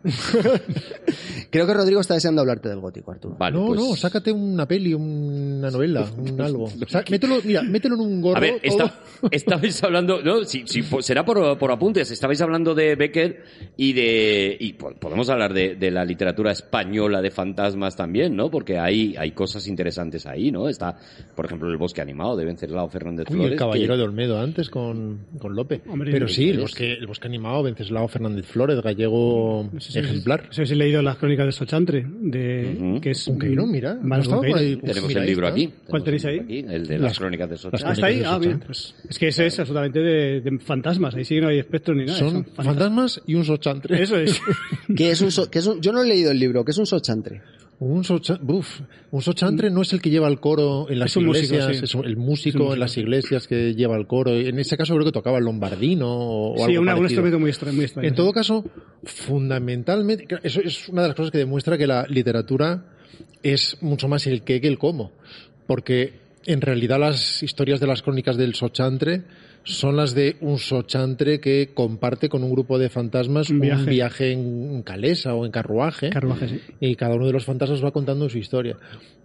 Creo que Rodrigo está deseando hablarte del gótico, Arturo. Vale, no, pues... no, sácate una peli, una novela, un algo. O sea, mételo, mira, mételo en un gorro. A ver, todo. esta- estabais hablando, no, si, si, pues, será por, por apuntes, estabais hablando de Becker y de, y po- podemos hablar de, de la literatura española de fantasmas también, ¿no? Porque hay, hay cosas interesantes ahí, ¿no? Está, por ejemplo, El bosque animado de Venceslao Fernández Uy, Flores. el Caballero que- de Olmedo antes con, con Lope. Hombre, Pero sí, el ¿ves? bosque, el bosque animado, Venceslao Fernández Flores, gallego No sé si- ejemplar. No sé si he leído las crónicas de Sochantre, de, Ujú. que es... Cunqueiro, mira, Vale, no estaba por Cunqueiro. ahí. Tenemos Mira, el ahí libro está. aquí. ¿Cuál Tenemos tenéis el ahí? libro aquí, el de las, Las- crónicas de Socha. las Ah, está ahí. Crónicas Ah, de bien. Sochantre. Pues es que ese es absolutamente de, de fantasmas. Ahí sí que no hay espectros ni nada. Son fantasmas y un sochantre. Eso es. ¿Qué es un so- qué es un- yo no he leído el libro. ¿Qué es un sochantre? Un, socha- buf, un sochantre no es el que lleva el coro en las Es un músico, iglesias, sí. es un- el Es un músico músico, en las sí. iglesias que lleva el coro. En ese caso creo que tocaba el lombardino o, o Sí, algo una, un parecido. instrumento muy extraño. Muy extraño En todo caso, fundamentalmente, claro, eso es una de las cosas que demuestra que la literatura es mucho más el qué que el cómo. Porque en realidad las historias de las crónicas del sochantre son las de un sochantre que comparte con un grupo de fantasmas Un un viaje. viaje, en calesa o en carruaje. Carruaje, sí. Y cada uno de los fantasmas va contando su historia.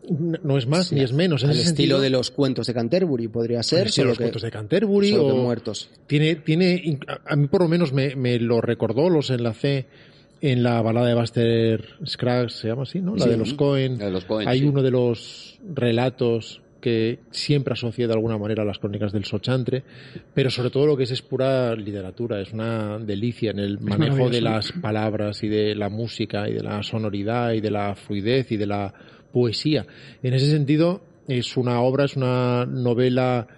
No es más ni es menos. En Al ese estilo sentido, de los cuentos de Canterbury podría ser. sí, solo los que- cuentos de Canterbury solo que o muertos. tiene tiene a mí por lo menos me, me lo recordó, los enlacé en la balada de Buster Scruggs, se llama así, ¿no? La Sí, de los Cohen. la de los Cohen, Hay sí. uno de los relatos que siempre asocia de alguna manera a las crónicas del sochantre, pero sobre todo lo que es es pura literatura, es una delicia en el manejo de maravilloso. las palabras y de la música y de la sonoridad y de la fluidez y de la poesía. En ese sentido, es una obra, es una novela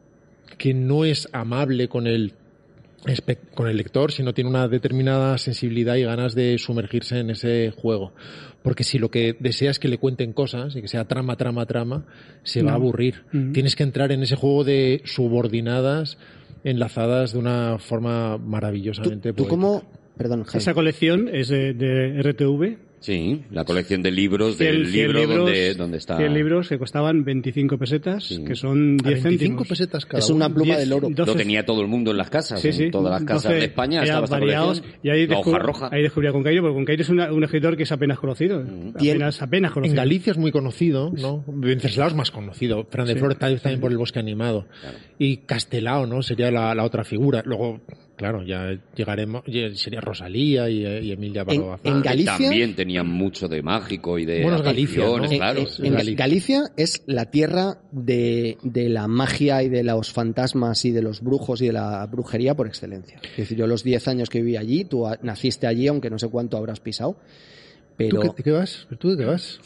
que no es amable con el espe- con el lector, sino tiene una determinada sensibilidad y ganas de sumergirse en ese juego. Porque si lo que desea es que le cuenten cosas y que sea trama, trama, trama, se va a No. aburrir. Ujú. Tienes que entrar en ese juego de subordinadas enlazadas de una forma maravillosamente ¿Tú poética. cómo...? Perdón, Jaime. Esa colección es de, de R T V. Sí, la colección de libros del cien- cien libro libros, donde, donde está... cien libros que costaban veinticinco pesetas, Sí. que son A diez veinticinco céntimos. pesetas cada Es una uno. pluma diez, del oro. doce. Lo tenía todo el mundo en las casas, Sí, sí. en todas las casas doce de España eran estaba esta variados, colección. y ahí, La descu- hoja roja. ahí descubrí a Cunqueiro, porque Cunqueiro es una- un escritor que es apenas conocido. Tiene- Apenas, apenas conocido. En Galicia es muy conocido, ¿no? Venceslao es más conocido. Fran de Sí. Flores tal vez también por el bosque animado. Y Castelao, ¿no? Sería la, la otra figura. Luego, claro, ya llegaremos, ya sería Rosalía y, y Emilia En, Pardo Bazán. en Que Galicia... también tenían mucho de mágico y de Bueno, es Galicia, atracciones, ¿no? claro. En, Es en Galicia. Galicia es la tierra de, de la magia y de los fantasmas y de los brujos y de la brujería por excelencia. Es decir, yo los diez años que viví allí, tú a- naciste allí, aunque no sé cuánto habrás pisado, ¿Tú pero... qué, de qué vas? ¿Pero tú de qué vas?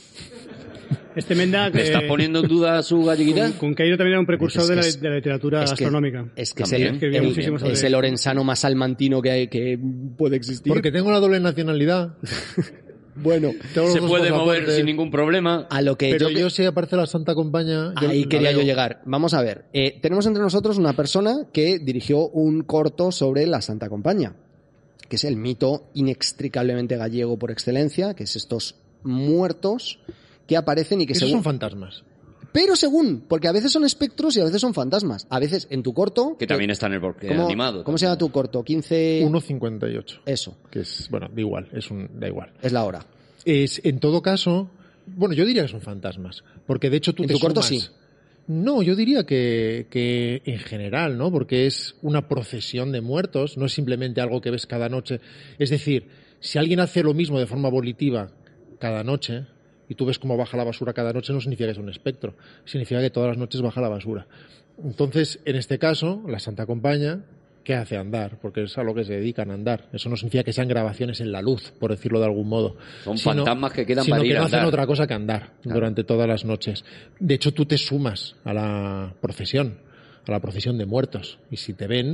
Este Menda... ¿Le estás poniendo en duda su galleguidad? Cunqueiro también era un precursor Es que de, la, es- de la literatura es que- astronómica. Es que es También. el, Escribía el- muchísimo sobre- es el orensano más salmantino que, hay, que puede existir. Porque tengo la doble nacionalidad. Bueno, Tengo los Se dos puede mover pasaportes. sin ningún problema. a lo que Pero yo... yo, si aparece la Santa Compañía... yo Ahí la quería yo leo. llegar. Vamos a ver. Eh, tenemos entre nosotros una persona que dirigió un corto sobre la Santa Compañía, que es el mito inextricablemente gallego por excelencia, que es estos muertos que aparecen y que Esos según... son fantasmas. Pero según, porque a veces son espectros y a veces son fantasmas. A veces en tu corto... Que también está en el bosque ¿cómo, animado. ¿Cómo se llama tu corto? quince... uno cincuenta y ocho. Eso, Que es, bueno, da igual, es un, da igual. es la hora. Es, en todo caso, bueno, yo diría que son fantasmas. Porque de hecho tú En te tu corto sumas- sí. No, yo diría que, que en general, ¿no? Porque es una procesión de muertos, no es simplemente algo que ves cada noche. Es decir, si alguien hace lo mismo de forma volitiva cada noche, y tú ves cómo baja la basura cada noche, no significa que es un espectro, significa que todas las noches baja la basura. Entonces, en este caso, la Santa Compañía, ¿qué hace? Andar, porque es a lo que se dedican a andar. Eso no significa que sean grabaciones en la luz, por decirlo de algún modo. Son Sino- fantasmas que quedan sino para ir que no a hacen andar. otra cosa que andar durante todas las noches. De hecho, tú te sumas a la procesión, a la procesión de muertos. Y si te ven,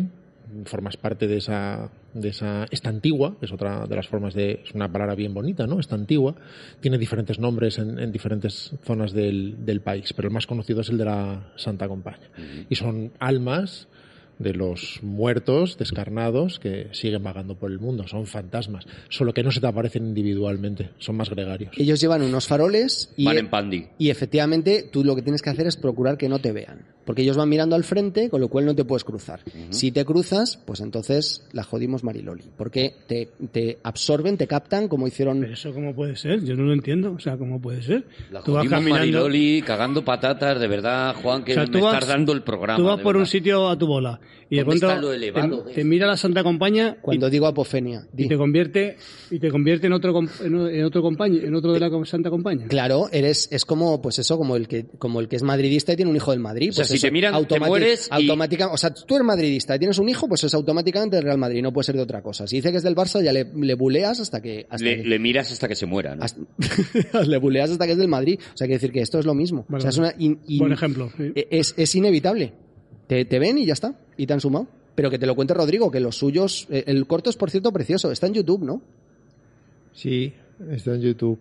formas parte de esa, de esa estantigua, que es otra de las formas de, es una palabra bien bonita, ¿no? Estantigua, tiene diferentes nombres en, en diferentes zonas del, del país, pero el más conocido es el de la Santa Compaña. Uh-huh. Y son almas de los muertos descarnados que siguen vagando por el mundo, son fantasmas, solo que no se te aparecen individualmente, son más gregarios. Ellos llevan unos faroles y, van en pandi. Y efectivamente tú lo que tienes que hacer es procurar que no te vean, porque ellos van mirando al frente, con lo cual no te puedes cruzar. Uh-huh. Si te cruzas, pues entonces la jodimos Mariloli, porque te, te absorben, te captan, como hicieron... Pero eso cómo puede ser, yo no lo entiendo, o sea, ¿cómo puede ser? La tú vas jodimos caminando... Mariloli, cagando patatas, de verdad, Juan, que o sea, me vas, estás dando el programa. Tú vas por verdad. un sitio a tu bola y de pronto te, te mira la Santa Compaña cuando y, digo apofenia y te convierte y te convierte en otro en otro compañía, en otro de la Santa Compaña. Claro, eres es como pues eso, como el que como el que es madridista y tiene un hijo del Madrid, pues o sea, si eso, te miran, te mueres y... automática, o sea, tú eres madridista y tienes un hijo, pues es automáticamente del Real Madrid, no puede ser de otra cosa. Si dice que es del Barça, ya le, le buleas hasta que hasta le, que, le miras hasta que se muera, ¿no? Hasta, le buleas hasta que es del Madrid, o sea, quiere decir que esto es lo mismo. Vale, o sea, es una in, in, buen ejemplo. Sí. Es, es inevitable. Te, te ven y ya está, y te han sumado. Pero que te lo cuente Rodrigo, que los suyos... El corto es, por cierto, precioso. Está en YouTube, ¿no? Sí, está en YouTube.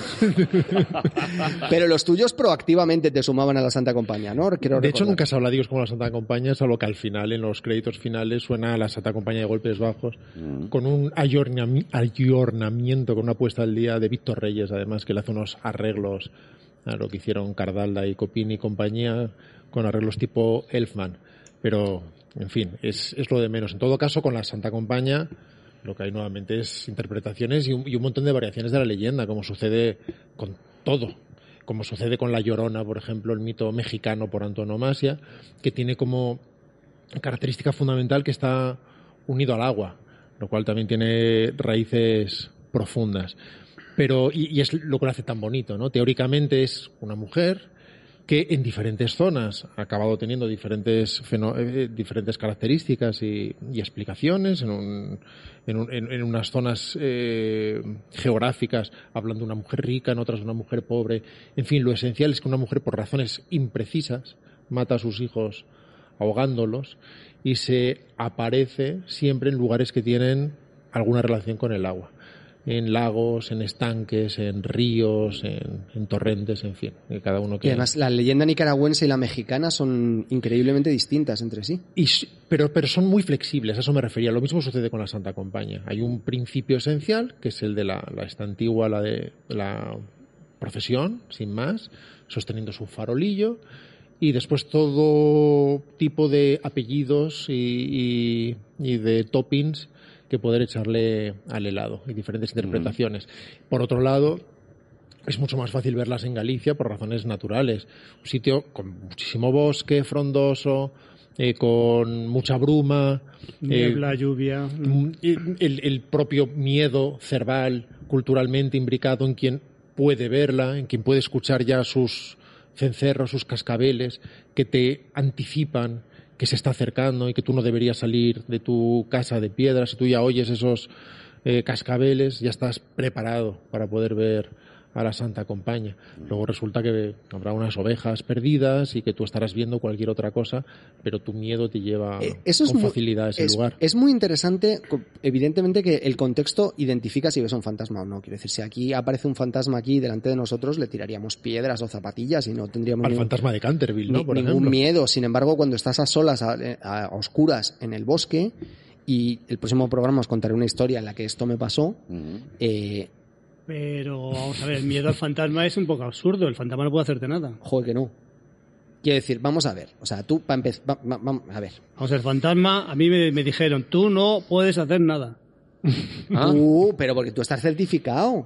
Pero los tuyos proactivamente te sumaban a la Santa Compañía, ¿no? Quiero de recordar. hecho, nunca se habla de ellos como la Santa Compañía, salvo que al final, en los créditos finales, suena la Santa Compañía de Golpes Bajos, mm. con un ayornami- ayornamiento, con una puesta al día de Víctor Reyes, además, que le hace unos arreglos a lo que hicieron Cardalda y Copini y compañía, con arreglos tipo Elfman. Pero... En fin, es, es lo de menos. En todo caso, con la Santa Compañía, lo que hay nuevamente es interpretaciones y un, y un montón de variaciones de la leyenda, como sucede con todo. Como sucede con La Llorona, por ejemplo, el mito mexicano por antonomasia, que tiene como característica fundamental que está unido al agua, lo cual también tiene raíces profundas. Pero, y, y es lo que lo hace tan bonito, ¿no? Teóricamente es una mujer que en diferentes zonas ha acabado teniendo diferentes feno- eh, diferentes características y, y explicaciones. En, un, en, un, en, en unas zonas eh, geográficas hablan de una mujer rica, en otras de una mujer pobre. En fin, lo esencial es que una mujer, por razones imprecisas, mata a sus hijos ahogándolos y se aparece siempre en lugares que tienen alguna relación con el agua. En lagos, en estanques, en ríos, en, en torrentes, en fin, cada uno que... Y además la leyenda nicaragüense y la mexicana son increíblemente distintas entre sí. Y, pero, pero son muy flexibles, a eso me refería. Lo mismo sucede con la Santa Compañía. Hay un principio esencial, que es el de la, la esta antigua, la de la procesión, sin más, sosteniendo su farolillo, y después todo tipo de apellidos y, y, y de toppings que poder echarle al helado y diferentes interpretaciones. Mm. Por otro lado, es mucho más fácil verlas en Galicia por razones naturales. Un sitio con muchísimo bosque frondoso, eh, con mucha bruma. Niebla, eh, lluvia. El, el propio miedo cerval culturalmente imbricado en quien puede verla, en quien puede escuchar ya sus cencerros, sus cascabeles, que te anticipan que se está acercando y que tú no deberías salir de tu casa de piedra. Si tú ya oyes esos eh, cascabeles, ya estás preparado para poder ver a la Santa Compañía. Luego resulta que habrá unas ovejas perdidas y que tú estarás viendo cualquier otra cosa, pero tu miedo te lleva eh, eso con facilidad a ese es, lugar. Es muy interesante, evidentemente, que el contexto identifica si ves un fantasma o no. Quiero decir, si aquí aparece un fantasma aquí delante de nosotros, le tiraríamos piedras o zapatillas y no tendríamos al ningún, fantasma de Canterville, ¿no? Ni, Por ningún ejemplo. miedo. Sin embargo, cuando estás a solas, a, a, a oscuras en el bosque, y el próximo programa os contaré una historia en la que esto me pasó, uh-huh. eh, Pero, vamos a ver, el miedo al fantasma es un poco absurdo. El fantasma no puede hacerte nada. Joder, que no. Quiero decir, vamos a ver. O sea, tú, para empezar, va, va, va, a ver. Vamos a ver, el fantasma, a mí me, me dijeron, tú no puedes hacer nada. ¿Ah? Uh, pero porque tú estás certificado.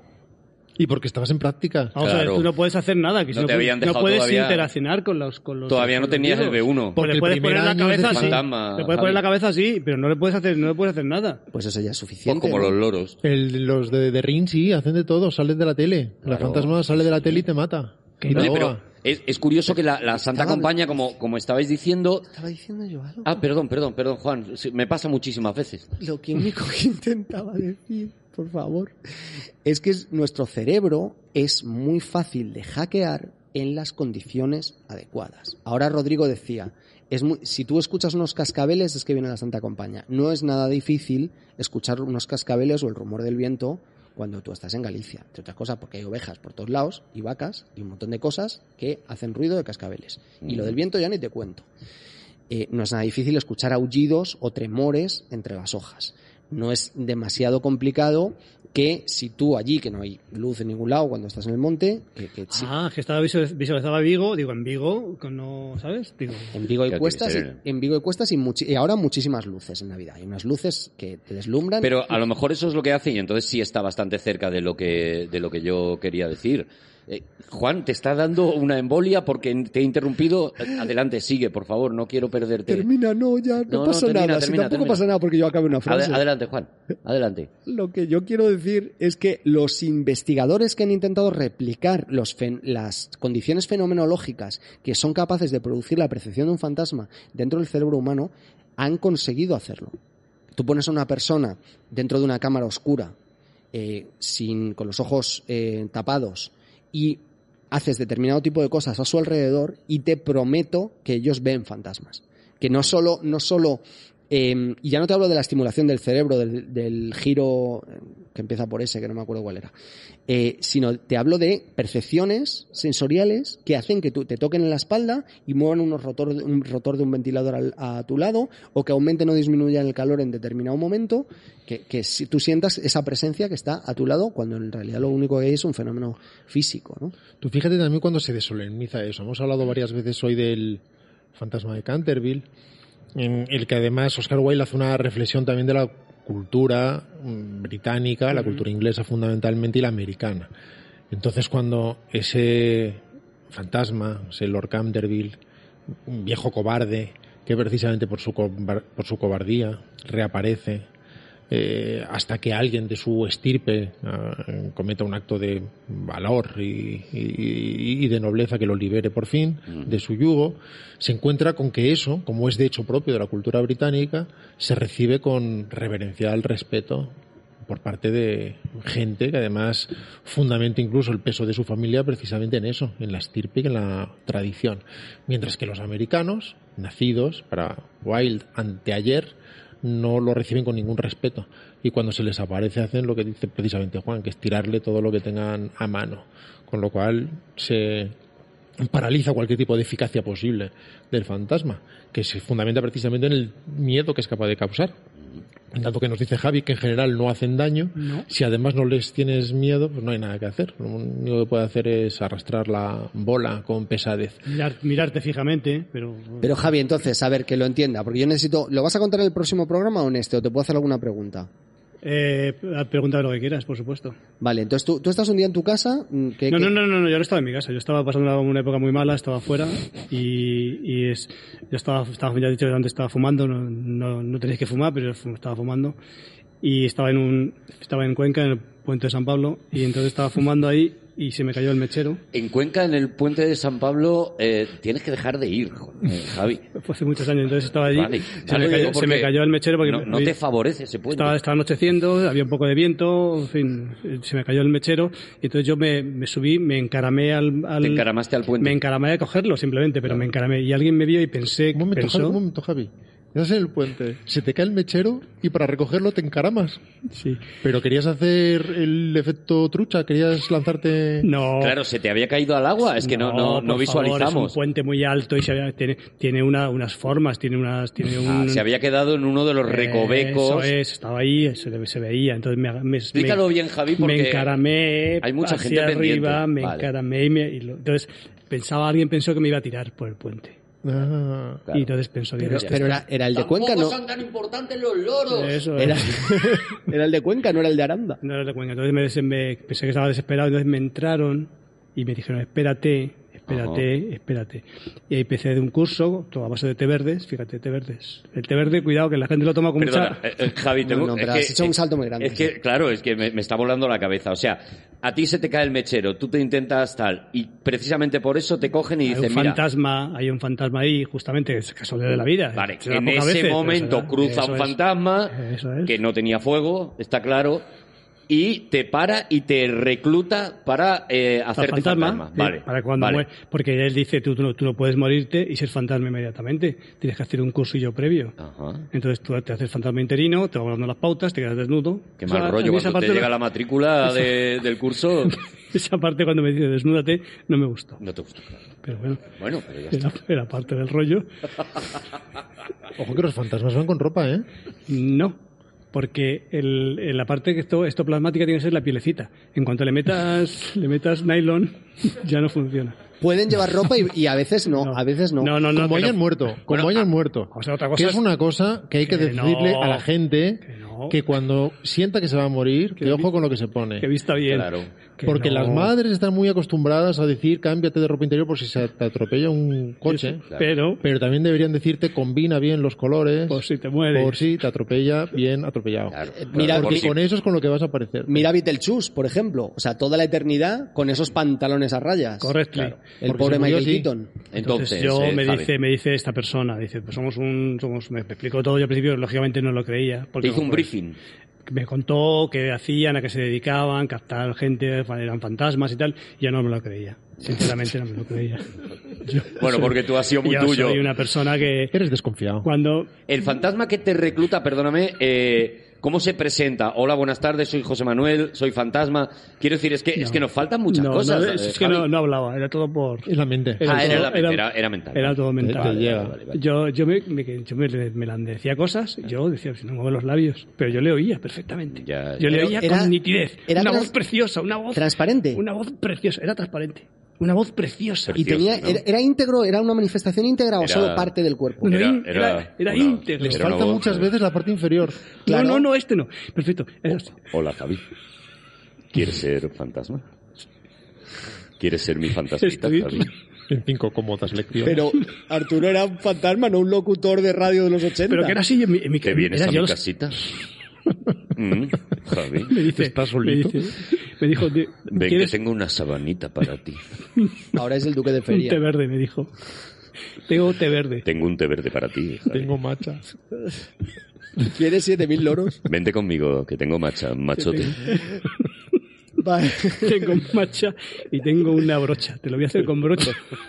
Y porque estabas en práctica. Vamos claro. a ver, tú no puedes hacer nada. Que no, si te no, habían dejado no puedes todavía... interaccionar con los con los Todavía no tenías el B uno. Porque le puedes poner la cabeza así. Fantasma, le puedes poner la cabeza así, pero no le puedes hacer, no le puedes hacer nada. Pues eso ya es suficiente. Pues como ¿no? los loros. El, los de, de Ring sí, hacen de todo, salen de la tele. Claro. La fantasma sale de la tele y te mata. Oye, pero es, es curioso que la, la Santa estaba, Compañía, como, como estabais diciendo... ¿Estaba diciendo yo algo? Ah, perdón, perdón, perdón, Juan. Me pasa muchísimas veces. Lo que único que intentaba decir, por favor, es que nuestro cerebro es muy fácil de hackear en las condiciones adecuadas. Ahora Rodrigo decía, es muy, si tú escuchas unos cascabeles es que viene la Santa Compañía. No es nada difícil escuchar unos cascabeles o el rumor del viento cuando tú estás en Galicia, entre otras cosas porque hay ovejas por todos lados y vacas y un montón de cosas que hacen ruido de cascabeles. Y lo del viento ya ni te cuento. Eh, no es nada difícil escuchar aullidos o tremores entre las hojas. No es demasiado complicado que si tú allí, que no hay luz en ningún lado cuando estás en el monte, que, que sí. Ah, que estaba visualiz- visualizaba Vigo, digo, en Vigo, con no, ¿sabes? Digo, En Vigo hay Claro, cuestas, tiene que ser. y, en Vigo hay cuestas y, muchi- y ahora muchísimas luces en Navidad. Hay unas luces que te deslumbran. Pero a lo mejor eso es lo que hace y entonces sí está bastante cerca de lo que, de lo que yo quería decir. Eh, Juan, te está dando una embolia porque te he interrumpido. Adelante, sigue, por favor, no quiero perderte. Termina, no, ya no, No, no, pasa termina, nada. Si termina, tampoco termina. pasa nada porque yo acabe una frase. Ade- adelante, Juan, adelante. Lo que yo quiero decir es que los investigadores que han intentado replicar los fen- las condiciones fenomenológicas que son capaces de producir la percepción de un fantasma dentro del cerebro humano han conseguido hacerlo. Tú pones a una persona dentro de una cámara oscura, eh, sin, con los ojos eh, tapados, y haces determinado tipo de cosas a su alrededor y te prometo que ellos ven fantasmas. Que no solo, no solo eh, y ya no te hablo de la estimulación del cerebro, del, del giro eh, que empieza por ese, que no me acuerdo cuál era, eh, sino te hablo de percepciones sensoriales que hacen que tú te toquen en la espalda y muevan unos rotor, un rotor de un ventilador al, a tu lado, o que aumenten o disminuyan el calor en determinado momento, que, que si tú sientas esa presencia que está a tu lado, cuando en realidad lo único que hay es un fenómeno físico, ¿no? Tú fíjate también cuando se desolemniza eso. Hemos hablado varias veces hoy del fantasma de Canterville, en el que además Oscar Wilde hace una reflexión también de la cultura mm, británica, la cultura inglesa fundamentalmente y la americana. Entonces cuando ese fantasma, ese Lord Canterville, un viejo cobarde, que precisamente por su, cobar- por su cobardía reaparece, eh, hasta que alguien de su estirpe eh, cometa un acto de valor y, y- y de nobleza que lo libere por fin de su yugo, se encuentra con que eso, como es de hecho propio de la cultura británica, se recibe con reverencial respeto por parte de gente que además fundamenta incluso el peso de su familia precisamente en eso, en la estirpe y en la tradición. Mientras que los americanos, nacidos para Wilde anteayer, no lo reciben con ningún respeto. Y cuando se les aparece hacen lo que dice precisamente Juan, que es tirarle todo lo que tengan a mano. Con lo cual se paraliza cualquier tipo de eficacia posible del fantasma, que se fundamenta precisamente en el miedo que es capaz de causar. Dado que nos dice Javi que en general no hacen daño, No. si además no les tienes miedo, pues no hay nada que hacer. Lo único que puede hacer es arrastrar la bola con pesadez. mirar- mirarte fijamente, pero... Pero Javi, entonces, a ver, que lo entienda, porque yo necesito... ¿Lo vas a contar en el próximo programa o en este? ¿O te puedo hacer alguna pregunta? Eh, pregunta lo que quieras, por supuesto. Vale, entonces tú, tú estás un día en tu casa... mm, que, No, que- no, no, no, no, yo no estaba en mi casa. Yo estaba pasando una, una época muy mala, estaba fuera y, y es, yo estaba, estaba, ya he dicho que antes estaba fumando, no, no, no tenéis que fumar, pero yo fu- estaba fumando y estaba en un, estaba en Cuenca, en el puente de San Pablo, y entonces estaba fumando ahí y se me cayó el mechero. En Cuenca, en el puente de San Pablo, eh, tienes que dejar de ir, eh, Javi. Fue hace muchos años, entonces estaba allí, Vale, se, vale, me cayó, digo se me porque cayó el mechero porque no, no te favorece ese puente. Estaba, estaba anocheciendo, había un poco de viento, en fin, se me cayó el mechero y entonces yo me, me subí, me encaramé al, al... Te encaramaste al puente. Me encaramé a cogerlo simplemente, pero me encaramé y alguien me vio y pensé... Un momento, pensó, Javi, un momento, Javi. Estás en el puente, se te cae el mechero y para recogerlo te encaramas. Sí. Pero querías hacer el efecto trucha, querías lanzarte... No, Claro, se te había caído al agua, es que no, no, no por visualizamos. Favor, es un puente muy alto y se había- tiene, tiene una, unas formas, tiene unas... Tiene un, Ah, se había quedado en uno de los recovecos. Eso es, estaba ahí, se, ve- se veía, entonces me... me Explícalo me- bien, Javi, porque me encaramé hay mucha hacia gente arriba, pendiente. me Vale. encaramé y, me, y lo- entonces pensaba, alguien pensó que me iba a tirar por el puente. Ah, Claro. Y entonces pensó que Pero, este- pero era, era el de Cuenca, ¿no? son tan importantes los loros. Eso Era, es. era el de Cuenca, no era el de Aranda. No era de Cuenca. Entonces me, des- me- pensé que estaba desesperado, entonces me entraron y me dijeron, espérate, espérate, espérate. Y ahí empecé de un curso, todo a base de té verdes, fíjate, té verdes. El té verde, cuidado, que la gente lo toma con Perdona, mucha... eh, eh, Javi, tengo, No, no, es pero que- has hecho un salto muy grande. Es que, claro, es que me, me está volando la cabeza. O sea, a ti se te cae el mechero, tú te intentas tal, y precisamente por eso te cogen y Hay dicen, un mira, fantasma, hay un fantasma ahí, justamente, es casualidad de la vida. vale, Se da en pocas ese veces, pero momento se da. cruza Eso un es. fantasma Eso es. que no tenía fuego, está claro, y te para y te recluta para eh, hacerte fantasma. fantasma. Sí, Vale, para cuando vale. muere, porque él dice, tú, tú, no, tú no puedes morirte y ser fantasma inmediatamente. Tienes que hacer un cursillo previo. Ajá. Entonces tú te haces fantasma interino, te vas dando las pautas, te quedas desnudo. Qué O mal sea, a rollo mí esa cuando te parte llega no- la matrícula de- del curso. Esa parte cuando me dice desnúdate no me gustó. No te gusta, claro. Pero bueno, Bueno, pero ya está. era, era parte del rollo. Ojo que los fantasmas van con ropa, ¿eh? No, porque el, en la parte que esto, esto plasmática tiene que ser la pielecita. En cuanto le metas, le metas nylon, ya no funciona. Pueden llevar ropa y, y a veces no, No. a veces no. No, no, no. Como que hayan no. muerto, como Bueno, hayan ah, muerto. o sea, otra cosa que es es- una cosa que hay que, que decirle no, a la gente que no. que cuando sienta que se va a morir, que, Que ojo vi- con lo que se pone. Que vista bien. Claro. Que Porque no. las madres están muy acostumbradas a decir cámbiate de ropa interior por si se te atropella un coche. Claro. Pero, Pero también deberían decirte combina bien los colores por si te mueres. por si te atropella bien atropellado. Claro, mira, por Porque si- con eso es con lo que vas a aparecer. Mira Beetlejuice, por ejemplo. O sea, toda la eternidad con esos pantalones a rayas. Correcto. El Porque pobre se murió Michael así. Keaton. Entonces, yo eh, me Javi, dice me dice esta persona, dice, pues somos un somos me explicó todo, yo al principio lógicamente no lo creía, te porque hizo un pues, briefing. me contó qué hacían, a qué se dedicaban, captar gente, eran fantasmas y tal, y yo no me lo creía. Sinceramente no me lo creía. Yo Bueno, soy- porque tú has sido muy yo tuyo. soy una persona que Eres desconfiado. cuando El fantasma que te recluta, perdóname, eh, ¿cómo se presenta? Hola, buenas tardes, soy José Manuel, soy fantasma. Quiero decir, es que, es No. que nos faltan muchas no, cosas. no, eh, es que Javi. no, no hablaba, era todo por Es la mente. Ah, era todo- la mente, era- era mental. Era todo mental. Te llega. vale, vale. Yo, yo, me, me- yo me, me la decía cosas, y yo decía, si no muevo los labios, pero yo le oía perfectamente. Ya, yo ya. le oía Era- con nitidez. era una trans- voz preciosa, una voz Transparente. Una voz preciosa, era transparente. Una voz preciosa. Y tenía, ¿no? era, era íntegro, era una manifestación íntegra o Era- solo parte del cuerpo. No, Era- in- era era, era una- íntegro. Les Era una falta voz, muchas eh. veces la parte inferior. Claro. No, no, no, este no. Perfecto. Era así. Hola, Javi. ¿Quieres ser fantasma? ¿Quieres ser mi fantasmita, Estoy- Javi? En cinco cómodas lecciones. Pero Arturo era un fantasma, no un locutor de radio de los ochenta. Pero que era así en mi, en mi ¿Te vienes era a yo mi los- casita? Mm, Javi, Me dice, ¿Estás solito? Me, dice, me dijo, "Te- ven que ¿quieres tengo una sabanita para ti. Ahora es el duque de un feria. té verde? Me dijo. Tengo té verde. Tengo un té verde para ti, Javi. Tengo macha. ¿Quieres siete mil loros? Vente conmigo, que tengo macha, machote. Vale. Tengo matcha y tengo una brocha. Te lo voy a hacer con brocha.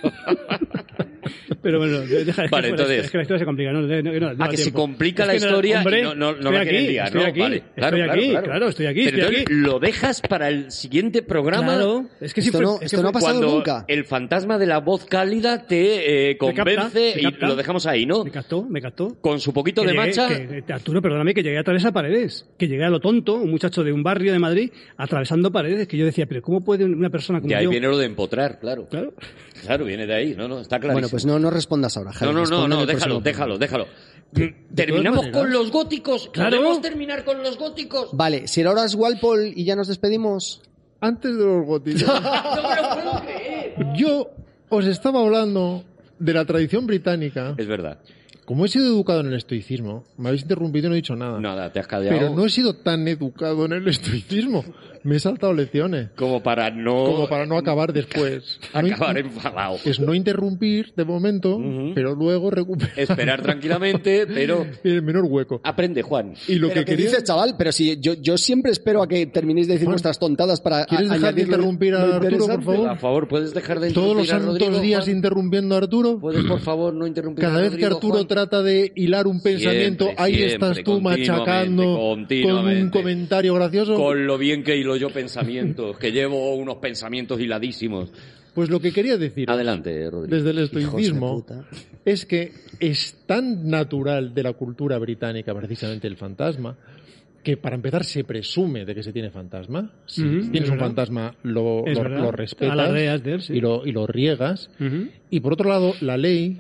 Pero bueno, deja, es, Vale, que, entonces- es que la historia se complica. No, no, no, no, no Ah, da que se tiempo. complica Es la que no, historia hombre, y no, no, no estoy la aquí, quieren liar, estoy ¿no? aquí, Vale, claro, estoy claro, aquí, claro. claro, estoy aquí, Pero estoy entonces aquí. lo dejas para el siguiente programa. Claro, es que si Esto fue- no- es que esto no fue ha pasado Cuando nunca. el fantasma de la voz cálida te eh, Me capta, convence me y capta. lo dejamos ahí, ¿no? Me captó, me captó. Con su poquito Que de llegué- macha. que- Arturo, perdóname, que llegué a atravesar paredes. Que llegué a lo tonto, un muchacho de un barrio de Madrid, atravesando paredes, que yo decía, pero ¿cómo puede una persona como De ahí yo? viene lo de empotrar, claro. Claro. Claro, viene de ahí, no, no, está clarísimo. Bueno, pues no, no respondas ahora, Javi. No, no, no, responde en no, el déjalo, próximo déjalo, déjalo. todas Terminamos maneras- con los góticos. Claro. ¿Podemos terminar con los góticos? Vale, si ahora es Walpole y ya nos despedimos. Antes de los góticos, No me lo puedo creer. yo os estaba hablando de la tradición británica. Es verdad. Como he sido educado en el estoicismo, me habéis interrumpido y no he dicho nada. Nada, te has cadeado. Pero no he sido tan educado en el estoicismo. Me he saltado lecciones. Como para no... Como para no acabar después. No in- acabar enfadado. Es no interrumpir de momento, Ujú. pero luego recuperar Esperar tranquilamente, pero... el menor hueco. Aprende, Juan. Y lo Pero que ¿qué quería... dices, chaval? Pero si yo, yo siempre espero a que terminéis de decir Juan, vuestras tontadas para ¿quieres a- dejar de añadir lo- interrumpir a lo Arturo, por interesante. favor? A favor, ¿puedes dejar de Todos los interrumpir a santos Rodrigo, días Juan? interrumpiendo a Arturo. ¿Puedes, por favor, no interrumpir Cada a vez que Rodrigo, Arturo Juan? trata de hilar un pensamiento, Siempre, ahí siempre, estás tú continuamente, machacando con un continuamente. comentario gracioso. Con lo bien que hilo yo pensamientos, que llevo unos pensamientos hiladísimos. Pues lo que quería decir Adelante, Rodrigo. desde el Hijos de estoicismo puta. es que es tan natural de la cultura británica precisamente el fantasma que para empezar se presume de que se tiene fantasma. Si Ujú, tienes es un verdad. fantasma lo, Es lo, verdad. lo respetas Alardeas de él, sí. y, lo, y lo riegas. Ujú. Y por otro lado, la ley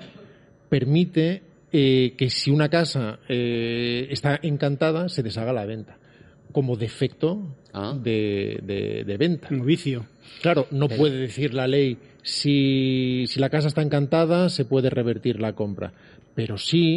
permite eh, que si una casa eh, está encantada, se deshaga la venta, como defecto Ah. de, de- de venta. Como vicio. Claro, no puede decir la ley si, si la casa está encantada, se puede revertir la compra. Pero sí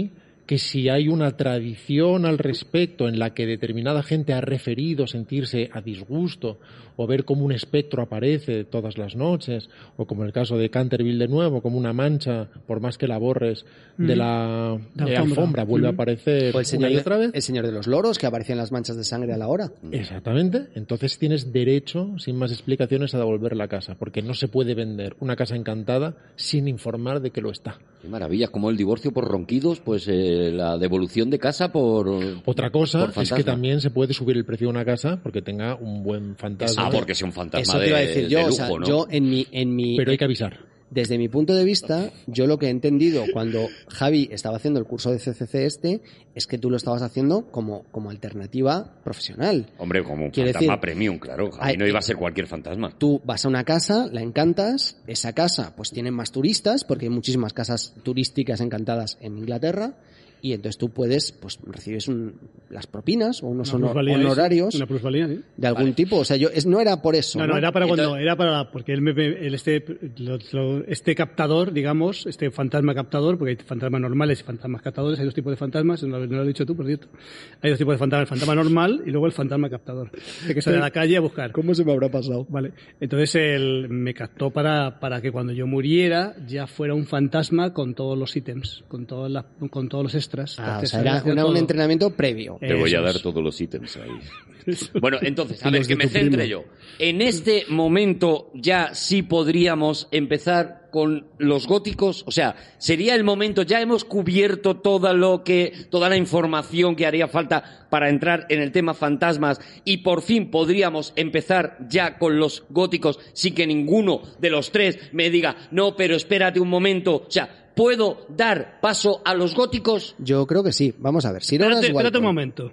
que si hay una tradición al respecto en la que determinada gente ha referido sentirse a disgusto o ver cómo un espectro aparece todas las noches, o como en el caso de Canterville de nuevo, como una mancha, por más que la borres, de la, La de alfombra. alfombra vuelve a aparecer O el señor, una y de- otra vez. el señor de los loros, que aparecían las manchas de sangre a la hora. Exactamente. Entonces tienes derecho, sin más explicaciones, a devolver la casa, porque no se puede vender una casa encantada sin informar de que lo está. Qué maravilla, como el divorcio por ronquidos, pues eh, la devolución de casa por... Otra cosa por es fantasma. que también se puede subir el precio de una casa porque tenga un buen fantasma. Ah, porque sea un fantasma Eso te de, iba a decir yo, de o lujo, sea, ¿no? yo en mi, en mi, Pero hay que avisar. desde mi punto de vista, yo lo que he entendido cuando Javi estaba haciendo el curso de C C C este, es que tú lo estabas haciendo como, como alternativa profesional. Hombre, como un Quiere fantasma decir- premium, claro. A Ay, mí no iba a ser cualquier fantasma. Tú vas a una casa, la encantas, esa casa pues tiene más turistas, porque hay muchísimas casas turísticas encantadas en Inglaterra, y entonces tú puedes, pues recibes un- las propinas o unos Una honor- plusvalía, honorarios Una plusvalía, ¿sí? de algún tipo. O sea, yo es, no era por eso. No, No, no, era para cuando, Entonces- era para, porque él me, me- él este, lo- lo- este captador, digamos, este fantasma captador, porque hay fantasmas normales y fantasmas captadores, hay dos tipos de fantasmas, no, lo- no lo has dicho tú, por cierto. Hay dos tipos de fantasmas, el fantasma normal y luego el fantasma captador, de que sale a la calle a buscar. ¿Cómo se me habrá pasado? Vale, entonces él me captó para, para que cuando yo muriera ya fuera un fantasma con todos los ítems, con todas las, con todos los extras. Ah, o Entonces, sea, era hacía una- un todo. entrenamiento previo. Te voy a Eso dar es. todos los ítems ahí. Bueno, entonces, a Y ver, los que de me tu centre primo. yo. En este momento ya sí podríamos empezar con los góticos, o sea, sería el momento, ya hemos cubierto todo lo que, toda la información que haría falta para entrar en el tema fantasmas y por fin podríamos empezar ya con los góticos sin que ninguno de los tres me diga, no, pero espérate un momento, o sea, ¿puedo dar paso a los góticos? Yo creo que sí. Vamos a ver. Si no Espérate, espérate un momento.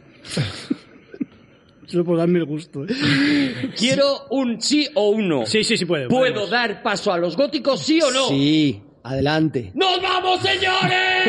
Solo por darme el gusto. ¿eh? Quiero un sí o un no. Sí, sí, sí puede. ¿Puedo podemos. dar paso a los góticos, sí o no? Sí, adelante. ¡Nos vamos, señores!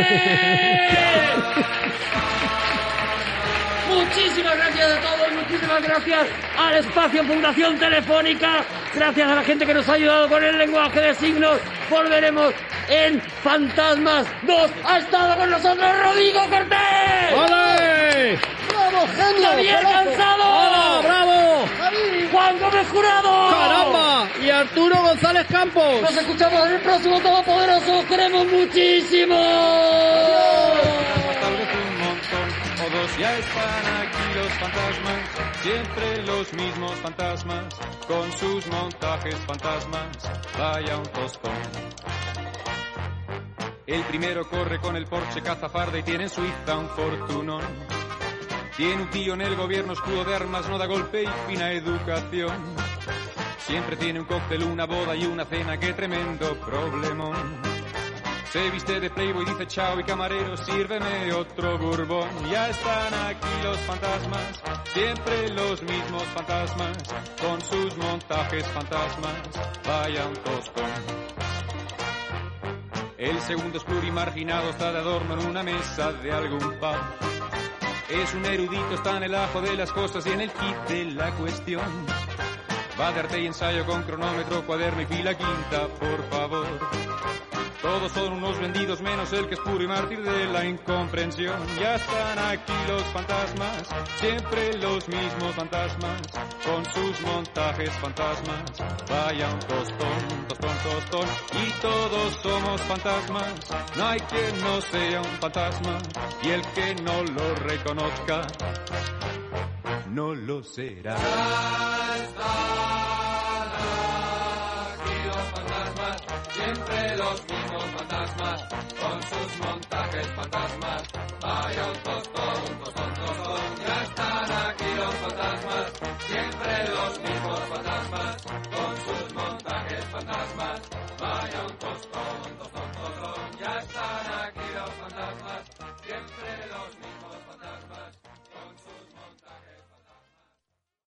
Muchísimas gracias a todos, muchísimas gracias al Espacio Fundación Telefónica, gracias a la gente que nos ha ayudado con el lenguaje de signos. Volveremos en Fantasmas dos. Ha estado con nosotros Rodrigo Cortés. ¡Ole! ¡Bravo, genio! ¡Javier ¡Bravo! Cansado! ¡Bravo! ¡Juan Gómez Jurado! ¡Caramba! Y Arturo González Campos. Nos escuchamos en el próximo Todopoderoso. ¡Os queremos muchísimo! Tal vez un montón o dos, ya están aquí los fantasmas, siempre los mismos fantasmas, con sus montajes fantasmas, vaya un tostón. El primero corre con el Porsche cazafarda y tiene en Suiza un fortunón. Tiene un tío en el gobierno, escudo de armas, no da golpe y fina educación. Siempre tiene un cóctel, una boda y una cena, qué tremendo problemón. Se viste de playboy, dice chao y camarero, sírveme otro bourbon. Ya están aquí los fantasmas, siempre los mismos fantasmas, con sus montajes fantasmas, vaya un tostón. El segundo es plurimarginado, está de adorno en una mesa de algún pub. Es un erudito, está en el ajo de las cosas y en el kit de la cuestión. Va de arte y ensayo con cronómetro, cuaderno y fila quinta, por favor. Todos son unos vendidos menos el que es puro y mártir de la incomprensión. Ya están aquí los fantasmas, siempre los mismos fantasmas, con sus montajes fantasmas. Vaya un tostón, tostón, tostón, y todos somos fantasmas. No hay quien no sea un fantasma, y el que no lo reconozca, no lo será. Siempre los mismos fantasmas, con sus montajes fantasmas, vaya un